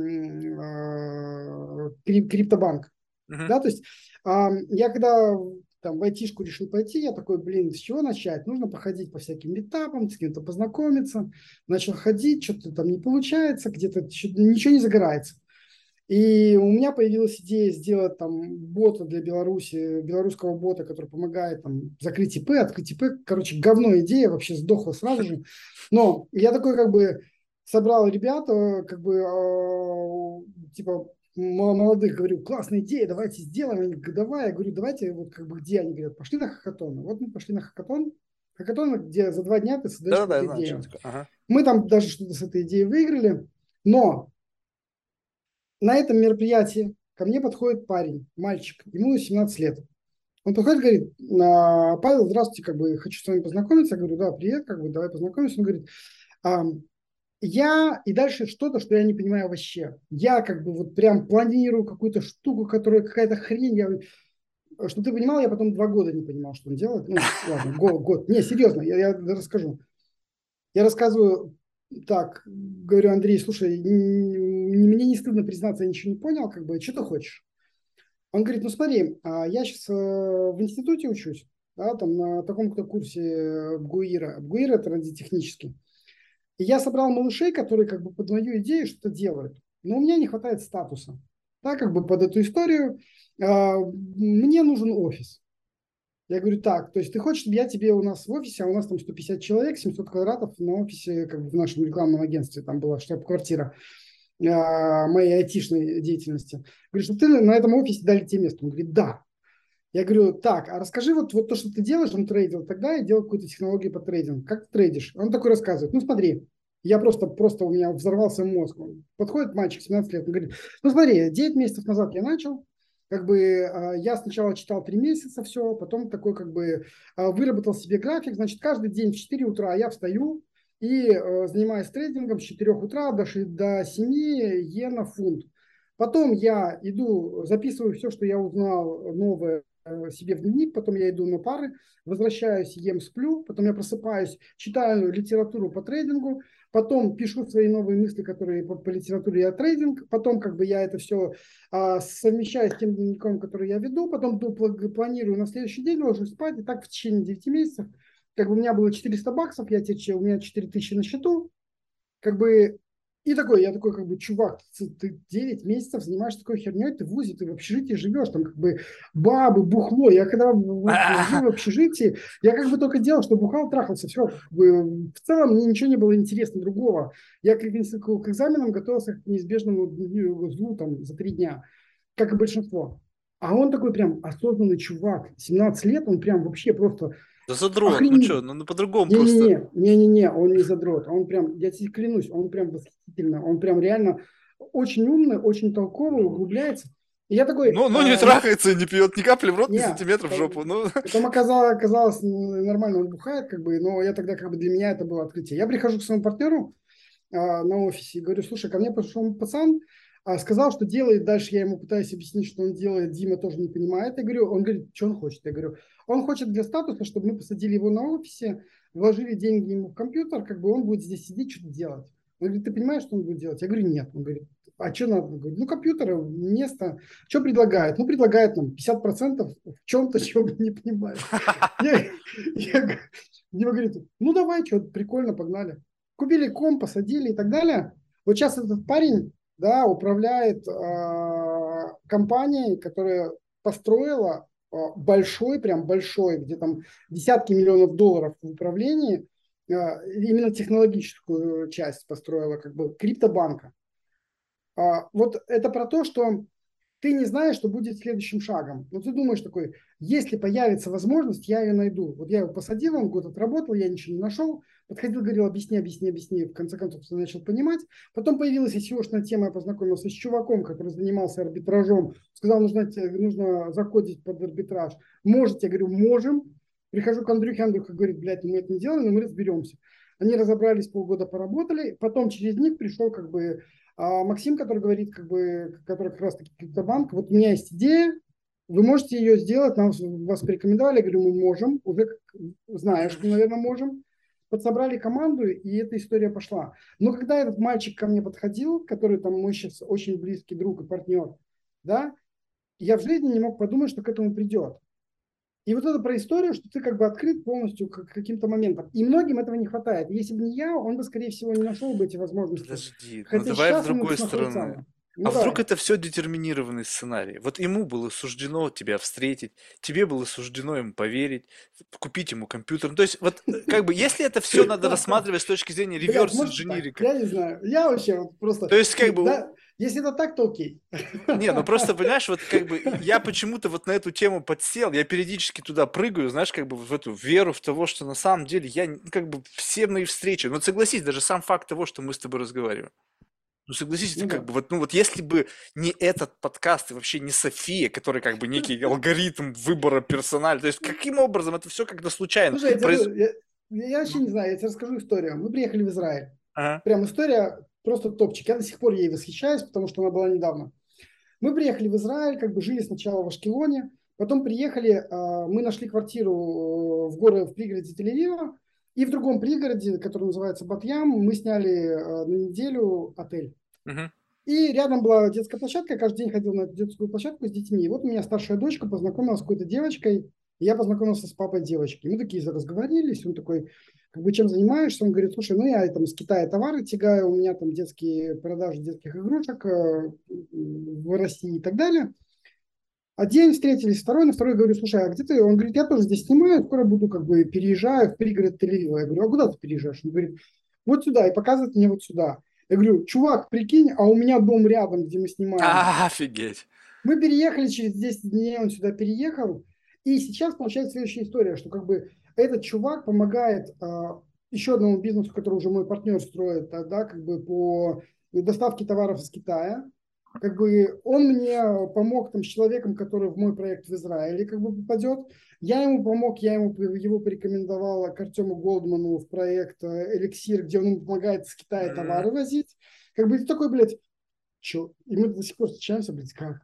криптобанк. Мгм. Да, то есть я когда там в айтишку решил пойти, я такой, блин, с чего начать? Нужно походить по всяким метапам, с кем-то познакомиться. Начал ходить, что-то там не получается, где-то ничего не загорается. И у меня появилась идея сделать там бота для Беларуси, белорусского бота, который помогает там закрыть ИП, открыть ИП. Короче, говно идея, вообще сдохла сразу же. Но я такой как бы собрал ребят, как бы типа молодых, говорю, классная идея, давайте сделаем. Они говорят, давай, я говорю, давайте, вот как бы где? Они говорят, пошли на хакатон. Вот мы пошли на хакатон. Хакатон, где за 2 дня ты создаешь Да-да-да, я какую-то знаю, что это идею. такое. Ага. Мы там даже что-то с этой идеей выиграли, но на этом мероприятии ко мне подходит парень, мальчик, ему 17 лет. Он подходит, говорит, Павел, здравствуйте, как бы хочу с вами познакомиться. Я говорю, да, привет, как бы давай познакомимся. Он говорит, «А, я и дальше что-то, что я не понимаю вообще. Я как бы вот прям планирую какую-то штуку, которая какая-то хрень. Чтобы ты понимал, я потом 2 года не понимал, что он делает. Ну, ладно, год. Не, серьезно, я расскажу. Я рассказываю так, говорю, Андрей, слушай, мне не стыдно признаться, я ничего не понял, как бы, что ты хочешь? Он говорит, ну смотри, я сейчас в институте учусь, да, там на таком-то курсе БГУИРа. БГУИР – это радиотехнический. И я собрал малышей, которые как бы под мою идею что-то делают. Но у меня не хватает статуса. Да, как бы под эту историю мне нужен офис. Я говорю, так, то есть ты хочешь, чтобы я тебе у нас в офисе, а у нас там 150 человек, 700 квадратов на офисе, как бы в нашем рекламном агентстве, там была штаб-квартира моей айтишной деятельности. Говорю, чтобы ты на этом офисе дали тебе место. Он говорит, да. Я говорю, так, а расскажи вот то, что ты делаешь, он трейдил тогда и делал какую-то технологию по трейдингу. Как ты трейдишь? Он такой рассказывает, ну смотри, я просто у меня взорвался мозг. Подходит мальчик, 17 лет, он говорит, ну смотри, 9 месяцев назад я начал, как бы я сначала читал 3 месяца все, потом такой как бы выработал себе график, значит, каждый день в 4 утра я встаю и занимаюсь трейдингом с 4 утра до 7 иена фунт. Потом я иду, записываю все, что я узнал новое себе в дневник, потом я иду на пары, возвращаюсь, ем, сплю, потом я просыпаюсь, читаю литературу по трейдингу, потом пишу свои новые мысли, которые по литературе и трейдинг, потом как бы я это все совмещаю с тем дневником, который я веду, потом планирую на следующий день, ложусь спать, и так в течение 9 месяцев, как бы у меня было 400 баксов, у меня 4000 на счету, как бы, и такой, я такой, как бы, чувак, ты 9 месяцев занимаешься такой херней, ты в ВУЗе, ты в общежитии живешь, там, как бы, бабы, бухло. Я когда жил в общежитии, я как бы только делал, что бухал, трахался, все. Как бы, в целом мне ничего не было интересно другого. Я к экзаменам готовился к неизбежному злу, там, за 3 дня, как и большинство. А он такой прям осознанный чувак, 17 лет, он прям вообще просто Да задрот, ну что, охренеть. ну по-другому просто. Не-не-не, он не задрот, он прям, я тебе клянусь, он прям восхитительно, он прям реально очень умный, очень толковый, углубляется. И я такой, Ну не трахается, не пьет ни капли в рот, ни не, сантиметра в жопу. Ну, потом оказалось, нормально он бухает, как бы, но я тогда, как бы, для меня это было открытие. Я прихожу к своему партнеру на офисе и говорю, слушай, ко мне пришел пацан, сказал, что делает, дальше я ему пытаюсь объяснить, что он делает, Дима тоже не понимает. Я говорю, он говорит, что он хочет? Я говорю, он хочет для статуса, чтобы мы посадили его на офисе, вложили деньги ему в компьютер, как бы он будет здесь сидеть, что-то делать. Он говорит, ты понимаешь, что он будет делать? Я говорю, нет. Он говорит, а что надо? Он говорит, ну, компьютер, место. Что предлагает? Ну, предлагает нам 50% в чем-то, чего мы не понимаем. Я, Дима говорит, ну, давай, что, прикольно, погнали. Купили комп, посадили и так далее. Вот сейчас этот парень, да, управляет компанией, которая построила большой, прям большой, где там десятки миллионов долларов в управлении, именно технологическую часть построила, как бы криптобанка. Вот это про то, что ты не знаешь, что будет следующим шагом. Но ты думаешь такой, если появится возможность, я ее найду. Вот я его посадил, он год отработал, я ничего не нашел. Подходил, говорил, объясни, объясни, объясни. В конце концов, я начал понимать. Потом появилась SEO-шная тема, я познакомился с чуваком, который занимался арбитражом. Сказал, нужно закодить под арбитраж. Можете? Я говорю, можем. Прихожу к Андрюхе, Андрюха говорит, блядь, мы это не делаем, но мы разберемся. Они разобрались, полгода поработали. Потом через них пришел как бы Максим, который говорит, как бы, который как раз таки криптобанк, вот у меня есть идея, вы можете ее сделать, нам вас порекомендовали, я говорю, мы можем, уже знаю, что, наверное, можем. Подсобрали команду, и эта история пошла. Но когда этот мальчик ко мне подходил, который там мой сейчас очень близкий друг и партнер, да, я в жизни не мог подумать, что к этому придет. И вот это про историю, что ты как бы открыт полностью к каким-то моментам. И многим этого не хватает. Если бы не я, он бы, скорее всего, не нашел бы эти возможности. подожди, ну Хотя давай с сейчас он другой их находит стороны. сам. А Ну, вдруг давай. это все детерминированный сценарий? Вот ему было суждено тебя встретить, тебе было суждено ему поверить, купить ему компьютер. Ну, то есть, вот как бы, если это все надо рассматривать с точки зрения Блять, может и так. реверс-инжиниринга, Я не знаю. Я вообще вот просто... то есть, как бы, Да, если это так, то окей. не, ну просто, понимаешь, вот как бы я почему-то вот на эту тему подсел, я периодически туда прыгаю, знаешь, как бы в эту веру в того, что на самом деле я как бы все мои встречи, ну согласись, даже сам факт того, что мы с тобой разговариваем. Ну согласись, это Ну как да. бы вот, ну вот если бы не этот подкаст и вообще не София, который как бы некий алгоритм выбора персонали, то есть каким образом это все как-то случайно Слушай, я тебе произ... говорю, я вообще не знаю, я тебе расскажу историю. Мы приехали в Израиль. Ага. Прям история просто топчик. Я до сих пор ей восхищаюсь, потому что она была недавно. Мы приехали в Израиль, как бы жили сначала в Ашкелоне, потом приехали, мы нашли квартиру в горы в пригороде Тель-Авива, и в другом пригороде, который называется Батьям, мы сняли на неделю отель. Мгм. И рядом была детская площадка, я каждый день ходил на эту детскую площадку с детьми. И вот у меня старшая дочка познакомилась с какой-то девочкой, и я познакомился с папой девочки. Мы такие разговорились, он такой, как бы, чем занимаешься? Он говорит, слушай, ну я там с Китая товары тягаю, у меня там детские продажи детских игрушек в России и так далее. А день встретились, второй, на второй говорю, слушай, а где ты? Он говорит, я тоже здесь снимаю, скоро буду, как бы, переезжаю в пригород Тель-Авива. Я говорю, а куда ты переезжаешь? Он говорит, вот сюда, и показывает мне вот сюда. Я говорю, чувак, прикинь, а у меня дом рядом, где мы снимаем. Офигеть. Мы переехали через 10 дней, он сюда переехал. И сейчас получается следующая история, что как бы этот чувак помогает еще одному бизнесу, который уже мой партнер строит, да, как бы по доставке товаров из Китая. Как бы он мне помог там с человеком, который в мой проект в Израиле как бы попадет. Я ему помог, я ему его порекомендовала к Артему Голдману в проект «Эликсир», где он ему помогает с Китая М. товары возить. Как бы ты такой, блядь, че? И мы до сих пор встречаемся, блядь, как?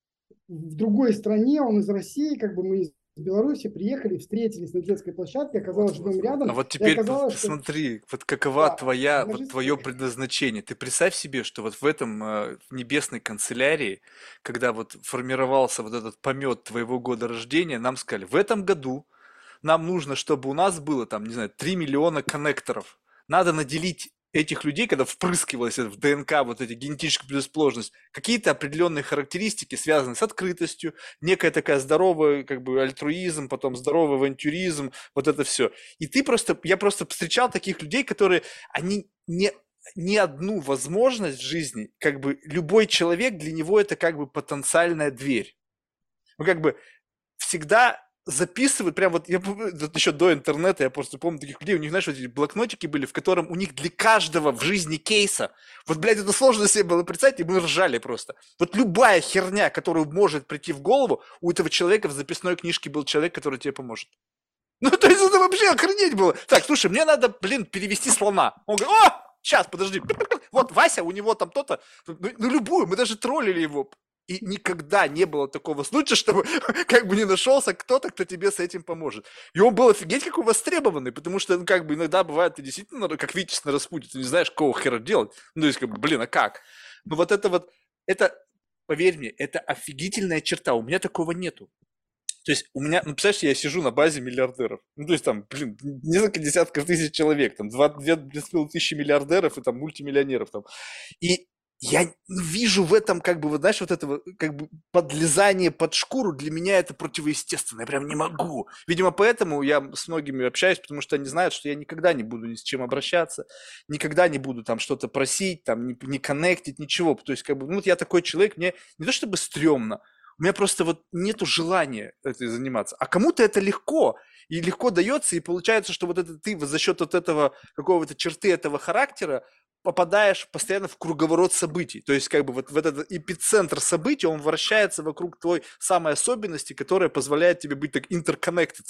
В другой стране, он из России, как бы мы из Беларуси приехали, встретились на детской площадке, Вот, оказалось, вот, живем вот. А рядом, вот и теперь оказалось, что посмотри, вот какова да, твоя, одна вот жизнь твое такая. предназначение. Ты представь себе, что вот в этом в небесной канцелярии, когда вот формировался вот этот помет твоего года рождения, нам сказали, в этом году нам нужно, чтобы у нас было там, не знаю, 3 миллиона коннекторов. Надо наделить этих людей, когда впрыскивалось это в ДНК, вот эти генетическая предрасположенность, какие-то определенные характеристики, связанные с открытостью, некая такая здоровая, как бы, альтруизм, потом здоровый авантюризм, вот это все. И ты просто, я просто встречал таких людей, которые, они не ни одну возможность в жизни, как бы любой человек для него это как бы потенциальная дверь. Ну, как бы всегда записывают, прям вот, я помню, вот еще до интернета, я просто помню таких людей, у них, знаешь, вот эти блокнотики были, в котором у них для каждого в жизни кейса, вот, блядь, это сложно себе было представить, и мы ржали просто. Вот любая херня, которая может прийти в голову, у этого человека в записной книжке был человек, который тебе поможет. Ну, то есть это вообще охренеть было. Так, слушай, мне надо, блин, перевести слона. Он говорит, о, сейчас, подожди. Вот Вася, у него там то-то. Ну, любую, мы даже троллили его. И никогда не было такого случая, чтобы как бы не нашелся кто-то, кто тебе с этим поможет. И он был офигеть какой востребованный, потому что, ну, как бы иногда бывает, ты действительно, как Витязь на распутье, ты не знаешь, какого хера делать. Ну, то есть, как бы, блин, а как? Ну, вот, это, поверь мне, это офигительная черта. У меня такого нету. То есть у меня, ну, представляешь, я сижу на базе миллиардеров. Ну, то есть там, блин, несколько десятков тысяч человек, там, 2 тысячи миллиардеров и там мультимиллионеров там. И я не вижу в этом, как бы, вот знаешь, вот этого, как бы, подлезание под шкуру для меня это противоестественно. Я прям не могу. Видимо, поэтому я с многими общаюсь, потому что они знают, что я никогда не буду ни с чем обращаться, никогда не буду там что-то просить, там, не коннектить, ничего. То есть, как бы, ну, вот я такой человек, мне не то чтобы стрёмно, у меня просто вот нету желания этой заниматься. А кому-то это легко, и легко дается, и получается, что вот это ты за счет вот этого какого-то черты этого характера попадаешь постоянно в круговорот событий. То есть как бы вот в этот эпицентр событий, он вращается вокруг твоей самой особенности, которая позволяет тебе быть так interconnected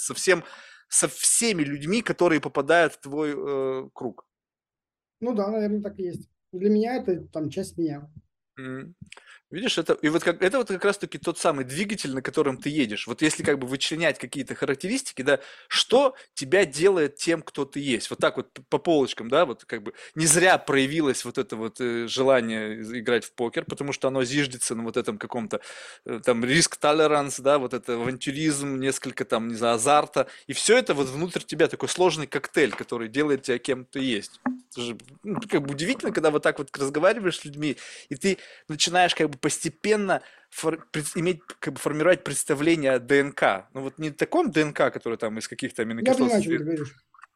со всеми людьми, которые попадают в твой круг. Ну да, наверное, так и есть. Для меня это там часть меня. М. Видишь, это, и вот как, это вот как раз-таки тот самый двигатель, на котором ты едешь. Вот если как бы вычленять какие-то характеристики, да, что тебя делает тем, кто ты есть. Вот так вот по полочкам, да, вот как бы не зря проявилось вот это вот желание играть в покер, потому что оно зиждется на вот этом каком-то там риск-толеранс, да, вот это авантюризм, несколько там, не знаю, азарта. И все это вот внутрь тебя такой сложный коктейль, который делает тебя кем ты есть. Это же, ну, как бы удивительно, когда вот так вот разговариваешь с людьми, и ты начинаешь как бы постепенно иметь, как бы формировать представление о ДНК. Ну вот не таком ДНК, который там из каких-то Я аминокислот понимаю, о чем ты состоит. говоришь.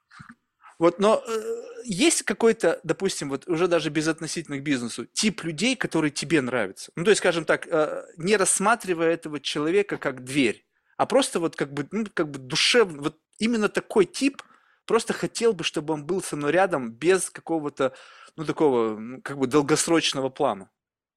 Вот, но есть какой-то, допустим, вот уже даже без относительно к бизнесу, тип людей, который тебе нравится. Ну, то есть, скажем так, не рассматривая этого человека как дверь, а просто вот как бы, ну, как бы душевно, вот именно такой тип, просто хотел бы, чтобы он был со мной рядом без какого-то, ну, такого, ну, как бы долгосрочного плана.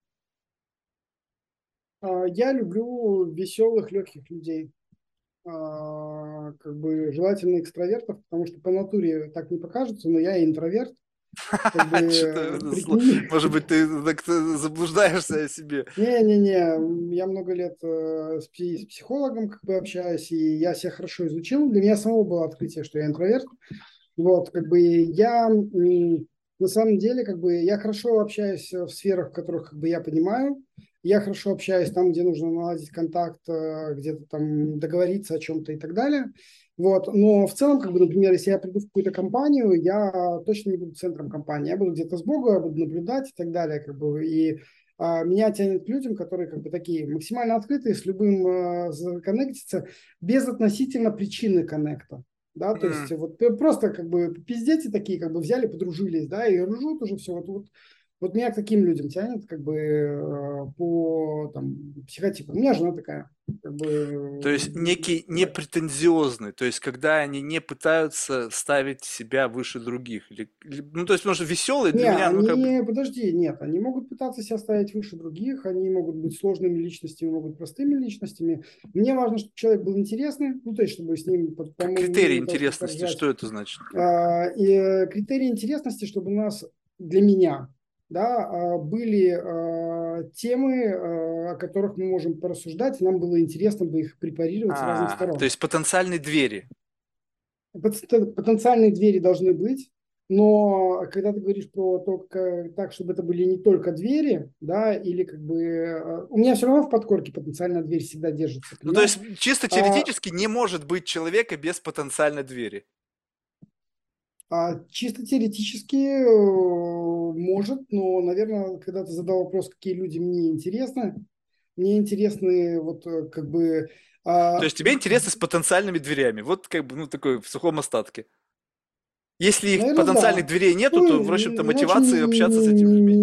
Я люблю веселых, легких людей. Как бы желательно экстравертов, потому что по натуре так не покажется, но я интроверт. Как бы Что-то, прикинь. может быть, ты так заблуждаешься о себе. Не-не-не, я много лет с психологом как бы общаюсь, и я себя хорошо изучил. Для меня самого было открытие, что я интроверт. Вот, как бы я на самом деле, как бы я хорошо общаюсь в сферах, в которых как бы я понимаю. Я хорошо общаюсь там, где нужно наладить контакт, где-то там договориться о чем-то и так далее. Вот. Но в целом, как бы, например, если я приду в какую-то компанию, я точно не буду центром компании. Я буду где-то сбоку, я буду наблюдать и так далее. Как бы, и меня тянет к людям, которые как бы такие максимально открытые, с любым коннектиться, без относительно причины коннекта. Да, то есть М, вот просто как бы пиздети такие, как бы взяли, подружились, да, и ржут уже все. Вот Вот меня к таким людям тянет, как бы по там, психотипу. У меня жена такая, как То есть бы, некий непретензиозный, то есть когда они не пытаются ставить себя выше других. Ну, то есть, может, веселый для не, меня, ну, как бы, они, подожди, нет, они могут пытаться себя ставить выше других, они могут быть сложными личностями, могут быть простыми личностями. Мне важно, чтобы человек был интересный, ну, то есть, чтобы с ним, по как моему критерий мнению, пытался интересности, поржать. что это значит? Критерии интересности, чтобы у нас, для меня, да, были темы, о которых мы можем порассуждать, и нам было интересно бы их препарировать с разных То сторон. есть потенциальные двери. Потенциальные двери должны быть, но когда ты говоришь про то, как, так, чтобы это были не только двери, да, или как бы... у меня все равно в подкорке потенциальная дверь всегда держится, Ну, то понимаешь? есть чисто А, теоретически не может быть человека без потенциальной двери. чисто теоретически может, но, наверное, когда ты задал вопрос, какие люди мне интересны вот как бы... То а, есть тебе интересно с потенциальными дверями. Вот как бы, ну, такой в сухом остатке. Если их наверное, потенциальных да. дверей нету, то, в общем-то, Ну, очень мотивации общаться с этими людьми.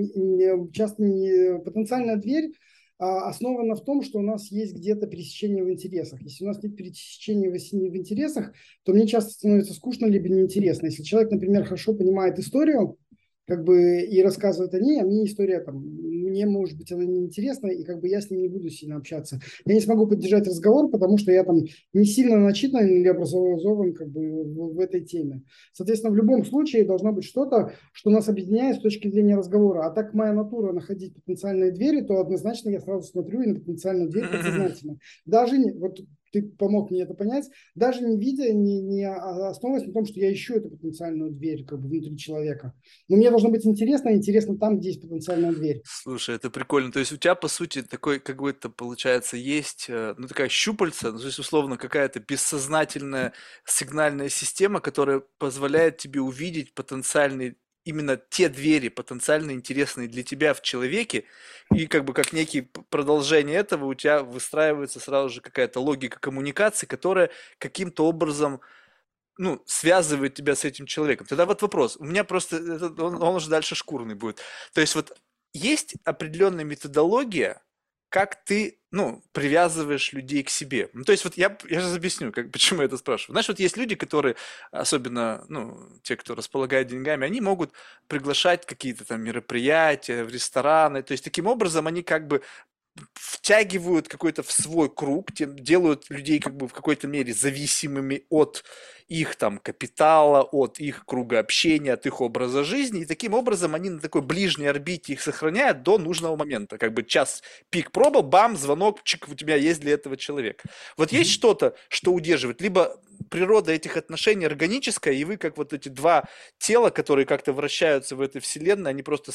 часто потенциальная дверь основана в том, что у нас есть где-то пересечение в интересах. Если у нас нет пересечения в интересах, то мне часто становится скучно либо неинтересно. Если человек, например, хорошо понимает историю, как бы и рассказывает о ней, а мне история там, мне, может быть, она неинтересна, и как бы я с ним не буду сильно общаться. Я не смогу поддержать разговор, потому что я там не сильно начитан или образован как бы в этой теме. Соответственно, в любом случае должно быть что-то, что нас объединяет с точки зрения разговора. А так моя натура находить потенциальные двери, то однозначно я сразу смотрю и на потенциальную дверь подсознательно. Даже не, вот ты помог мне это понять, даже не видя, не основываясь на том, что я ищу эту потенциальную дверь как бы внутри человека. Но мне должно быть интересно, интересно там, где есть потенциальная дверь. Слушай, это прикольно. То есть у тебя, по сути, такой какой-то, получается, есть, ну, такая щупальца, ну, то есть, условно, какая-то бессознательная сигнальная система, которая позволяет тебе увидеть потенциальные, именно те двери, потенциально интересные для тебя в человеке, и как бы как некий продолжение этого у тебя выстраивается сразу же какая-то логика коммуникации, которая каким-то образом ну, связывает тебя с этим человеком. Тогда вот вопрос. У меня просто, он уже дальше шкурный будет. То есть вот есть определенная методология, как ты, ну, привязываешь людей к себе. Ну, то есть вот я сейчас объясню, как, почему я это спрашиваю. Знаешь, вот есть люди, которые, особенно, ну, те, кто располагает деньгами, они могут приглашать какие-то там мероприятия в рестораны. То есть таким образом они как бы втягивают какой-то в свой круг, тем делают людей как бы в какой-то мере зависимыми от их там капитала, от их круга общения, от их образа жизни, и таким образом они на такой ближней орбите их сохраняют до нужного момента. Как бы час пик пробыл, бам, звонок, чик, у тебя есть для этого человек. Вот есть что-то, что удерживает, либо природа этих отношений органическая, и вы как вот эти два тела, которые как-то вращаются в этой вселенной, они просто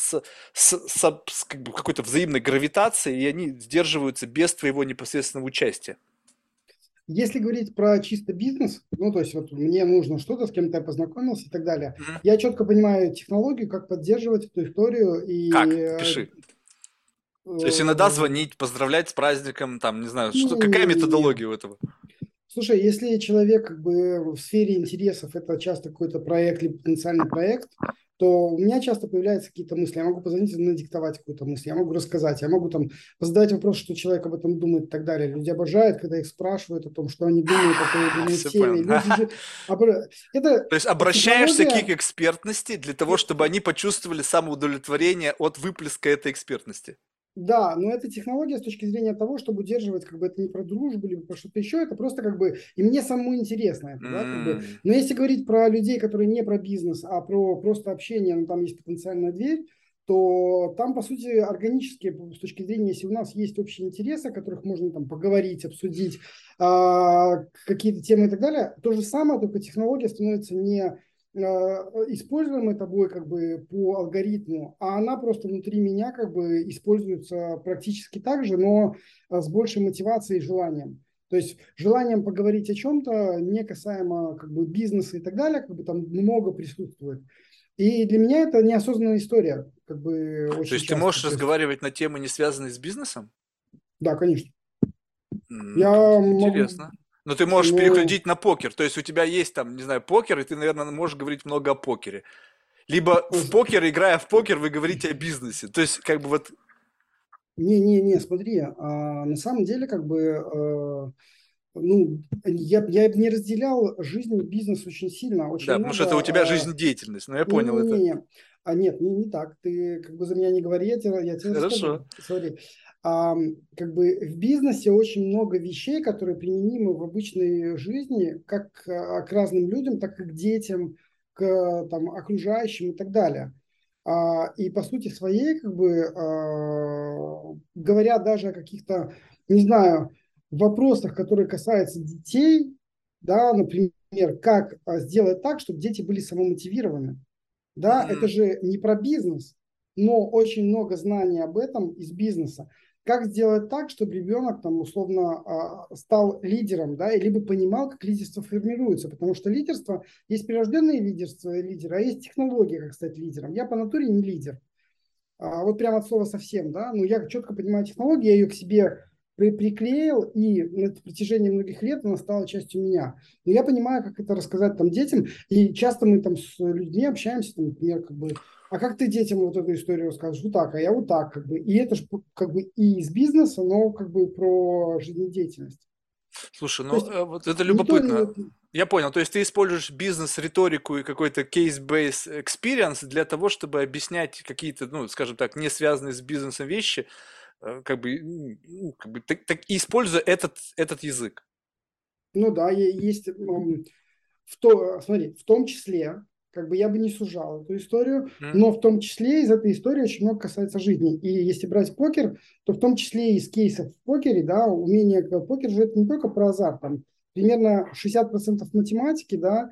с как бы какой-то взаимной гравитацией, и они сдерживаются без твоего непосредственного участия. Если говорить про чисто бизнес, ну, то есть вот мне нужно что-то, с кем-то я познакомился и так далее, Мгм. я четко понимаю технологию, как поддерживать эту историю и Как? Опиши. То есть иногда звонить, поздравлять с праздником, там, не знаю, что, какая не-не-не-не. методология у этого? Слушай, если человек как бы в сфере интересов, это часто какой-то проект или потенциальный проект, то у меня часто появляются какие-то мысли. Я могу позвонить и надиктовать какую-то мысль, я могу рассказать, я могу там задать вопрос, что человек об этом думает и так далее. Люди обожают, когда их спрашивают о том, что они думают о той или иной Все теме. понял. Люди же... Это То есть обращаешься к их технология, экспертности для того, чтобы они почувствовали самоудовлетворение от выплеска этой экспертности. да, но это технология с точки зрения того, чтобы удерживать, как бы это не про дружбу, либо про что-то еще, это просто как бы, и мне самому интересно это, да, как бы. М. Но если говорить про людей, которые не про бизнес, а про просто общение, ну, там есть потенциальная дверь, то там, по сути, органически, с точки зрения, если у нас есть общие интересы, о которых можно там поговорить, обсудить, какие-то темы и так далее, то же самое, только технология становится не используемой тобой как бы по алгоритму, а она просто внутри меня как бы используется практически так же, но с большей мотивацией и желанием. То есть желанием поговорить о чем-то, не касаемо как бы бизнеса и так далее, как бы там много присутствует. И для меня это неосознанная история, как бы То очень есть ты часто. можешь То есть, разговаривать на темы, не связанные с бизнесом? да, конечно. Ну, Я могу, интересно. Но ты можешь ну, переходить на покер. То есть у тебя есть там, не знаю, покер, и ты, наверное, можешь говорить много о покере. Либо в Ой, покер, играя в покер, вы говорите о бизнесе. То есть, как бы вот, не, смотри, на самом деле, как бы, ну, я бы не разделял жизнь и бизнес очень сильно. Очень да, потому что это у тебя много. жизнедеятельность. Но я понял это. Не-не-не. Нет, не так. Ты как бы за меня не говори, я тебе Хорошо. расскажу. Смотри, как бы в бизнесе очень много вещей, которые применимы в обычной жизни, как к разным людям, так и к детям, к там, окружающим и так далее. И по сути своей, как бы, говоря даже о каких-то, не знаю, вопросах, которые касаются детей, да, например, как сделать так, чтобы дети были самомотивированы. Да, это М, же не про бизнес, но очень много знаний об этом из бизнеса. Как сделать так, чтобы ребенок там условно стал лидером, да, и либо понимал, как лидерство формируется, потому что лидерство, есть прирожденные лидеры, а есть технология, как стать лидером. Я по натуре не лидер, вот прямо от слова совсем, да, но я четко понимаю технологию, я ее к себе приклеил, и на протяжении многих лет она стала частью меня. Но я понимаю, как это рассказать там детям, и часто мы там с людьми общаемся, там, например, как бы, а как ты детям вот эту историю расскажешь? Вот так, а я вот так, как бы. И это же как бы и из бизнеса, но как бы про жизнедеятельность. Слушай, То ну есть вот это не то, любопытно. Я понял. То есть ты используешь бизнес-риторику и какой-то case-based experience для того, чтобы объяснять какие-то, ну, скажем так, не связанные с бизнесом вещи, как бы, ну, как бы и используя этот язык. ну да, есть смотри, в том числе, как бы я бы не сужал эту историю, М, но в том числе из этой истории очень много касается жизни. И если брать покер, то в том числе из кейсов в покере, да, умение покер же это не только про азарт, там примерно 60% математики, да,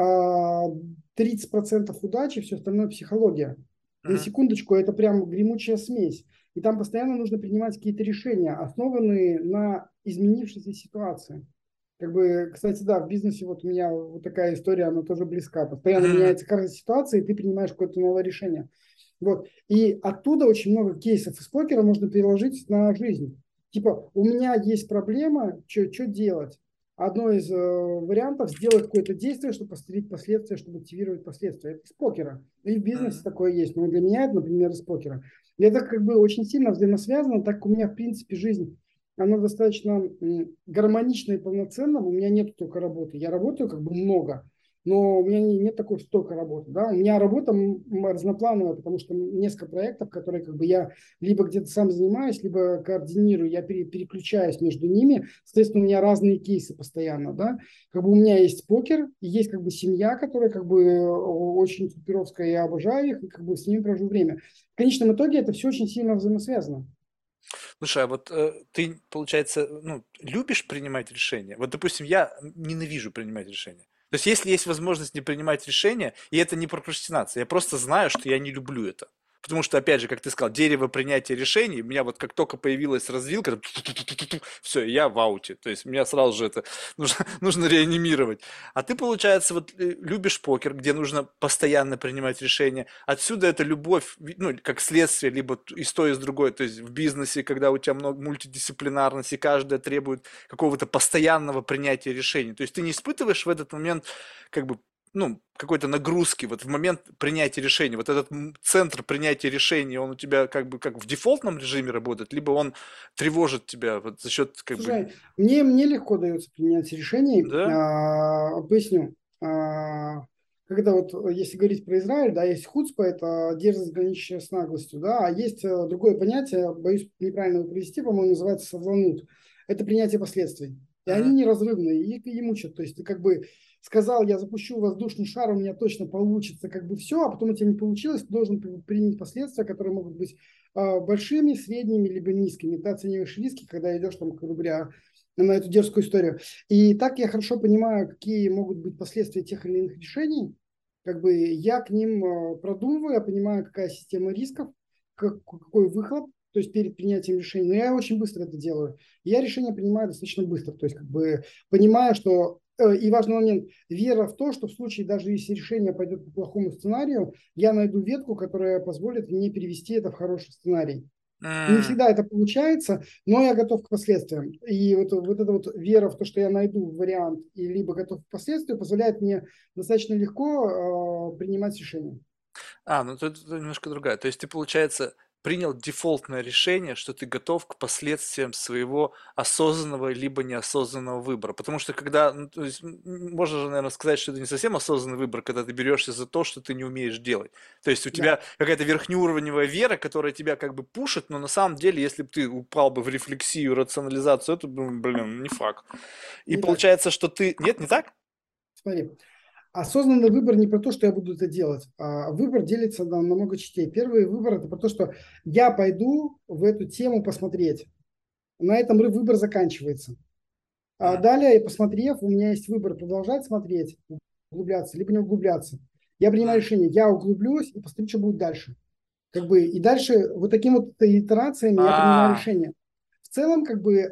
30% удачи, все остальное психология. На мгм. секундочку, это прям гремучая смесь. И там постоянно нужно принимать какие-то решения, основанные на изменившейся ситуации. Как бы, кстати, да, в бизнесе вот у меня вот такая история, она тоже близка. Постоянно Мгм. меняется каждая ситуация, и ты принимаешь какое-то новое решение. Вот. И оттуда очень много кейсов из покера можно переложить на жизнь. Типа, у меня есть проблема, что делать? Одно из вариантов сделать какое-то действие, чтобы посмотреть последствия, чтобы активировать последствия. Это из покера. И в бизнесе Мгм. такое есть. Но для меня это, например, из покера. И это как бы очень сильно взаимосвязано, так как у меня, в принципе, жизнь она достаточно гармонична и полноценна. У меня нет только работы. Я работаю как бы много, но у меня нет такой столько работы. Да? У меня работа разноплановая, потому что несколько проектов, которые как бы я либо где-то сам занимаюсь, либо координирую, я переключаюсь между ними. Соответственно, у меня разные кейсы постоянно. Да? Как бы у меня есть покер, и есть как бы семья, которая как бы очень суперовская, я обожаю их, и как бы с ними провожу время. В конечном итоге это все очень сильно взаимосвязано. Слушай, а вот ты, получается, ну, любишь принимать решения? Вот, допустим, я ненавижу принимать решения. То есть, если есть возможность не принимать решения, и это не прокрастинация, я просто знаю, что я не люблю это. Потому что, опять же, как ты сказал, дерево принятия решений, у меня вот как только появилась развилка, все, я в ауте. То есть, меня сразу же это нужно реанимировать. А ты, получается, вот любишь покер, где нужно постоянно принимать решения. Отсюда эта любовь, ну, как следствие, либо и с той, и с другой. То есть в бизнесе, когда у тебя много мультидисциплинарности, каждая требует какого-то постоянного принятия решений. То есть ты не испытываешь в этот момент как бы ну, какой-то нагрузки, вот в момент принятия решений, вот этот центр принятия решений, он у тебя как бы как в дефолтном режиме работает, либо он тревожит тебя вот за счет как бы, Слушай, мне легко дается принять решений. да? Поясню. Когда вот, если говорить про Израиль, да, есть хуцпа, это дерзость, граничащая с наглостью, да, а есть другое понятие, боюсь неправильно его привести, по-моему, называется савланут. Это принятие последствий. И они Мгм. неразрывные, и мучат. То есть ты как бы сказал, я запущу воздушный шар, у меня точно получится, как бы все, а потом у тебя не получилось, ты должен принять последствия, которые могут быть большими, средними, либо низкими. Ты оцениваешь риски, когда идешь там, грубо говоря, на эту дерзкую историю. И так я хорошо понимаю, какие могут быть последствия тех или иных решений. Как бы я к ним продумываю, я понимаю, какая система рисков, какой выхлоп, то есть перед принятием решения. Но я очень быстро это делаю. Я решение принимаю достаточно быстро. То есть как бы понимаю, что и важный момент, вера в то, что в случае, даже если решение пойдет по плохому сценарию, я найду ветку, которая позволит мне перевести это в хороший сценарий. Не М. всегда это получается, но я готов к последствиям. И вот эта вот вера в то, что я найду вариант и либо готов к последствию, позволяет мне достаточно легко принимать решения. Ну это немножко другая. То есть ты, получается, принял дефолтное решение, что ты готов к последствиям своего осознанного либо неосознанного выбора. Потому что когда, ну, то есть, можно же, наверное, сказать, что это не совсем осознанный выбор, когда ты берешься за то, что ты не умеешь делать. То есть у Да. тебя какая-то верхнеуровневая вера, которая тебя как бы пушит, но на самом деле, если бы ты упал бы в рефлексию, рационализацию, это, блин, не факт. И Не так. получается, что ты... Нет, не так? Смотри. Осознанный выбор не про то, что я буду это делать. А выбор делится на много частей. Первый выбор – это про то, что я пойду в эту тему посмотреть. На этом выбор заканчивается. А М. далее, посмотрев, у меня есть выбор продолжать смотреть, углубляться, либо не углубляться. Я принимаю М. решение, я углублюсь и посмотрю, что будет дальше. Как бы, и дальше вот такими вот итерациями я принимаю А, решение. В целом, как бы,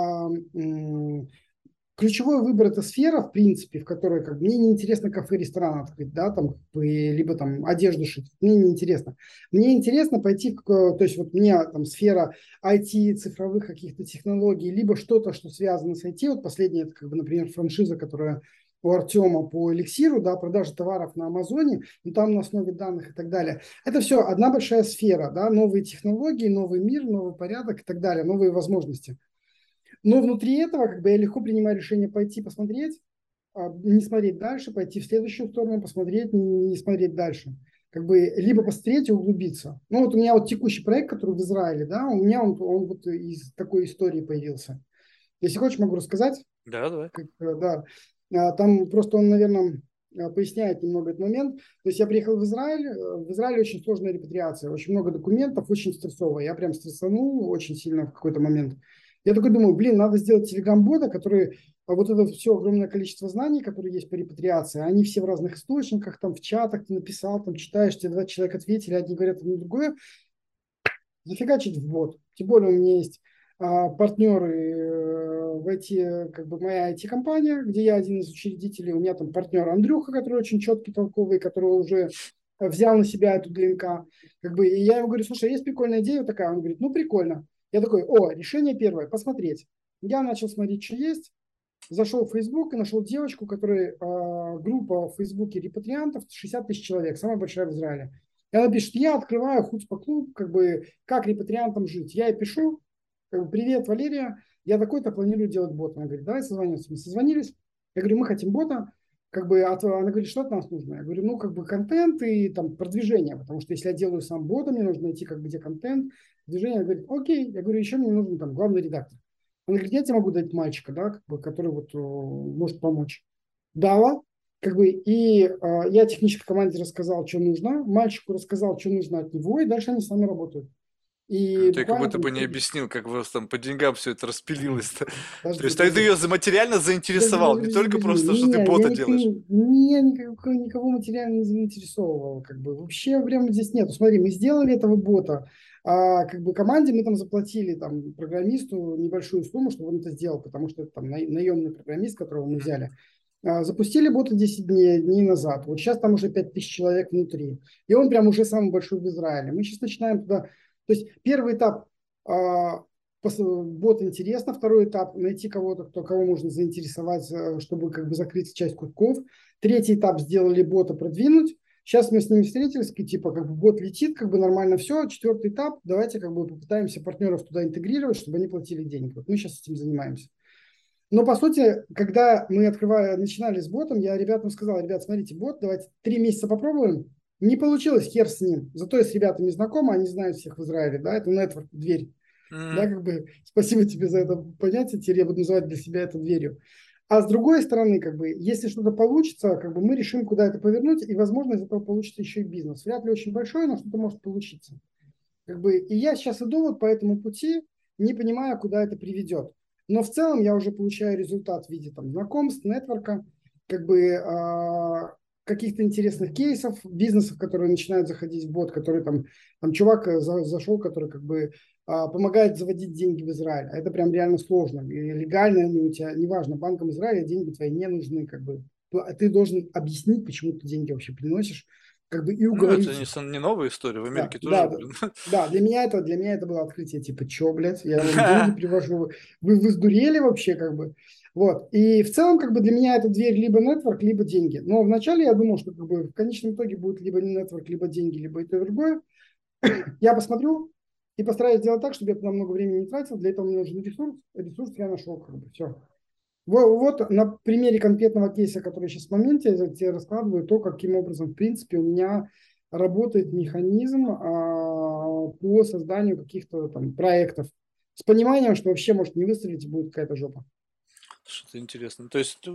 ключевой выбор – это сфера, в принципе, в которой как бы, мне не интересно кафе, ресторан открыть, да, там, либо там одежду шить. Мне не интересно. Мне интересно пойти, то есть вот мне там сфера IT, цифровых каких-то технологий, либо что-то, что связано с IT. Вот последнее, это как бы, например, франшиза, которая у Артема по эликсиру, да, продажа товаров на Амазоне, и там на основе данных и так далее. Это все одна большая сфера, да, новые технологии, новый мир, новый порядок и так далее, новые возможности. Но внутри этого как бы я легко принимаю решение пойти посмотреть, не смотреть дальше, пойти в следующую сторону, посмотреть, не смотреть дальше. Как бы либо посмотреть и углубиться. Ну вот у меня вот текущий проект, который в Израиле, да, у меня он вот из такой истории появился. Если хочешь, могу рассказать. да, давай. Да. Там просто он, наверное, поясняет немного этот момент. То есть я приехал в Израиль. В Израиле очень сложная репатриация, очень много документов, очень стрессово. Я прям стрессанул очень сильно в какой-то момент. Я такой думаю, блин, надо сделать телеграм-бота, который вот это все огромное количество знаний, которые есть по репатриации, они все в разных источниках, там в чатах ты написал, там читаешь, тебе два человека ответили, одни говорят одно другое, зафигачить в бот. Тем более у меня есть партнеры в IT, как бы моя IT-компания, где я один из учредителей. У меня там партнер Андрюха, который очень четкий, толковый, который уже взял на себя эту ДНК. Как бы, и я ему говорю, слушай, есть прикольная идея вот такая. Он говорит, ну прикольно. Я такой, решение первое, посмотреть. Я начал смотреть, что есть. Зашел в Facebook и нашел девочку, которая группа в Фейсбуке репатриантов, 60 тысяч человек, самая большая в Израиле. И она пишет, я открываю хуцпа-клуб, как бы, как репатриантам жить. Я ей пишу, как бы, привет, Валерия, я такой-то планирую делать бот. Она говорит, давай созвонимся. Мы созвонились. Я говорю, мы хотим бота. Как бы, она говорит, что от нас нужно? Я говорю, ну, как бы контент и там продвижение, потому что если я делаю сам бота, мне нужно найти, как бы, где контент, движение. Она говорит, окей. Я говорю, еще мне нужен там главный редактор. Она говорит, я тебе могу дать мальчика, да, как бы, который вот может помочь. Дала, как бы, и я технической команде рассказал, что нужно, мальчику рассказал, что нужно от него, и дальше они сами работают. И Ты как буквально будто там бы не объяснил, как у вас там по деньгам все это распилилось-то. То подожди, есть ты подожди, ее материально подожди, заинтересовал, подожди, не подожди, только подожди. просто, что ты Не, бота делаешь. не, никого материально не заинтересовывал, как бы, вообще прямо здесь нет. Смотри, мы сделали этого бота, как бы команде мы там заплатили там программисту небольшую сумму, чтобы он это сделал, потому что это там наемный программист, которого мы взяли. Запустили бота 10 дней назад. Вот сейчас там уже 5000 человек внутри. И он прям уже самый большой в Израиле. Мы сейчас начинаем туда... То есть первый этап бот интересно, второй этап найти кого-то, кого можно заинтересовать, чтобы как бы закрыть часть кусков. Третий этап сделали бота продвинуть. Сейчас мы с ними встретились, типа как бы бот летит, как бы нормально все. Четвертый этап, давайте как бы попытаемся партнеров туда интегрировать, чтобы они платили деньги. Вот мы сейчас этим занимаемся. Но по сути, когда мы начинали с ботом, я ребятам сказал, ребят, смотрите, бот, давайте 3 месяца попробуем. Не получилось, хер с ним. Зато я с ребятами знаком, они знают всех в Израиле, да, это network, дверь. Да, Мгм. как бы спасибо тебе за это понятие, теперь я буду называть для себя это дверью. А с другой стороны, как бы, если что-то получится, как бы мы решим, куда это повернуть, и, возможно, из этого получится еще и бизнес. Вряд ли очень большой, но что-то может получиться. Как бы, и я сейчас иду вот по этому пути, не понимая, куда это приведет. Но в целом я уже получаю результат в виде там, знакомств, нетворка, как бы каких-то интересных кейсов, бизнесов, которые начинают заходить в бот, который там чувак зашел, который как бы помогает заводить деньги в Израиль. А это прям реально сложно. И легально они у тебя, неважно, банкам Израиля деньги твои не нужны. Как бы. Ты должен объяснить, почему ты деньги вообще приносишь. как бы и Ну, это уговорить их. не новая история, в Да, Америке тоже, да, да. блин. Да, для меня это было открытие, типа, чё, блядь, я вам деньги привожу, вы сдурели вообще, как бы, вот, и в целом, как бы, для меня это дверь либо нетворк, либо деньги, но вначале я думал, что, как бы, в конечном итоге будет либо нетворк, либо деньги, либо и то, и другое, я посмотрю и постараюсь сделать так, чтобы я туда много времени не тратил, для этого мне нужен ресурс я нашел, как бы, все. Вот на примере конкретного кейса, который сейчас в моменте, я тебе раскладываю то, каким образом, в принципе, у меня работает механизм по созданию каких-то там проектов с пониманием, что вообще может не выстрелить и будет какая-то жопа. Что-то интересно. То есть,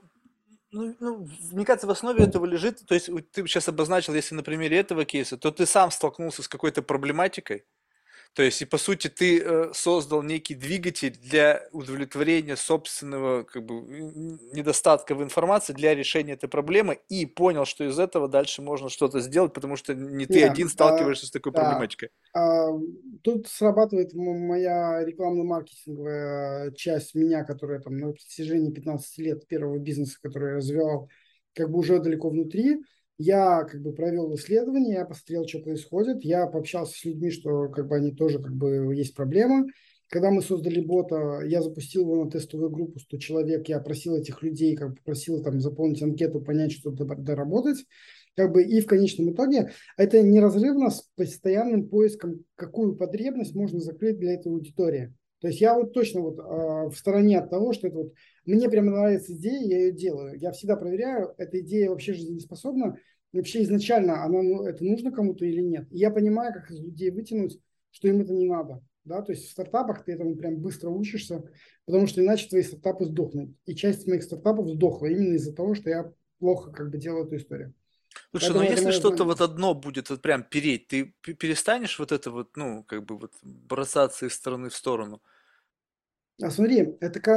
мне кажется, в основе этого лежит, то есть ты сейчас обозначил, если на примере этого кейса, то ты сам столкнулся с какой-то проблематикой, то есть, и по сути, ты создал некий двигатель для удовлетворения собственного как бы, недостатка в информации для решения этой проблемы и понял, что из этого дальше можно что-то сделать, потому что не ты Не, один сталкиваешься с такой да, проблематикой. а, тут срабатывает моя рекламно-маркетинговая часть меня, которая там на протяжении 15 лет первого бизнеса, который я развивал, как бы уже далеко внутри. Я как бы провел исследование, я посмотрел, что происходит, я пообщался с людьми, что как бы они тоже как бы есть проблемы. Когда мы создали бота, я запустил его на тестовую группу 100 человек, я просил этих людей, как бы просил там заполнить анкету, понять, что доработать. Как бы и в конечном итоге это неразрывно с постоянным поиском, какую потребность можно закрыть для этой аудитории. То есть я вот точно вот в стороне от того, что это вот мне прям нравится идея, я ее делаю. Я всегда проверяю, эта идея вообще жизнеспособна, вообще изначально она, ну, это нужно кому-то или нет. И я понимаю, как из людей вытянуть, что им это не надо. Да? То есть в стартапах ты этому прям быстро учишься, потому что иначе твои стартапы сдохнут. И часть моих стартапов сдохла именно из-за того, что я плохо как бы делаю эту историю. Слушай, но Поэтому это если мое что-то знание. вот одно будет вот прям переть, ты перестанешь вот это вот, ну, как бы вот бросаться из стороны в сторону? Смотри,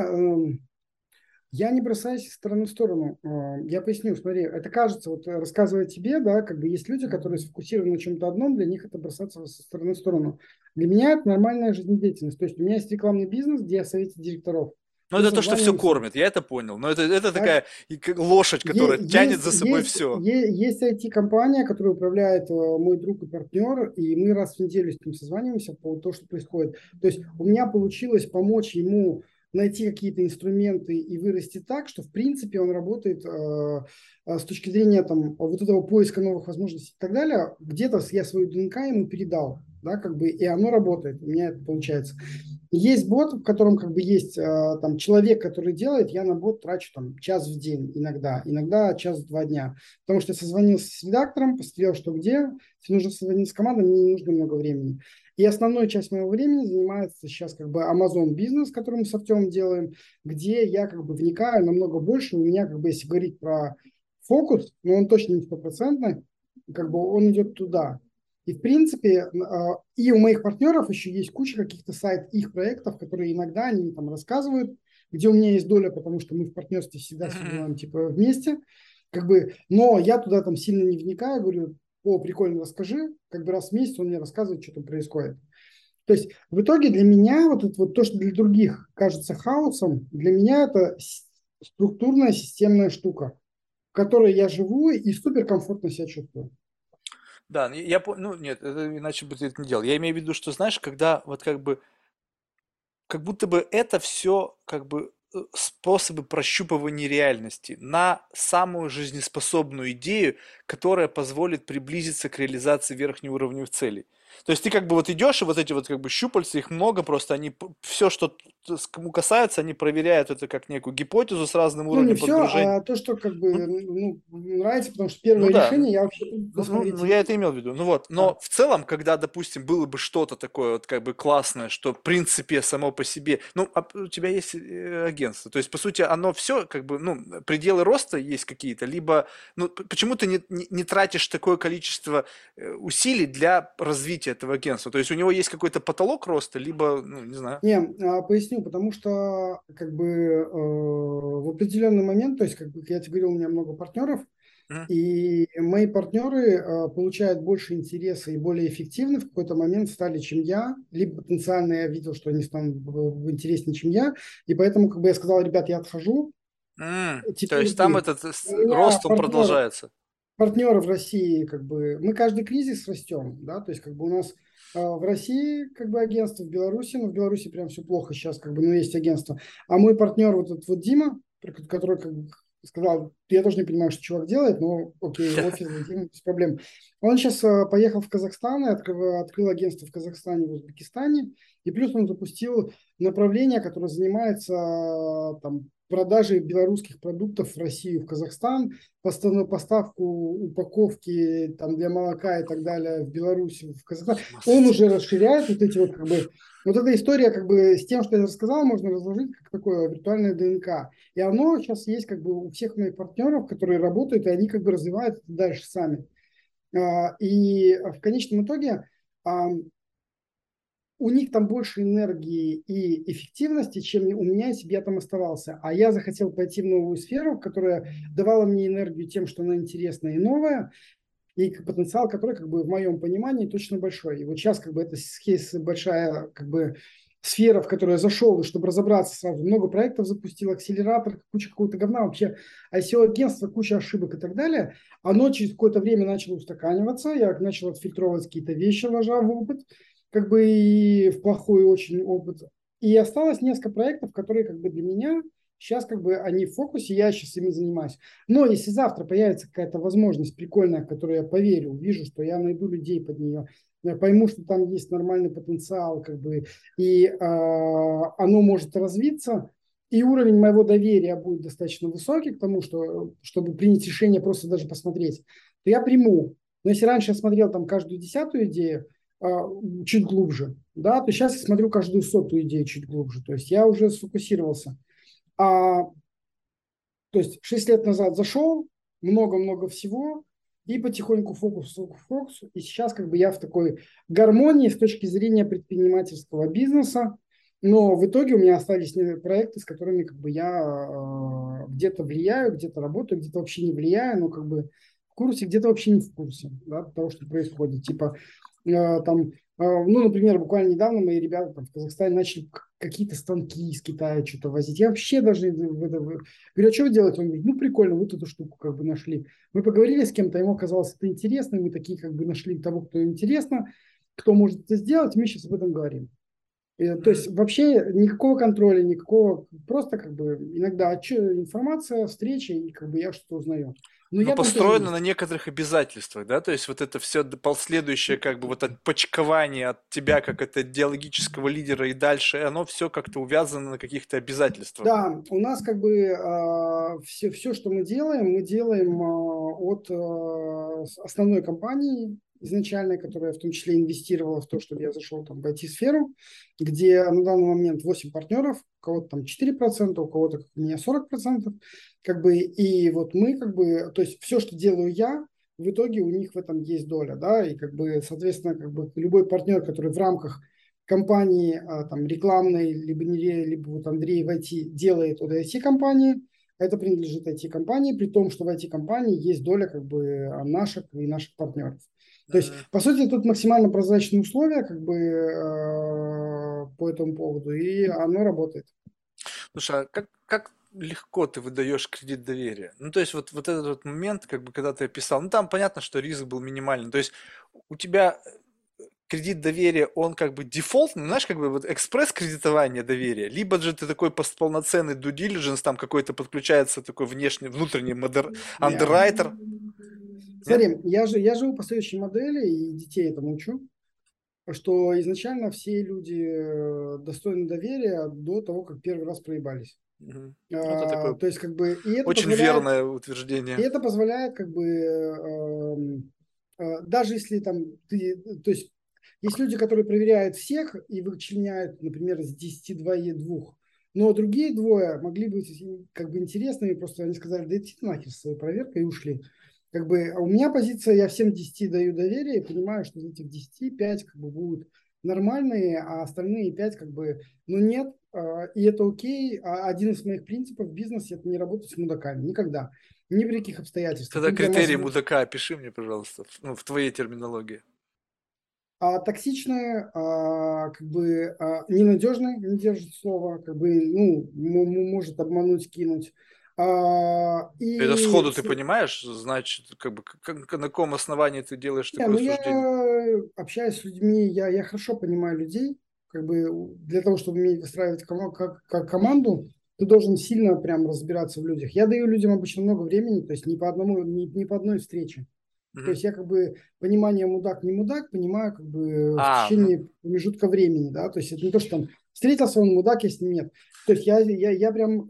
я не бросаюсь из стороны в сторону. Я поясню, смотри, это кажется, вот рассказывая тебе, да, как бы есть люди, которые сфокусированы на чем-то одном, для них это бросаться со стороны в сторону. Для меня это нормальная жизнедеятельность. То есть у меня есть рекламный бизнес, где я советник директоров. Ну, Мы это то, что все созваниваемся, кормит, я это понял. Но это так, такая лошадь, которая тянет Есть, за собой все. есть IT-компания, которую управляет мой друг и партнер, и мы раз в неделю с ним созваниваемся по тому, что происходит. То есть у меня получилось помочь ему найти какие-то инструменты и вырасти так, что в принципе он работает с точки зрения там, вот этого поиска новых возможностей и так далее. Где-то я свою ДНК ему передал, да, как бы, и оно работает, у меня это получается. Есть бот, в котором как бы есть там человек, который делает, я на бот трачу там час в день иногда час в 2 дня. Потому что я созвонился с редактором, посмотрел, что где. Если нужно созвониться с командой, мне не нужно много времени. И основную часть моего времени занимается сейчас как бы Amazon бизнес, который мы с Артемом делаем, где я как бы вникаю намного больше. У меня как бы, если говорить про фокус, но он точно не стопроцентный, как бы он идет туда. И, в принципе, и у моих партнеров еще есть куча каких-то сайт их проектов, которые иногда они там рассказывают, где у меня есть доля, потому что мы в партнерстве всегда все Мгм. делаем типа вместе, как бы, но я туда там сильно не вникаю, говорю, о, прикольно, расскажи, как бы раз в месяц он мне рассказывает, что там происходит. То есть в итоге для меня вот это вот то, что для других кажется хаосом, для меня это структурная системная штука, в которой я живу и суперкомфортно себя чувствую. Да, ну нет, это, иначе бы ты это не делал. Я имею в виду, что, знаешь, когда вот как бы как будто бы это все как бы способы прощупывания реальности на самую жизнеспособную идею, которая позволит приблизиться к реализации верхнеуровневых целей. То есть ты как бы вот идешь, и вот эти вот как бы щупальца, их много просто, они все, что кому касается, они проверяют это как некую гипотезу с разным Ну, не уровнем все, погружения. а то, что как Ну, бы ну, нравится, потому что ну первое да, решение я вообще, ну, посмотрите, я это имел в виду. Ну вот, но да. в целом, когда, допустим, было бы что-то такое вот как бы классное, что в принципе само по себе, ну, у тебя есть агентство, то есть, по сути, оно все как бы, ну, пределы роста есть какие-то, либо, ну, почему ты не тратишь такое количество усилий для развития этого агентства? То есть, у него есть какой-то потолок роста, либо, ну, не знаю. Не, поясню, потому что как бы в определенный момент, то есть, как бы я тебе говорил, у меня много партнеров, Мгм. и мои партнеры получают больше интереса и более эффективны в какой-то момент стали, чем я, либо потенциально я видел, что они станут интереснее, чем я, и поэтому как бы я сказал, ребят, я отхожу, То теперь есть, там вы. этот У меня рост, он партнер продолжается. партнеры в России, как бы, мы каждый кризис растем, да, то есть, как бы у нас в России, как бы, агентство, в Беларуси, но в Беларуси прям все плохо сейчас, как бы, но есть агентство. А мой партнер, вот этот вот Дима, который, как бы, сказал, я тоже не понимаю, что чувак делает, но окей, офис, Дима, без проблем. Он сейчас поехал в Казахстан и открыл агентство в Казахстане, в Узбекистане, и плюс он запустил направление, которое занимается там продажей белорусских продуктов в Россию, в Казахстан, поставку упаковки там, для молока и так далее в Беларусь, в Казахстан. Он Офигеть. уже расширяет вот эти вот как бы вот эта история как бы с тем, что я рассказал, можно разложить как такое виртуальное ДНК. И оно сейчас есть как бы у всех моих партнеров, которые работают, и они как бы развивают это дальше сами. И в конечном итоге у них там больше энергии и эффективности, чем у меня, если бы я там оставался. А я захотел пойти в новую сферу, которая давала мне энергию тем, что она интересная и новая, и потенциал который, как бы, в моем понимании, точно большой. И вот сейчас, как бы, это большая, как бы, сфера, в которую я зашел, и чтобы разобраться сразу, много проектов запустил, акселератор, куча какого-то говна, вообще ICO-агентство, куча ошибок и так далее. Оно через какое-то время начало устаканиваться, я начал отфильтровывать какие-то вещи, ложа в опыт, как бы и в плохой очень опыт. И осталось несколько проектов, которые как бы для меня сейчас как бы они в фокусе, я сейчас ими занимаюсь. Но если завтра появится какая-то возможность прикольная, в которую я поверю, вижу, что я найду людей под нее, я пойму, что там есть нормальный потенциал, как бы, и оно может развиться, и уровень моего доверия будет достаточно высокий к тому, что, чтобы принять решение просто даже посмотреть, то я приму. Но если раньше я смотрел там каждую 10-ю идею, чуть глубже, да, то сейчас я смотрю каждую 100-ю идею чуть глубже. То есть я уже сфокусировался. А, то есть 6 лет назад зашел, много-много всего, и потихоньку фокус. И сейчас как бы я в такой гармонии с точки зрения предпринимательского бизнеса. Но в итоге у меня остались проекты, с которыми как бы я где-то влияю, где-то работаю, где-то вообще не влияю, но как бы в курсе, где-то вообще не в курсе, да, того, что происходит. Типа там, ну, например, буквально недавно мои ребята там, в Казахстане начали какие-то станки из Китая что-то возить. Я вообще даже говорю, а что вы делаете? Он говорит, ну, прикольно, вот эту штуку как бы нашли. Мы поговорили с кем-то, ему казалось это интересно, и мы такие как бы нашли того, кто интересно, кто может это сделать, мы сейчас об этом говорим. То есть вообще никакого контроля, никакого, просто как бы иногда информация, встреча, и как бы я что-то узнаю. Но Но я там тоже построено на есть. некоторых обязательствах, да, то есть вот это все последующее, как бы вот отпочкование от тебя, как это идеологического лидера и дальше, оно все как-то увязано на каких-то обязательствах. Да, у нас как бы все, что мы делаем от основной компании изначальной, которая в том числе инвестировала в то, чтобы я зашел там в IT-сферу, где на данный момент 8 партнеров, у кого-то там 4%, у кого-то, как у меня, 40%, как бы, и вот мы как бы, то есть все, что делаю я, в итоге у них в этом есть доля, да, и как бы, соответственно, как бы любой партнер, который в рамках компании там, рекламной, либо, не, либо вот Андрей в IT делает от IT-компании, это принадлежит IT-компании, при том, что в IT-компании есть доля как бы наших и наших партнеров. То есть, М. по сути, тут максимально прозрачные условия как бы по этому поводу, и оно работает. Слушай, а как легко ты выдаешь кредит доверия? Ну, то есть вот этот вот момент, как бы, когда ты описал, ну, там понятно, что риск был минимальный. То есть у тебя кредит доверия, он как бы дефолтный, знаешь, как бы вот экспресс-кредитование доверия, либо же ты такой полноценный due diligence, там какой-то подключается такой внешний, внутренний Я... андеррайтер, нет? Смотри, я живу по следующей модели, и детей этому учу, что изначально все люди достойны доверия до того, как первый раз проебались. Мгм. Ну, это такое То есть, как бы, очень верное утверждение. как бы, даже если там ты, то есть, есть люди, которые проверяют всех и вычленяют, например, из 10 двух, но другие двое могли быть как бы интересными, просто они сказали, да иди ты нахер с своей проверкой и ушли. Как бы, а у меня позиция, я всем 10 даю доверие и понимаю, что из этих 10 5 как бы будут нормальные, а остальные 5 как бы, ну нет, и это окей. Один из моих принципов в бизнесе – это не работать с мудаками. Никогда. Ни при каких обстоятельствах. Тогда Тут для критерии мозгов. мудака опиши мне, пожалуйста, ну, в твоей терминологии. Токсичные, как бы ненадежные, не держит слова, как бы, ну, может обмануть, кинуть. Это И сходу ты понимаешь, значит, как бы, на каком основании ты делаешь не, такое ну я суждение? общаюсь с людьми, я хорошо понимаю людей, как бы для того, чтобы уметь выстраивать как команду, ты должен сильно прям разбираться в людях. Я даю людям обычно много времени, то есть не по одному, не по одной встрече. То Мгм. есть я как бы понимание мудак не мудак понимаю как бы в Ну, течение промежутка времени, да, то есть это не то, что там встретился он мудак, если нет. То есть я прям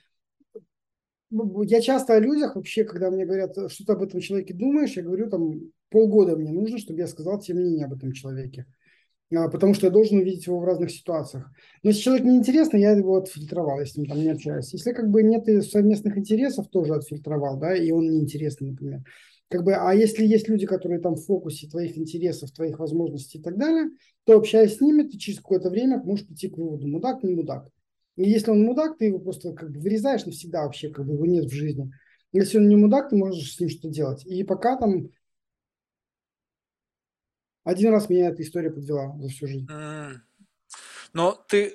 я часто о людях вообще, когда мне говорят, что ты об этом человеке думаешь, я говорю, там, полгода мне нужно, чтобы я сказал тебе мнение об этом человеке. Потому что я должен увидеть его в разных ситуациях. Но если человек не интересный, я его отфильтровал, я с ним там не общаюсь. Если как бы нет совместных интересов, тоже отфильтровал, да, и он неинтересный, например. Как бы, а если есть люди, которые там в фокусе твоих интересов, твоих возможностей и так далее, то общаясь с ними, ты через какое-то время можешь прийти к выводу, мудак, не мудак. И если он мудак, ты его просто как бы вырезаешь навсегда вообще, как бы его нет в жизни. Если он не мудак, ты можешь с ним что-то делать. И пока там один раз меня эта история подвела за всю жизнь. м. Но ты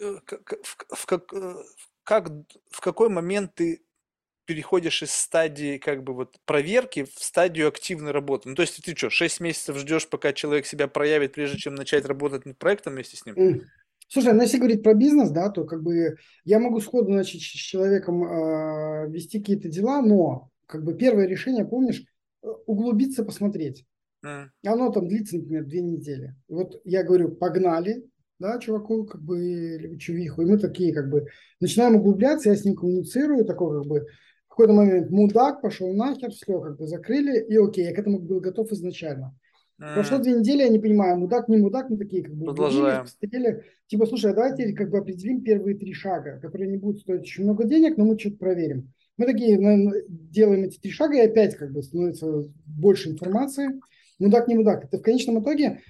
как, в какой момент ты переходишь из стадии как бы вот проверки в стадию активной работы? Ну, то есть ты что, 6 месяцев ждешь, пока человек себя проявит, прежде чем начать работать над проектом вместе с ним? Слушай, ну если говорить про бизнес, да, то как бы я могу сходу начать с человеком вести какие-то дела, но как бы первое решение, помнишь, углубиться, посмотреть. М, Оно там длится, например, 2 недели. И вот я говорю, погнали, да, чуваку, как бы, или чувиху, и мы такие, как бы, начинаем углубляться, я с ним коммуницирую, такой, как бы, в какой-то момент мудак, пошел нахер, все, как бы, закрыли, и окей, я к этому был готов изначально. Прошло м. 2 недели, я не понимаю, мудак, не мудак, мы такие как бы углубились, Продолжаем. посмотрели, типа, слушай, а давайте как бы определим первые 3 шага, которые не будут стоить очень много денег, но мы что-то проверим. Мы такие делаем эти 3 шага, и опять как бы становится больше информации. Мудак, не мудак. Это в конечном итоге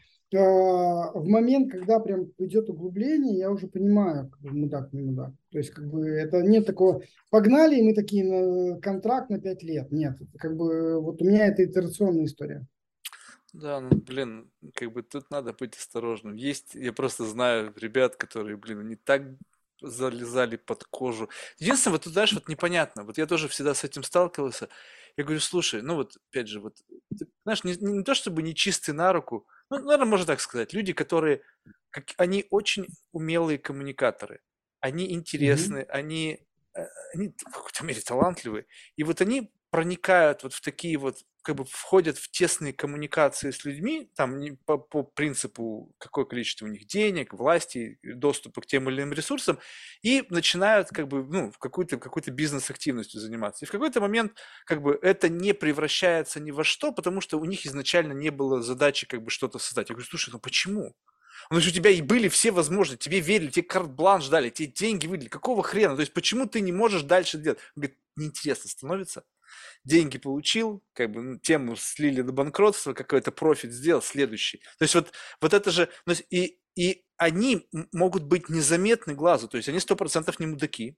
в момент, когда прям идет углубление, я уже понимаю, как бы, мудак, не мудак. То есть как бы это нет такого, погнали, и мы такие на контракт на 5 лет. Нет, это как бы вот у меня это итерационная история. Да, ну, блин, как бы тут надо быть осторожным. Есть, я просто знаю ребят, которые, блин, они так залезали под кожу. Единственное, вот тут, знаешь, вот непонятно. Вот я тоже всегда с этим сталкивался. Я говорю, слушай, ну вот, опять же, вот, ты, знаешь, не то чтобы не чистый на руку, ну, наверное, можно так сказать. Люди, которые, они очень умелые коммуникаторы. Они Мгм. интересны, э, они в какой-то мере талантливые. И вот они проникают вот в такие вот, как бы входят в тесные коммуникации с людьми, там по принципу, какое количество у них денег, власти, доступа к тем или иным ресурсам, и начинают как бы, ну, в какую-то бизнес-активностью заниматься. И в какой-то момент как бы это не превращается ни во что, потому что у них изначально не было задачи как бы что-то создать. Я говорю, слушай, ну почему? Ну, что у тебя и были все возможности, тебе верили, тебе карт-бланш дали, тебе деньги выдали. Какого хрена? То есть почему ты не можешь дальше делать? Он говорит, неинтересно становится. Деньги получил, как бы тему слили на банкротство, какой-то профит сделал, следующий. То есть вот это же, ну, и они могут быть незаметны глазу, то есть они 100% не мудаки,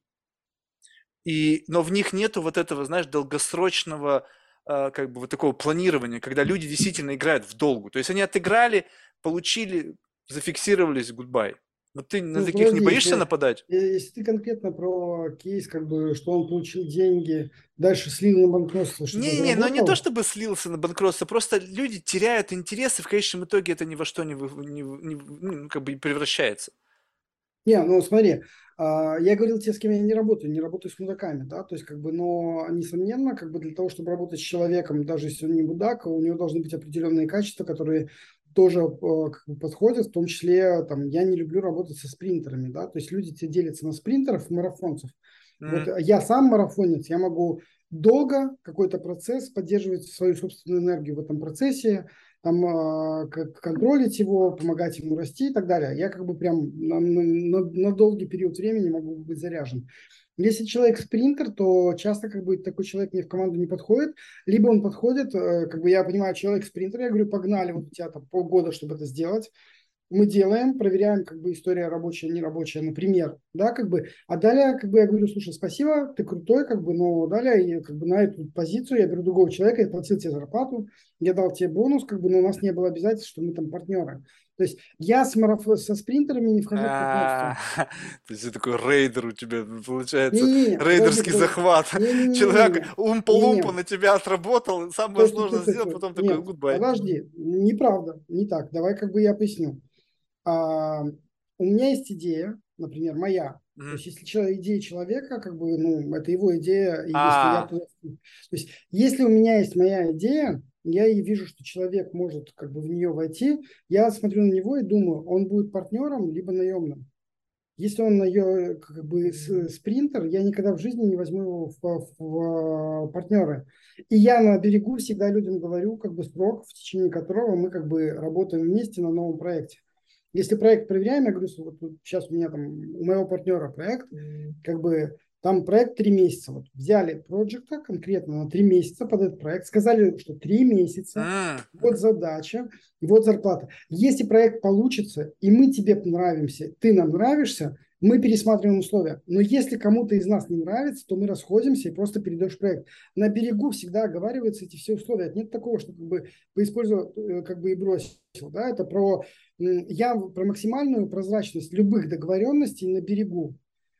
но в них нету вот этого, знаешь, долгосрочного как бы вот такого планирования, когда люди действительно играют в долгу. То есть они отыграли, получили, зафиксировались, гудбай. Вот ты на Ну, таких не подожди, боишься если, нападать? если ты конкретно про кейс, как бы, что он получил деньги, дальше слил на банкротство, чтобы Не-не-не, но не то заработал, чтобы слился на банкротство, просто люди теряют интерес, и в конечном итоге это ни во что ну, как бы не превращается. не, ну смотри, я говорил тебе, с кем я не работаю с мудаками, да, то есть как бы, но несомненно, как бы для того, чтобы работать с человеком, даже если он не мудак, у него должны быть определенные качества, которые тоже как бы подходят, в том числе, там, я не люблю работать со спринтерами, да, то есть люди тебе делятся на спринтеров и марафонцев. Вот М, я сам марафонец, я могу долго какой-то процесс поддерживать свою собственную энергию в этом процессе, там, контролить его, помогать ему расти и так далее. Я как бы прям на долгий период времени могу быть заряжен. Если человек спринтер, то часто как бы такой человек мне в команду не подходит, либо он подходит, как бы я понимаю, человек спринтер, я говорю, погнали, вот у тебя там полгода, чтобы это сделать, мы делаем, проверяем, как бы история рабочая, нерабочая, например, да, как бы, а далее, как бы я говорю, слушай, спасибо, ты крутой, как бы, но далее, я, как бы, на эту позицию я беру другого человека, я платил тебе зарплату, я дал тебе бонус, как бы, но у нас не было обязательств, что мы там партнеры. То есть я со спринтерами не вхожу в партнерство. А, то есть ты такой рейдер у тебя получается, Не-не-не, подожди, рейдерский подожди. захват. Человек Не-не-не-не-не. умпа-лумпа Не-не. на тебя отработал, самое Стой, стой, стой, сложное стой, сделал, стой. потом такой Нет, goodbye. подожди. Неправда, не так. Давай как бы я поясню. А, у меня есть идея, например, моя. То Мгм. есть, если идея человека, как бы, ну, это его идея, и если я А, туда... То есть, если у меня есть моя идея, я и вижу, что человек может как бы в нее войти, я смотрю на него и думаю, он будет партнером либо наемным. Если он ее как бы спринтер, я никогда в жизни не возьму его в партнеры. И я на берегу всегда людям говорю как бы срок, в течение которого мы как бы работаем вместе на новом проекте. Если проект проверяем, я говорю, что вот сейчас у меня там, у моего партнера проект, как бы там проект 3 месяца. Вот взяли проекта конкретно на 3 месяца под этот проект, сказали, что 3 месяца, вот мгм. задача, и вот зарплата. Если проект получится, и мы тебе нравимся, ты нам нравишься, мы пересматриваем условия. Но если кому-то из нас не нравится, то мы расходимся и просто передаешь проект. На берегу всегда оговариваются эти все условия. Нет такого, что как бы поиспользовал, как бы и бросил. Да? Это я про максимальную прозрачность любых договоренностей на берегу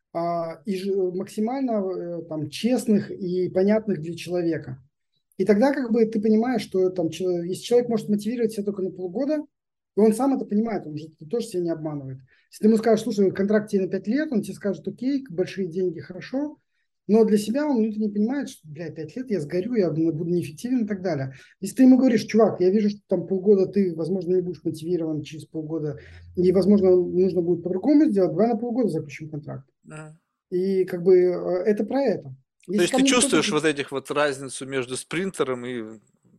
максимально там, честных и понятных для человека. И тогда как бы ты понимаешь, что там, если человек может мотивировать себя только на полгода, и он сам это понимает, он же тоже себя не обманывает. Если ты ему скажешь, слушай, контракт тебе на 5 лет, он тебе скажет, окей, большие деньги, хорошо, но для себя он внутренне понимает, что, бля, 5 лет я сгорю, я буду неэффективен и так далее. Если ты ему говоришь, чувак, я вижу, что там полгода ты, возможно, не будешь мотивирован через полгода, и, возможно, нужно будет по-другому сделать, давай на полгода заключим контракт. Мгм. И как бы это про это. То Если есть ко ты мне кто-то... чувствуешь вот этих вот разницу между спринтером и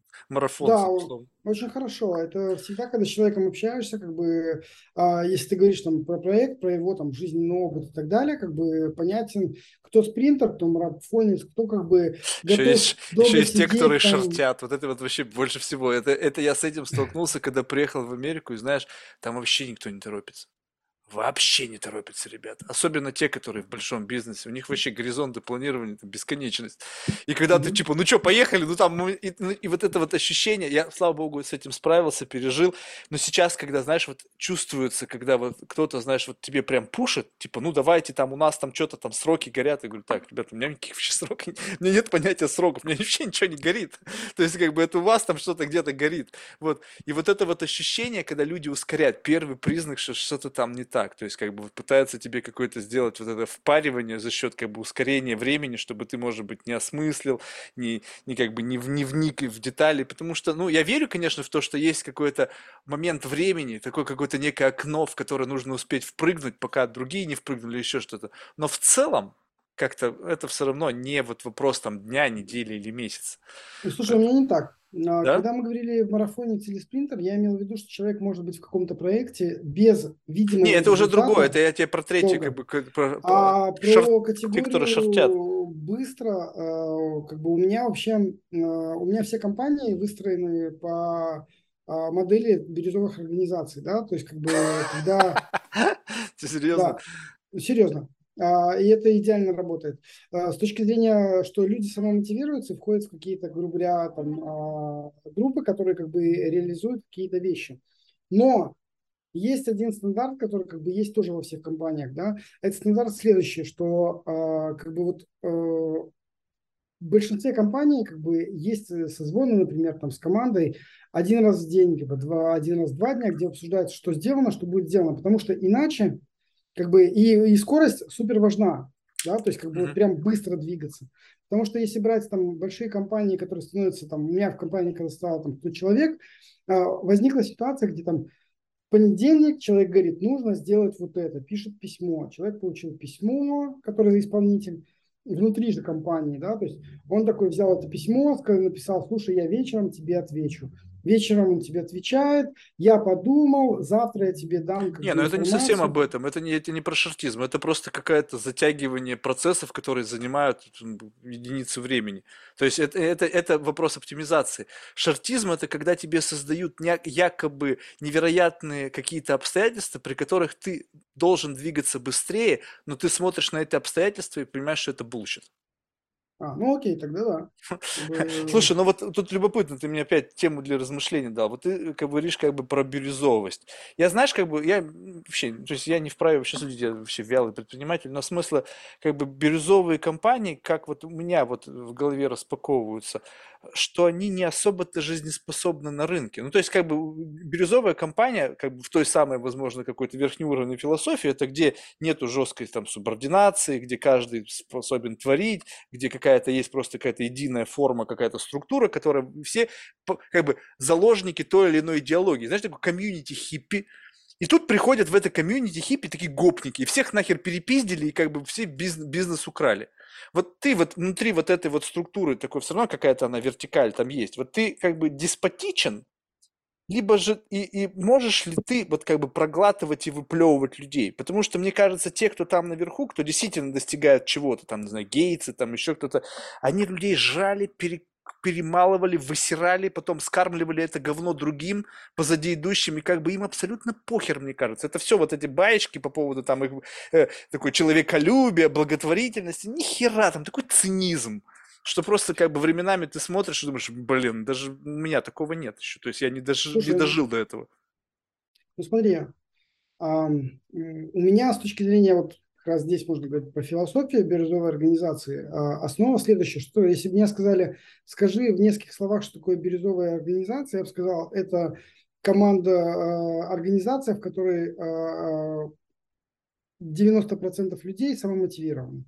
Да, марафонцем, условно? очень хорошо. Это всегда, когда с человеком общаешься, как бы, если ты говоришь там про проект, про его там жизненный опыт и так далее, как бы понятен, кто спринтер, кто марафонец, кто как бы готов Еще долго есть те, которые сидеть там. шортят. Вот это вот вообще больше всего. Это я с этим столкнулся, когда приехал в Америку, и знаешь, там вообще никто не торопится. Вообще не торопятся ребята. Особенно те, которые в большом бизнесе. У них вообще горизонты планирования, там, бесконечность. И когда ты Мгм. типа, ну что, поехали, ну там, ну, и вот это вот ощущение, я, слава богу, с этим справился, пережил. Но сейчас, когда, знаешь, вот чувствуется, когда вот кто-то, знаешь, вот тебе прям пушит, типа, ну давайте там, у нас там что-то там сроки горят. Я говорю, так, ребята, у меня никаких вообще сроков, у меня нет понятия сроков, у меня вообще ничего не горит. То есть, как бы это у вас там что-то где-то горит. Вот. И вот это вот ощущение, когда люди ускоряют, первый признак, что что-то там не так. То есть, как бы вот пытаются тебе какое-то сделать вот это впаривание за счет как бы ускорения времени, чтобы ты, может быть, не осмыслил, не как бы не вник в детали. Потому что, ну, я верю, конечно, в то, что есть какой-то момент времени, такое какое-то некое окно, в которое нужно успеть впрыгнуть, пока другие не впрыгнули, еще что-то. Но в целом, как-то это все равно не вот вопрос там дня, недели или месяца. Ну, слушай, у меня не так. Да? Когда мы говорили марафонец или спринтер, я имел в виду, что человек может быть в каком-то проекте без Не, видимого это уже другое. Это результата я тебе про третий, как долго. бы, А шорт, про те, которые шортят. категорию быстро, как бы у меня вообще, у меня все компании выстроены по модели бирюзовых организаций, да, то есть как бы когда, Ты серьезно? да, серьезно, и это идеально работает. С точки зрения, что люди самомотивируются, входят в какие-то, грубо говоря, там, группы, которые как бы реализуют какие-то вещи. Но есть один стандарт, который как бы есть тоже во всех компаниях, да. Этот стандарт следующий, что как бы вот в большинстве компаний как бы есть созвоны, например, там с командой один раз в день, либо один раз в 2 дня, где обсуждается, что сделано, что будет сделано, потому что иначе как бы и скорость супер важна, да, то есть как бы вот Мгм. прям быстро двигаться. Потому что если брать там большие компании, которые становятся там, у меня в компании, когда стало там 100 человек, возникла ситуация, где там понедельник человек говорит, нужно сделать вот это, пишет письмо. Человек получил письмо, которое исполнитель, внутри же компании, да, то есть он такой взял это письмо, написал, слушай, я вечером тебе отвечу. Вечером он тебе отвечает, я подумал, завтра я тебе дам как Не, ну бы это не совсем информацию. об этом, это не про шортизм, это просто какое-то затягивание процессов, которые занимают единицу времени. То есть это вопрос оптимизации. Шортизм это когда тебе создают якобы невероятные какие-то обстоятельства, при которых ты должен двигаться быстрее, но ты смотришь на эти обстоятельства и понимаешь, что это булщит. Ну окей, тогда да. Как бы, Слушай, ну вот тут любопытно, ты мне опять тему для размышлений дал. Вот ты говоришь как бы про бирюзовость. Я, знаешь, как бы, я вообще, то есть я не вправе вообще судить, я вообще вялый предприниматель, но смысла, как бы, бирюзовые компании, как вот у меня вот в голове распаковываются, что они не особо-то жизнеспособны на рынке. Ну, то есть, как бы, бирюзовая компания, как бы, в той самой, возможно, какой-то верхнеуровневой философии, это где нету жесткой там субординации, где каждый способен творить, где какая-то есть просто какая-то единая форма, какая-то структура, которая все как бы заложники той или иной идеологии. Знаешь, такой комьюнити хиппи. И тут приходят в это комьюнити хиппи такие гопники, и всех нахер перепиздили, и как бы все бизнес украли. Вот ты вот внутри вот этой вот структуры такой, все равно какая-то она вертикаль там есть. Вот ты как бы деспотичен, либо же и можешь ли ты вот как бы проглатывать и выплевывать людей? Потому что мне кажется, те, кто там наверху, кто действительно достигает чего-то, там, не знаю, Гейтсы, там еще кто-то, они людей жали, перемалывали, высирали, потом скармливали это говно другим позади идущим, и как бы им абсолютно похер, мне кажется. Это все вот эти баечки по поводу там их такой человеколюбия, благотворительности, ни хера, там такой цинизм. Что просто как бы временами ты смотришь и думаешь, блин, даже у меня такого нет еще. То есть я не слушай, дожил до этого. ну смотри, у меня с точки зрения, вот как раз здесь можно говорить по философии биржевой организации, основа следующая, что если бы мне сказали, скажи в нескольких словах, что такое бирюзовая организация, я бы сказал, это команда, организация, в которой 90% людей самомотивированы.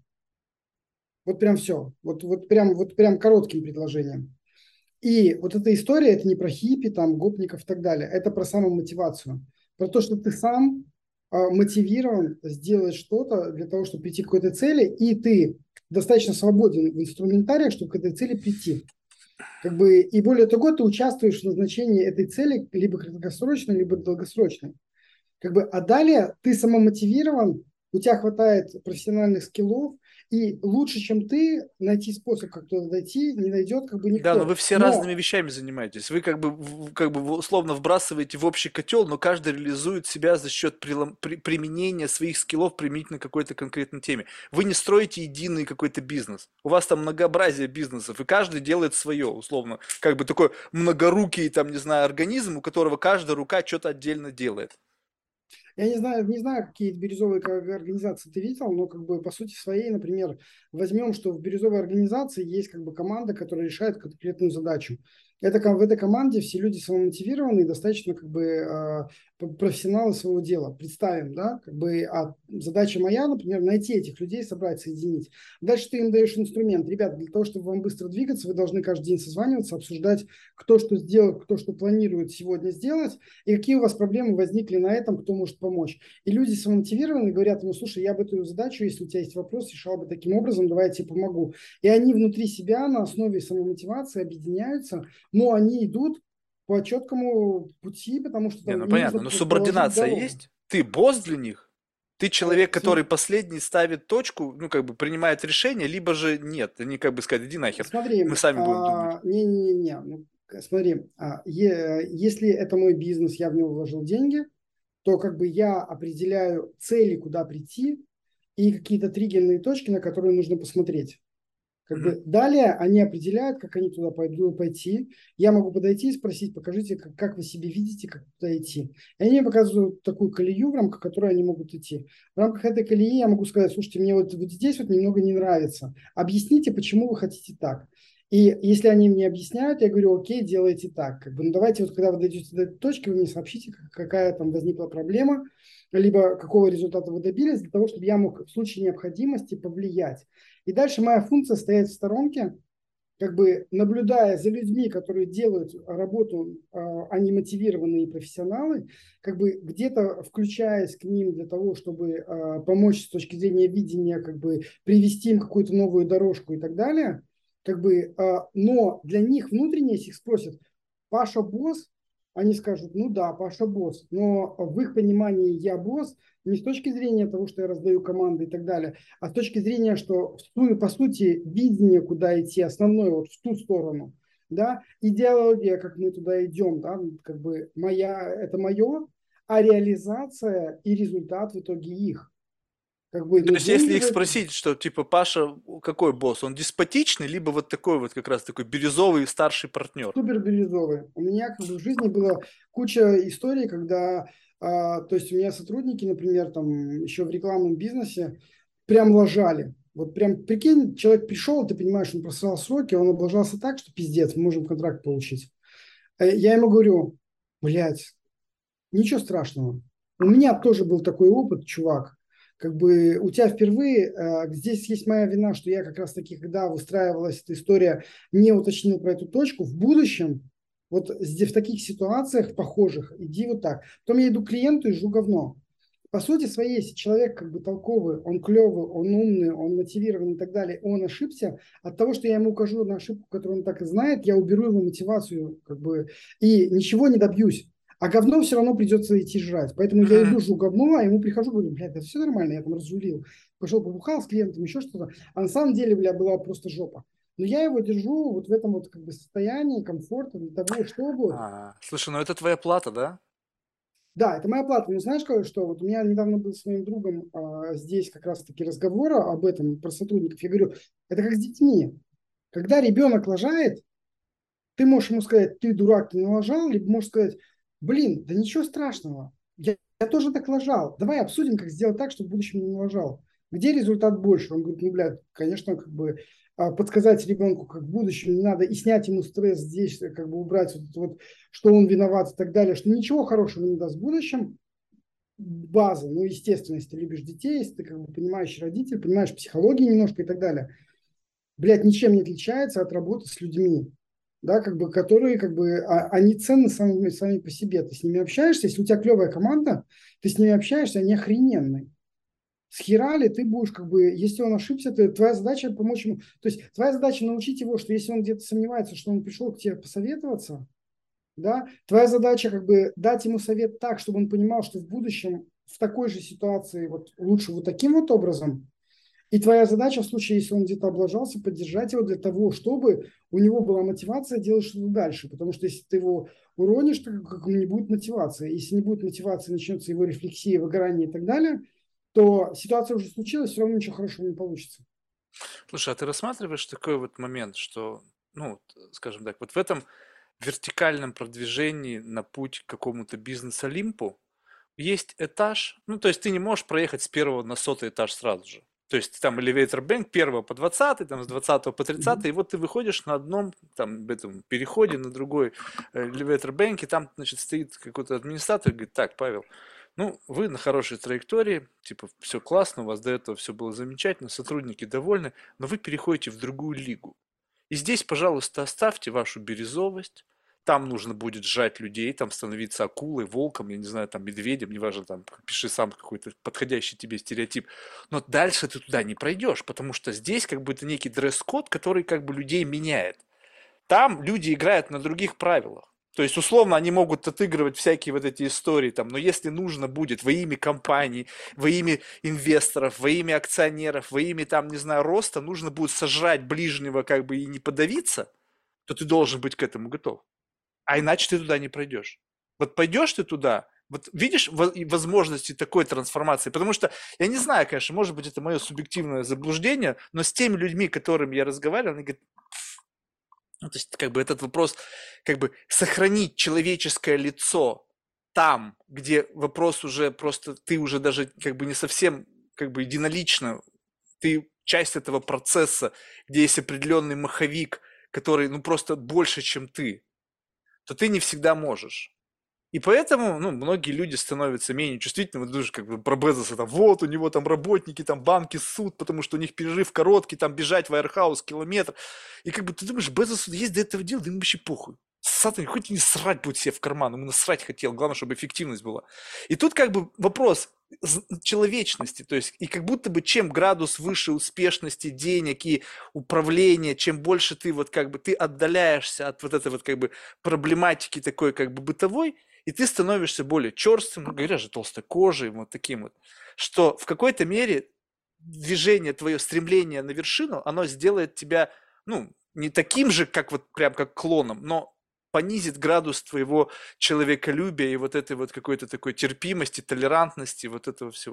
Вот прям все. Вот прям коротким предложением. И вот эта история, это не про хиппи, там, гопников и так далее, это про самомотивацию. Про то, что ты сам мотивирован сделать что-то для того, чтобы прийти к какой-то цели, и ты достаточно свободен в инструментариях, чтобы к этой цели прийти. Как бы, и более того, ты участвуешь в назначении этой цели либо краткосрочной, либо долгосрочной. Как бы, а далее ты самомотивирован, у тебя хватает профессиональных скиллов, и лучше, чем ты, найти способ, как туда дойти, не найдет как бы Да, но вы никто. все разными Но вещами занимаетесь. Вы как бы, как бы условно вбрасываете в общий котел, но каждый реализует себя за счет применения своих скиллов применительно к какой-то конкретной теме. Вы не строите единый какой-то бизнес. У вас там многообразие бизнесов, и каждый делает свое, условно. Как бы такой многорукий, там, не знаю, организм, у которого каждая рука что-то отдельно делает. я не знаю, какие бирюзовые организации ты видел, но как бы по сути своей, например, возьмем, что в бирюзовой организации есть как бы команда, которая решает конкретную задачу. В этой команде все люди самомотивированы и достаточно как бы профессионалы своего дела. Представим, да, как бы, задача моя, например, найти этих людей, собрать, соединить. Дальше ты им даешь инструмент. Ребята, для того, чтобы вам быстро двигаться, вы должны каждый день созваниваться, обсуждать, кто что сделал, кто что планирует сегодня сделать, и какие у вас проблемы возникли на этом, кто может помочь. И люди самомотивированы говорят ему, слушай, я бы эту задачу, если у тебя есть вопрос, решал бы таким образом, давай я тебе помогу. И они внутри себя на основе самомотивации объединяются, но они идут по четкому пути, потому что Не, там ну им нужно понятно, но проложить субординация дорогу. есть? Ты босс для них? Ты человек, который Смотри, последний ставит точку, ну, как бы принимает решение, либо же нет. Они как бы сказать, иди нахер, мы смотри, сами будем думать. не-не-не, ну, смотри, если это мой бизнес, я в него вложил деньги, то как бы я определяю цели, куда прийти, и какие-то триггерные точки, на которые нужно посмотреть. Как Мгм. бы далее они определяют, как они туда пойдут пойти. Я могу подойти и спросить, покажите, как вы себе видите, как туда идти. И они мне показывают такую колею, в рамках которой они могут идти. В рамках этой колеи я могу сказать, слушайте, мне вот здесь вот немного не нравится. Объясните, почему вы хотите так. И если они мне объясняют, я говорю, окей, делайте так. Как бы, ну давайте вот когда вы дойдете до этой точки, вы мне сообщите, какая там возникла проблема, либо какого результата вы добились, для того, чтобы я мог в случае необходимости повлиять. И дальше моя функция стоять в сторонке, как бы наблюдая за людьми, которые делают работу, они мотивированные профессионалы, как бы где-то включаясь к ним для того, чтобы помочь с точки зрения видения, как бы привести им какую-то новую дорожку и так далее, как бы, но для них внутренне, если их спросят, Паша босс, они скажут, ну да, Паша босс, но в их понимании я босс не с точки зрения того, что я раздаю команды и так далее, а с точки зрения, что по сути видение, куда идти, основное вот в ту сторону, да, идеология, как мы туда идем, да, как бы это мое, а реализация и результат в итоге их. Как бы, То ну, есть, если деньги в их этом. спросить, что типа Паша, какой босс, он деспотичный, либо вот такой вот как раз такой бирюзовый старший партнер? Супер бирюзовый. У меня как бы в жизни было куча историй, когда, то есть у меня сотрудники, например, там еще в рекламном бизнесе прям лажали. Вот прям, прикинь, человек пришел, ты понимаешь, он просрал сроки, он облажался так, что пиздец, мы можем контракт получить. Я ему говорю, блядь, ничего страшного. У меня тоже был такой опыт, чувак. Как бы у тебя впервые, здесь есть моя вина, что я как раз таки, когда выстраивалась эта история, не уточнил про эту точку. В будущем, вот здесь, в таких ситуациях похожих, иди вот так. Потом я иду к клиенту и жу говно. По сути своей, если человек как бы толковый, он клевый, он умный, он мотивированный и так далее, он ошибся, от того, что я ему укажу на ошибку, которую он так и знает, я уберу его мотивацию как бы, и ничего не добьюсь. А говно все равно придется идти жрать. Поэтому я Мгм. иду, жру говно, а ему прихожу, говорю, блядь, да все нормально, я там разжулил. Пошел побухал с клиентом, еще что-то. А на самом деле, бля, была просто жопа. Но я его держу вот в этом вот как бы состоянии комфорта для того, чтобы... Слушай, ну это твоя плата, да? Да, это моя плата. Но знаешь, что вот у меня недавно был с моим другом здесь как раз-таки разговор об этом, про сотрудников. Я говорю, это как с детьми. Когда ребенок лажает, ты можешь ему сказать, ты дурак, ты не лажал, либо можешь сказать, блин, да ничего страшного, я тоже так лажал, давай обсудим, как сделать так, чтобы в будущем не лажал. Где результат больше? Он говорит, ну, блядь, конечно, как бы подсказать ребенку, как в будущем не надо, и снять ему стресс здесь, как бы убрать вот это вот, что он виноват и так далее, что ничего хорошего не даст в будущем, база, ну, естественно, если ты любишь детей, если ты как бы понимающий родитель, понимаешь психологию немножко и так далее, блядь, ничем не отличается от работы с людьми, да, как бы, которые, как бы, они ценны сами по себе. Ты с ними общаешься, если у тебя клевая команда, ты с ними общаешься, они охрененные. С херали ты будешь, как бы, если он ошибся, твоя задача помочь ему. То есть твоя задача научить его, что если он где-то сомневается, что он пришел к тебе посоветоваться, да, твоя задача, как бы, дать ему совет так, чтобы он понимал, что в будущем в такой же ситуации вот лучше вот таким вот образом, и твоя задача в случае, если он где-то облажался, поддержать его для того, чтобы у него была мотивация делать что-то дальше. Потому что если ты его уронишь, то как не будет мотивации. Если не будет мотивации, начнется его рефлексия, выгорание и так далее, то ситуация уже случилась, все равно ничего хорошего не получится. Слушай, а ты рассматриваешь такой вот момент, что, ну, вот, скажем так, вот в этом вертикальном продвижении на путь к какому-то бизнес-олимпу есть этаж, ну, то есть ты не можешь проехать с первого на сотый этаж сразу же. То есть там elevator bank первого по 20, там с 20 по 30, Мгм. и вот ты выходишь на одном там этом переходе на другой elevator bank, и там, значит, стоит какой-то администратор и говорит, так, Павел, ну, вы на хорошей траектории, типа, все классно, у вас до этого все было замечательно, сотрудники довольны, но вы переходите в другую лигу. И здесь, пожалуйста, оставьте вашу бирюзовость. Там нужно будет сжать людей, там становиться акулой, волком, я не знаю, там медведем, неважно, там пиши сам какой-то подходящий тебе стереотип. Но дальше ты туда не пройдешь, потому что здесь как бы это некий дресс-код, который как бы людей меняет. Там люди играют на других правилах. То есть, условно, они могут отыгрывать всякие вот эти истории там, но если нужно будет во имя компании, во имя инвесторов, во имя акционеров, во имя там, не знаю, роста, нужно будет сожрать ближнего как бы и не подавиться, то ты должен быть к этому готов. А иначе ты туда не пройдешь. Вот пойдешь ты туда, вот видишь возможности такой трансформации, потому что я не знаю, конечно, может быть, это мое субъективное заблуждение, но с теми людьми, с которыми я разговаривал, они говорят, ну, то есть, как бы этот вопрос, как бы сохранить человеческое лицо там, где вопрос уже просто, ты уже даже как бы не совсем как бы единолично, ты часть этого процесса, где есть определенный маховик, который, ну, просто больше, чем ты, то ты не всегда можешь. И поэтому, ну, многие люди становятся менее чувствительными. Вот даже как бы про Безоса, там, вот у него там работники, там, банки ссут, потому что у них перерыв короткий, там, бежать в аэрхаус километр. И как бы ты думаешь, Безосу есть до этого дела, да ему вообще похуй. Сатан, хоть не срать будет себе в карман, ему насрать хотел, главное, чтобы эффективность была. И тут как бы вопрос человечности, то есть и как будто бы чем градус выше успешности, денег и управления, чем больше ты вот как бы ты отдаляешься от вот этой вот как бы проблематики такой как бы бытовой, и ты становишься более черствым, ну, говорят же, толстокожим, вот таким вот, что в какой-то мере движение твое, стремление на вершину, оно сделает тебя, ну, не таким же, как вот прям как клоном, но понизит градус твоего человеколюбия и вот этой вот какой-то такой терпимости, толерантности, вот этого всего.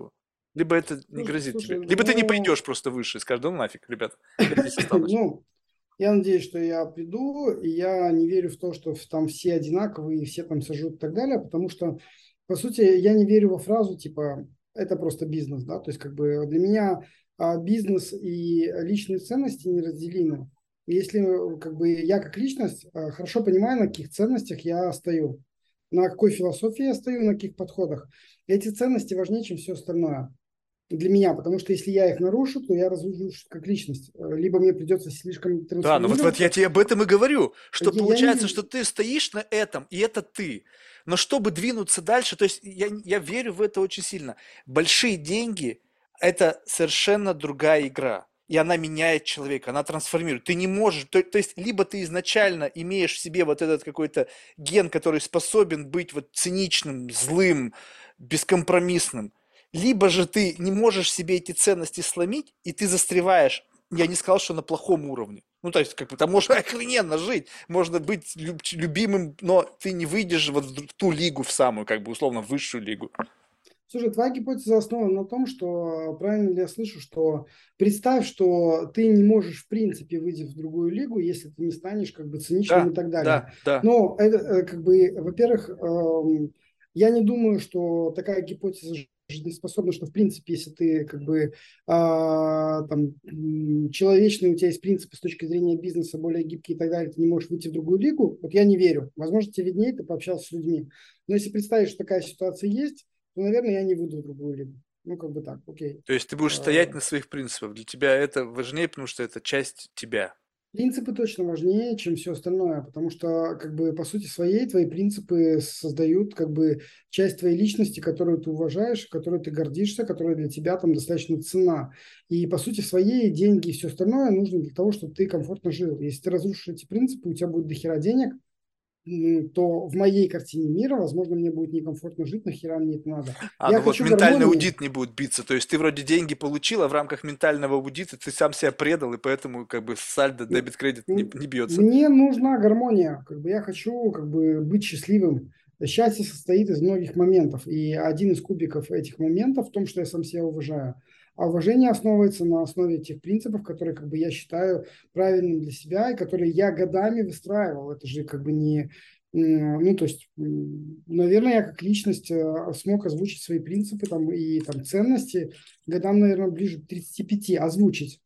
Либо это не Слушай, грозит тебе. слушай, Либо ты не ну, пойдешь просто выше и скажешь, да ну нафиг, ребята, я здесь останусь. ну, я надеюсь, что я приду, и я не верю в то, что там все одинаковые, и все там сожрут и так далее, потому что, по сути, я не верю во фразу, типа, это просто бизнес, да, то есть, как бы, для меня бизнес и личные ценности неразделимы. И если, как бы, я как личность хорошо понимаю, на каких ценностях я стою, на какой философии я стою, на каких подходах. Эти ценности важнее, чем все остальное для меня, потому что если я их нарушу, то я разрушусь как личность. Либо мне придется слишком Да, ну вот я трансформироваться. тебе об этом и говорю, что Я не получается, что вижу. ты стоишь на этом, и это ты. Но чтобы двинуться дальше, то есть я верю в это очень сильно. Большие деньги– это совершенно другая игра. И она меняет человека, она трансформирует. Ты не можешь, то есть либо ты изначально имеешь в себе вот этот какой-то ген, который способен быть вот циничным, злым, бескомпромиссным, либо же ты не можешь себе эти ценности сломить, и ты застреваешь. Я не сказал, что на плохом уровне. Ну, то есть, как бы, там можно охрененно жить, можно быть любимым, но ты не выйдешь вот в ту лигу, в самую, как бы, условно, высшую лигу. Слушай, твоя гипотеза основана на том, что, правильно ли я слышу, что представь, что ты не можешь в принципе выйти в другую лигу, если ты не станешь как бы циничным Да, и так далее. да, да. Но это как бы, во-первых, я не думаю, что такая гипотеза жизнеспособна, что в принципе, если ты как бы там человечный, у тебя есть принципы с точки зрения бизнеса более гибкие и так далее, ты не можешь выйти в другую лигу, вот я не верю. Возможно, тебе виднее, ты пообщался с людьми. Но если представить, что такая ситуация есть, ну, наверное, я не выйду в другую лигу. Ну, как бы так, окей. То есть ты будешь стоять на своих принципах. Для тебя это важнее, потому что это часть тебя. Принципы точно важнее, чем все остальное, потому что, как бы, по сути своей, твои принципы создают, как бы, часть твоей личности, которую ты уважаешь, которой ты гордишься, которая для тебя там достаточно ценна. И, по сути своей, деньги и все остальное нужно для того, чтобы ты комфортно жил. Если ты разрушишь эти принципы, у тебя будет дохера денег, то в моей картине мира, возможно, мне будет некомфортно жить, нахера мне это надо. А, Я ну вот хочу ментальный гармонии. аудит не будет биться. То есть ты вроде деньги получил, а в рамках ментального аудита ты сам себя предал, и поэтому как бы сальдо, дебет, кредит не бьется. Мне нужна гармония. Как бы я хочу как бы быть счастливым. Счастье состоит из многих моментов. И один из кубиков этих моментов в том, что я сам себя уважаю. А уважение основывается на основе тех принципов, которые как бы я считаю правильным для себя и которые я годами выстраивал. Это же как бы не... Ну, то есть, наверное, я как личность смог озвучить свои принципы там, и там, ценности годам, наверное, ближе к 35 озвучить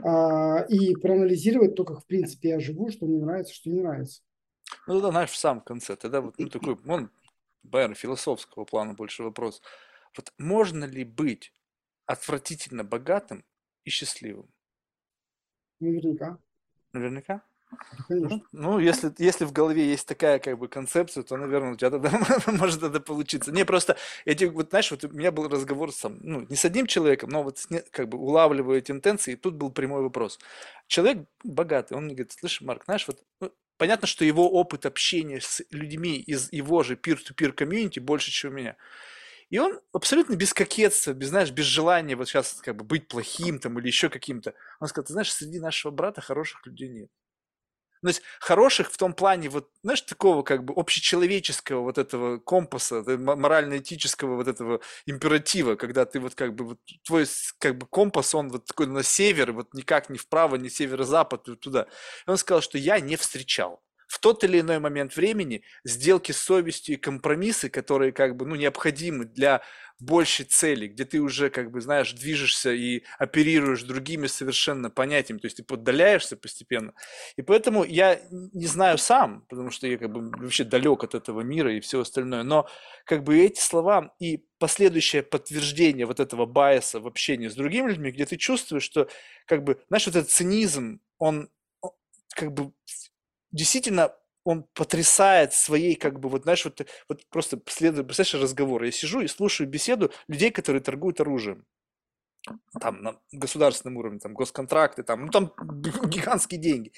и проанализировать то, как в принципе я живу, что мне нравится, что не нравится. Ну, тогда, знаешь, в самом конце, тогда вот, ну, такой, он, наверное, философского плана больше вопрос. Вот можно ли быть отвратительно богатым и счастливым? Наверняка. Наверняка. Да, Ну, конечно. ну, если в голове есть такая как бы концепция, то, наверное, у тебя тогда может это получиться. Не, просто эти, вот знаешь, вот у меня был разговор с, ну, не с одним человеком, но вот как бы улавливаю эти интенции, и тут был прямой вопрос. Человек богатый, он мне говорит, слышь, Марк, знаешь, вот ну, понятно, что его опыт общения с людьми из его же peer-to-peer комьюнити больше, чем у меня. И он абсолютно без кокетства, без, знаешь, без желания вот сейчас как бы быть плохим там или еще каким-то. Он сказал, ты знаешь, среди нашего брата хороших людей нет. Ну, то есть хороших в том плане, вот, знаешь, такого как бы общечеловеческого вот этого компаса, морально-этического вот этого императива, когда ты вот как бы, вот, твой как бы компас, он вот такой на север, вот никак не вправо, не северо-запад, вот туда. И он сказал, что я не встречал в тот или иной момент времени сделки с совестью и компромиссы, которые как бы, ну, необходимы для большей цели, где ты уже, как бы, знаешь, движешься и оперируешь другими совершенно понятиями, то есть ты поддаляешься постепенно. И поэтому я не знаю сам, потому что я как бы вообще далек от этого мира и все остальное, но как бы эти слова и последующее подтверждение вот этого байеса в общении с другими людьми, где ты чувствуешь, что как бы, знаешь, вот этот цинизм, он как бы действительно он потрясает своей, как бы, вот, знаешь, вот просто следует, представляешь, разговор. Я сижу и слушаю беседу людей, которые торгуют оружием. Там на государственном уровне, там госконтракты, там, ну там гигантские деньги.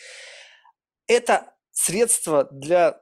Это средство для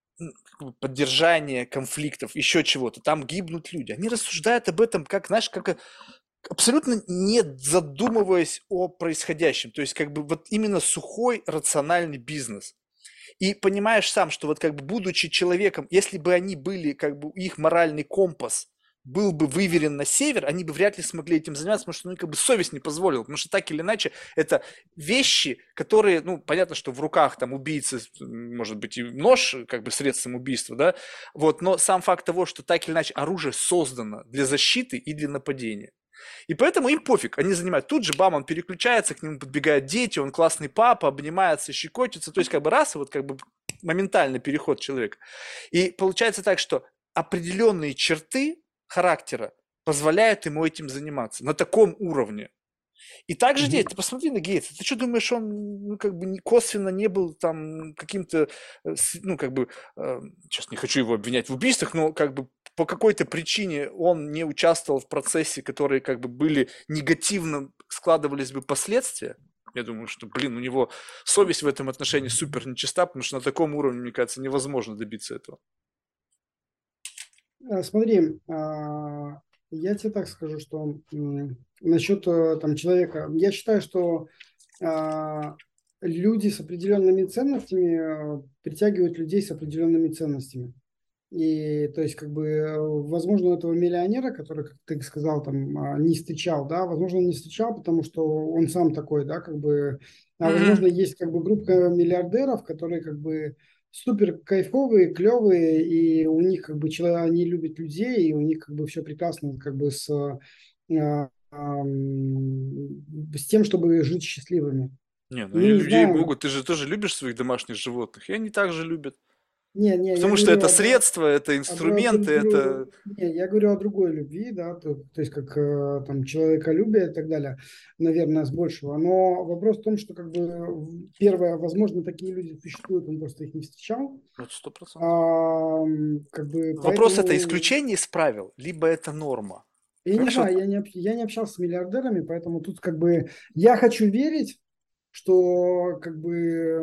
поддержания конфликтов, еще чего-то. Там гибнут люди. Они рассуждают об этом, как, знаешь, как абсолютно не задумываясь о происходящем. То есть, как бы, вот именно сухой рациональный бизнес. И понимаешь сам, что вот как бы будучи человеком, если бы они были, как бы их моральный компас был бы выверен на север, они бы вряд ли смогли этим заниматься, потому что ну, как бы совесть не позволила. Потому что так или иначе, это вещи, которые, ну, понятно, что в руках там убийцы, может быть, и нож, как бы средством убийства, да, вот, но сам факт того, что так или иначе оружие создано для защиты и для нападения. И поэтому им пофиг, они занимают. Тут же бам, он переключается, к нему подбегают дети, он классный папа, обнимается, щекочется. То есть как бы раз, и вот как бы моментальный переход человека. И получается так, что определенные черты характера позволяют ему этим заниматься на таком уровне. И также здесь, Мгм. ты посмотри на Гейтса, ты что думаешь, он ну, как бы косвенно не был там каким-то, ну как бы, сейчас не хочу его обвинять в убийствах, но как бы по какой-то причине он не участвовал в процессе, которые как бы были негативно складывались бы последствия. Я думаю, что, блин, у него совесть в этом отношении супер нечиста, потому что на таком уровне, мне кажется, невозможно добиться этого. Смотри, я тебе так скажу, что насчет там человека, я считаю, что а, люди с определенными ценностями притягивают людей с определенными ценностями. И то есть, как бы, возможно, у этого миллионера, который, как ты сказал, там, не встречал, да, возможно, он не встречал, потому что он сам такой, да, как бы, а Мгм. возможно, есть, как бы, группа миллиардеров, которые, как бы, супер кайфовые, клевые, и у них, как бы, они любят людей, и у них, как бы, все прекрасно, как бы, с тем, чтобы жить счастливыми. Не, ну Мы и не людей знаем, могут, ты же тоже любишь своих домашних животных, и они также любят. не, я Потому что говорю это средства, это инструменты, это... Не, я говорю о другой любви, да, то есть как там человеколюбие и так далее, наверное, с большего. Но вопрос в том, что как бы первое, возможно, такие люди существуют, он просто их не встречал. Это 100%. Как бы Вопрос это поэтому исключение из правил, либо это норма. я не Понимаешь, вот знаю, я не общался с миллиардерами, поэтому тут как бы я хочу верить, что как бы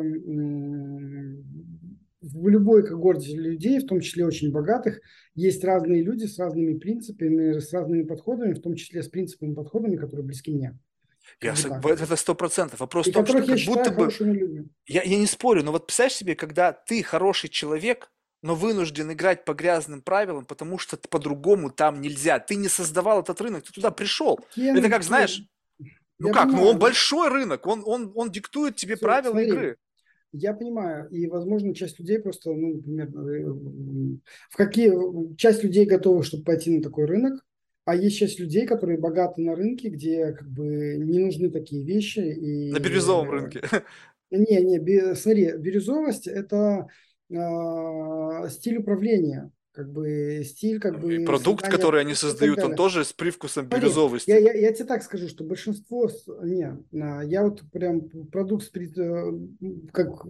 в любой когорте людей, в том числе очень богатых, есть разные люди с разными принципами, с разными подходами, в том числе с принципами и подходами, которые близки мне. Как бы так. это 100%. Вопрос И в том, что которых я как будто считаю бы, хорошими людьми. я не спорю, но вот представляешь себе, когда ты хороший человек, но вынужден играть по грязным правилам, потому что по-другому там нельзя. Ты не создавал этот рынок, ты туда пришел. Это как, знаешь, ну Я как, ну он понимаю, большой рынок, он диктует тебе правила смотри, игры. я понимаю, и, возможно, часть людей просто, ну, например, в какие часть людей готова, чтобы пойти на такой рынок, а есть часть людей, которые богаты на рынке, где как бы не нужны такие вещи. На И бирюзовом рынке. смотри, бирюзовость – это стиль управления, как бы стиль как И бы продукт, создания который они продукта и так создают, он далее. тоже с привкусом Смотри, я, бирюзовости. я, я тебе так скажу, что большинство, я вот прям продукт, как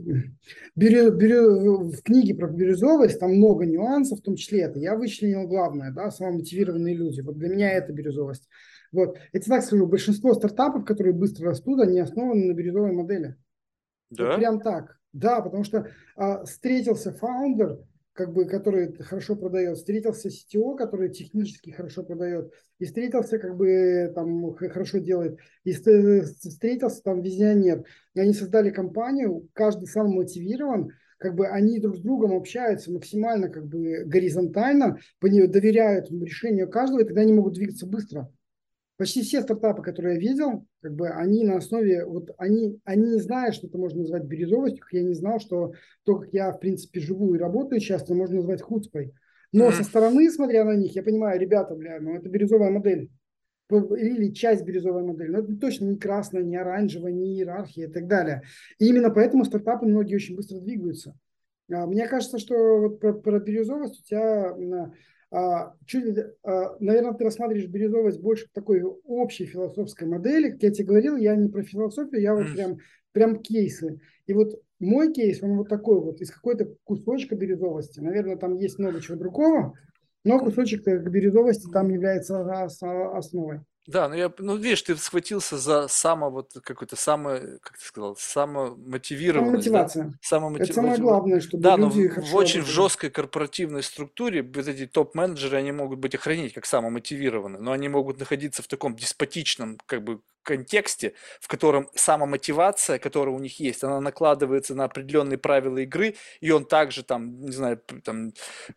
в книге про бирюзовость, там много нюансов, в том числе это. Я вычленил главное, да, самомотивированные люди. Вот для меня это бирюзовость. Вот, я тебе так скажу, большинство стартапов, которые быстро растут, они основаны на бирюзовой модели. Вот Да? прям так. Да, потому что встретился фаундер, как бы, который хорошо продает, встретился CTO, который технически хорошо продает, и встретился, как бы, там, хорошо делает, и встретился там визионер. И они создали компанию, каждый сам мотивирован, как бы они друг с другом общаются максимально как бы горизонтально, доверяют решению каждого, и тогда они могут двигаться быстро. Почти все стартапы, которые я видел, как бы они на основе, вот они не знают, что это можно назвать бирюзовостью, как я не знал, что то, как я, в принципе, живу и работаю часто, можно назвать хуцпой. Но со Мгм. стороны, смотря на них, я понимаю, ребята, бля, ну это бирюзовая модель. Или часть бирюзовой модели. Но это точно не красная, не оранжевая, не иерархия и так далее. И именно поэтому стартапы многие очень быстро двигаются. Мне кажется, что вот про бирюзовость у тебя наверное, ты рассматриваешь бирюзовость больше в такой общей философской модели. Как я тебе говорил, я не про философию, я вот М. прям кейсы. И вот мой кейс, он вот такой вот, из какой-то кусочка бирюзовости. Наверное, там есть много чего другого, но кусочек к бирюзовости там является основой. Да, ну я, ну видишь, ты схватился за вот какой-то как ты сказал, самомотивированность, да? Самомотивация. Это самое Самомотивация. главное, чтобы Да, но люди в хорошо очень в работали. жесткой корпоративной структуре вот эти топ-менеджеры, они могут быть охранить как самомотивированы, но они могут находиться в таком деспотичном, как бы, контексте, в котором самомотивация, которая у них есть, она накладывается на определенные правила игры, и он также там, не знаю, там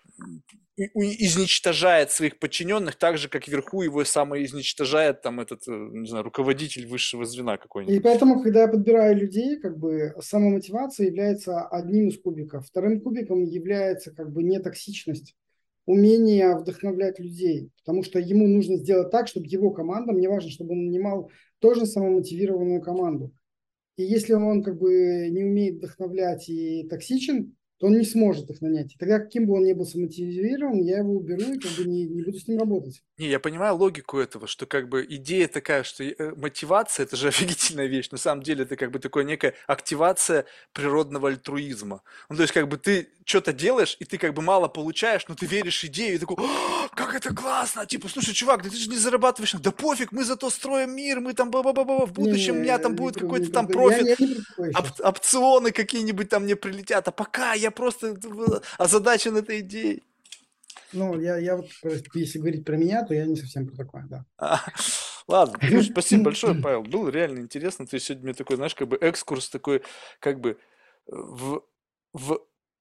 изничтожает своих подчиненных так же, как вверху его самоизничтожает там этот, не знаю, руководитель высшего звена И какой-нибудь. поэтому, когда я подбираю людей, как бы самомотивация является одним из кубиков. Вторым кубиком является как бы нетоксичность, умение вдохновлять людей, потому что ему нужно сделать так, чтобы его команда, мне важно, чтобы он нанимал тоже самомотивированную команду. И если он как бы не умеет вдохновлять и токсичен, то он не сможет их нанять. И тогда, каким бы он ни был самомотивирован, я его уберу и как бы не буду с ним работать. Не, я понимаю логику этого, что как бы идея такая, что мотивация это же офигительная вещь. На самом деле это как бы такая некая активация природного альтруизма. Ну, то есть как бы ты что-то делаешь, и ты как бы мало получаешь, но ты веришь идее, и такой: «О, как это классно! Типа, слушай, чувак, да ты же не зарабатываешь, да пофиг, мы зато строим мир, мы там в будущем у меня там будет какой-то там профит, Я не про такое сейчас. опционы какие-нибудь там мне прилетят, а пока я просто озадачен этой идеей». Ну, я вот, если говорить про меня, то я не совсем про такое, да. А, Ладно, слушай, спасибо большое, Павел. Было реально интересно. Ты сегодня мне такой, знаешь, как бы экскурс такой, как бы в, в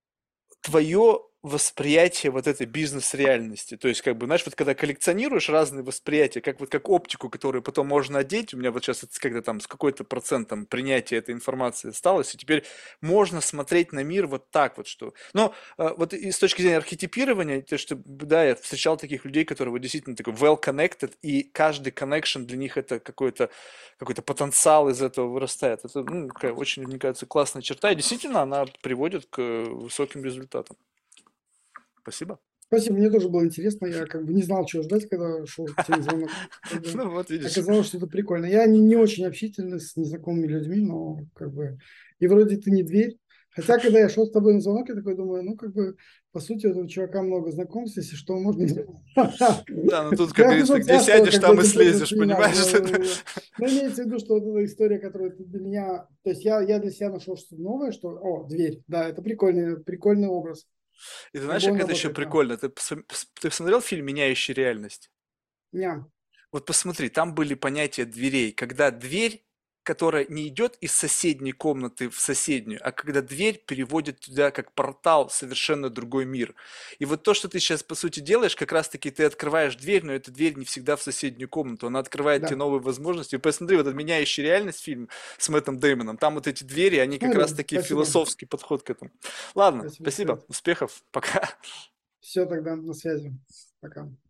твое восприятие вот этой бизнес-реальности. То есть, как бы, знаешь, вот когда коллекционируешь разные восприятия, как вот как оптику, которую потом можно одеть, у меня вот сейчас когда там с какой-то процентом принятия этой информации осталось, и теперь можно смотреть на мир вот так вот, что... Но вот и с точки зрения архетипирования, то, что, да, я встречал таких людей, которые вот действительно такой well-connected, и каждый connection для них это какой-то потенциал из этого вырастает. Это, ну, такая очень, мне кажется, классная черта, и действительно она приводит к высоким результатам. Спасибо. Спасибо, мне тоже было интересно. Я как бы не знал, чего ждать, когда шел тебе звонок. Как бы Ну вот видишь. оказалось, что это прикольно. Я не очень общительный с незнакомыми людьми, но как бы... И вроде ты не дверь. Хотя, когда я шел с тобой на звонок, я такой думаю, ну, как бы, по сути, у этого чувака много знакомств, если что, можно... Да, ну тут, как Я говорится, где участвовал сядешь, как бы в там и этом слезешь, предпринимателе. понимаешь? Но имеется в виду, что вот эта история, которая для меня... То есть я для себя нашел что-то новое, что... О, дверь. Да, это прикольный образ. И ты Как знаешь, бы он как это еще работает, да. прикольно? Ты смотрел фильм «Меняющий реальность»? Ням. Вот посмотри, там были понятия дверей. Когда дверь, которая не идет из соседней комнаты в соседнюю, а когда дверь переводит тебя как портал в совершенно другой мир. И вот то, что ты сейчас, по сути, делаешь, как раз-таки ты открываешь дверь, но эта дверь не всегда в соседнюю комнату. Она открывает тебе Да. новые возможности. И посмотри, вот этот «Меняющий реальность» фильм с Мэттом Дэймоном, там вот эти двери, они как Смотрим. раз-таки Спасибо. философский подход к этому. Ладно, Спасибо за спасибо, связь. успехов, пока. Все тогда на связи. Пока.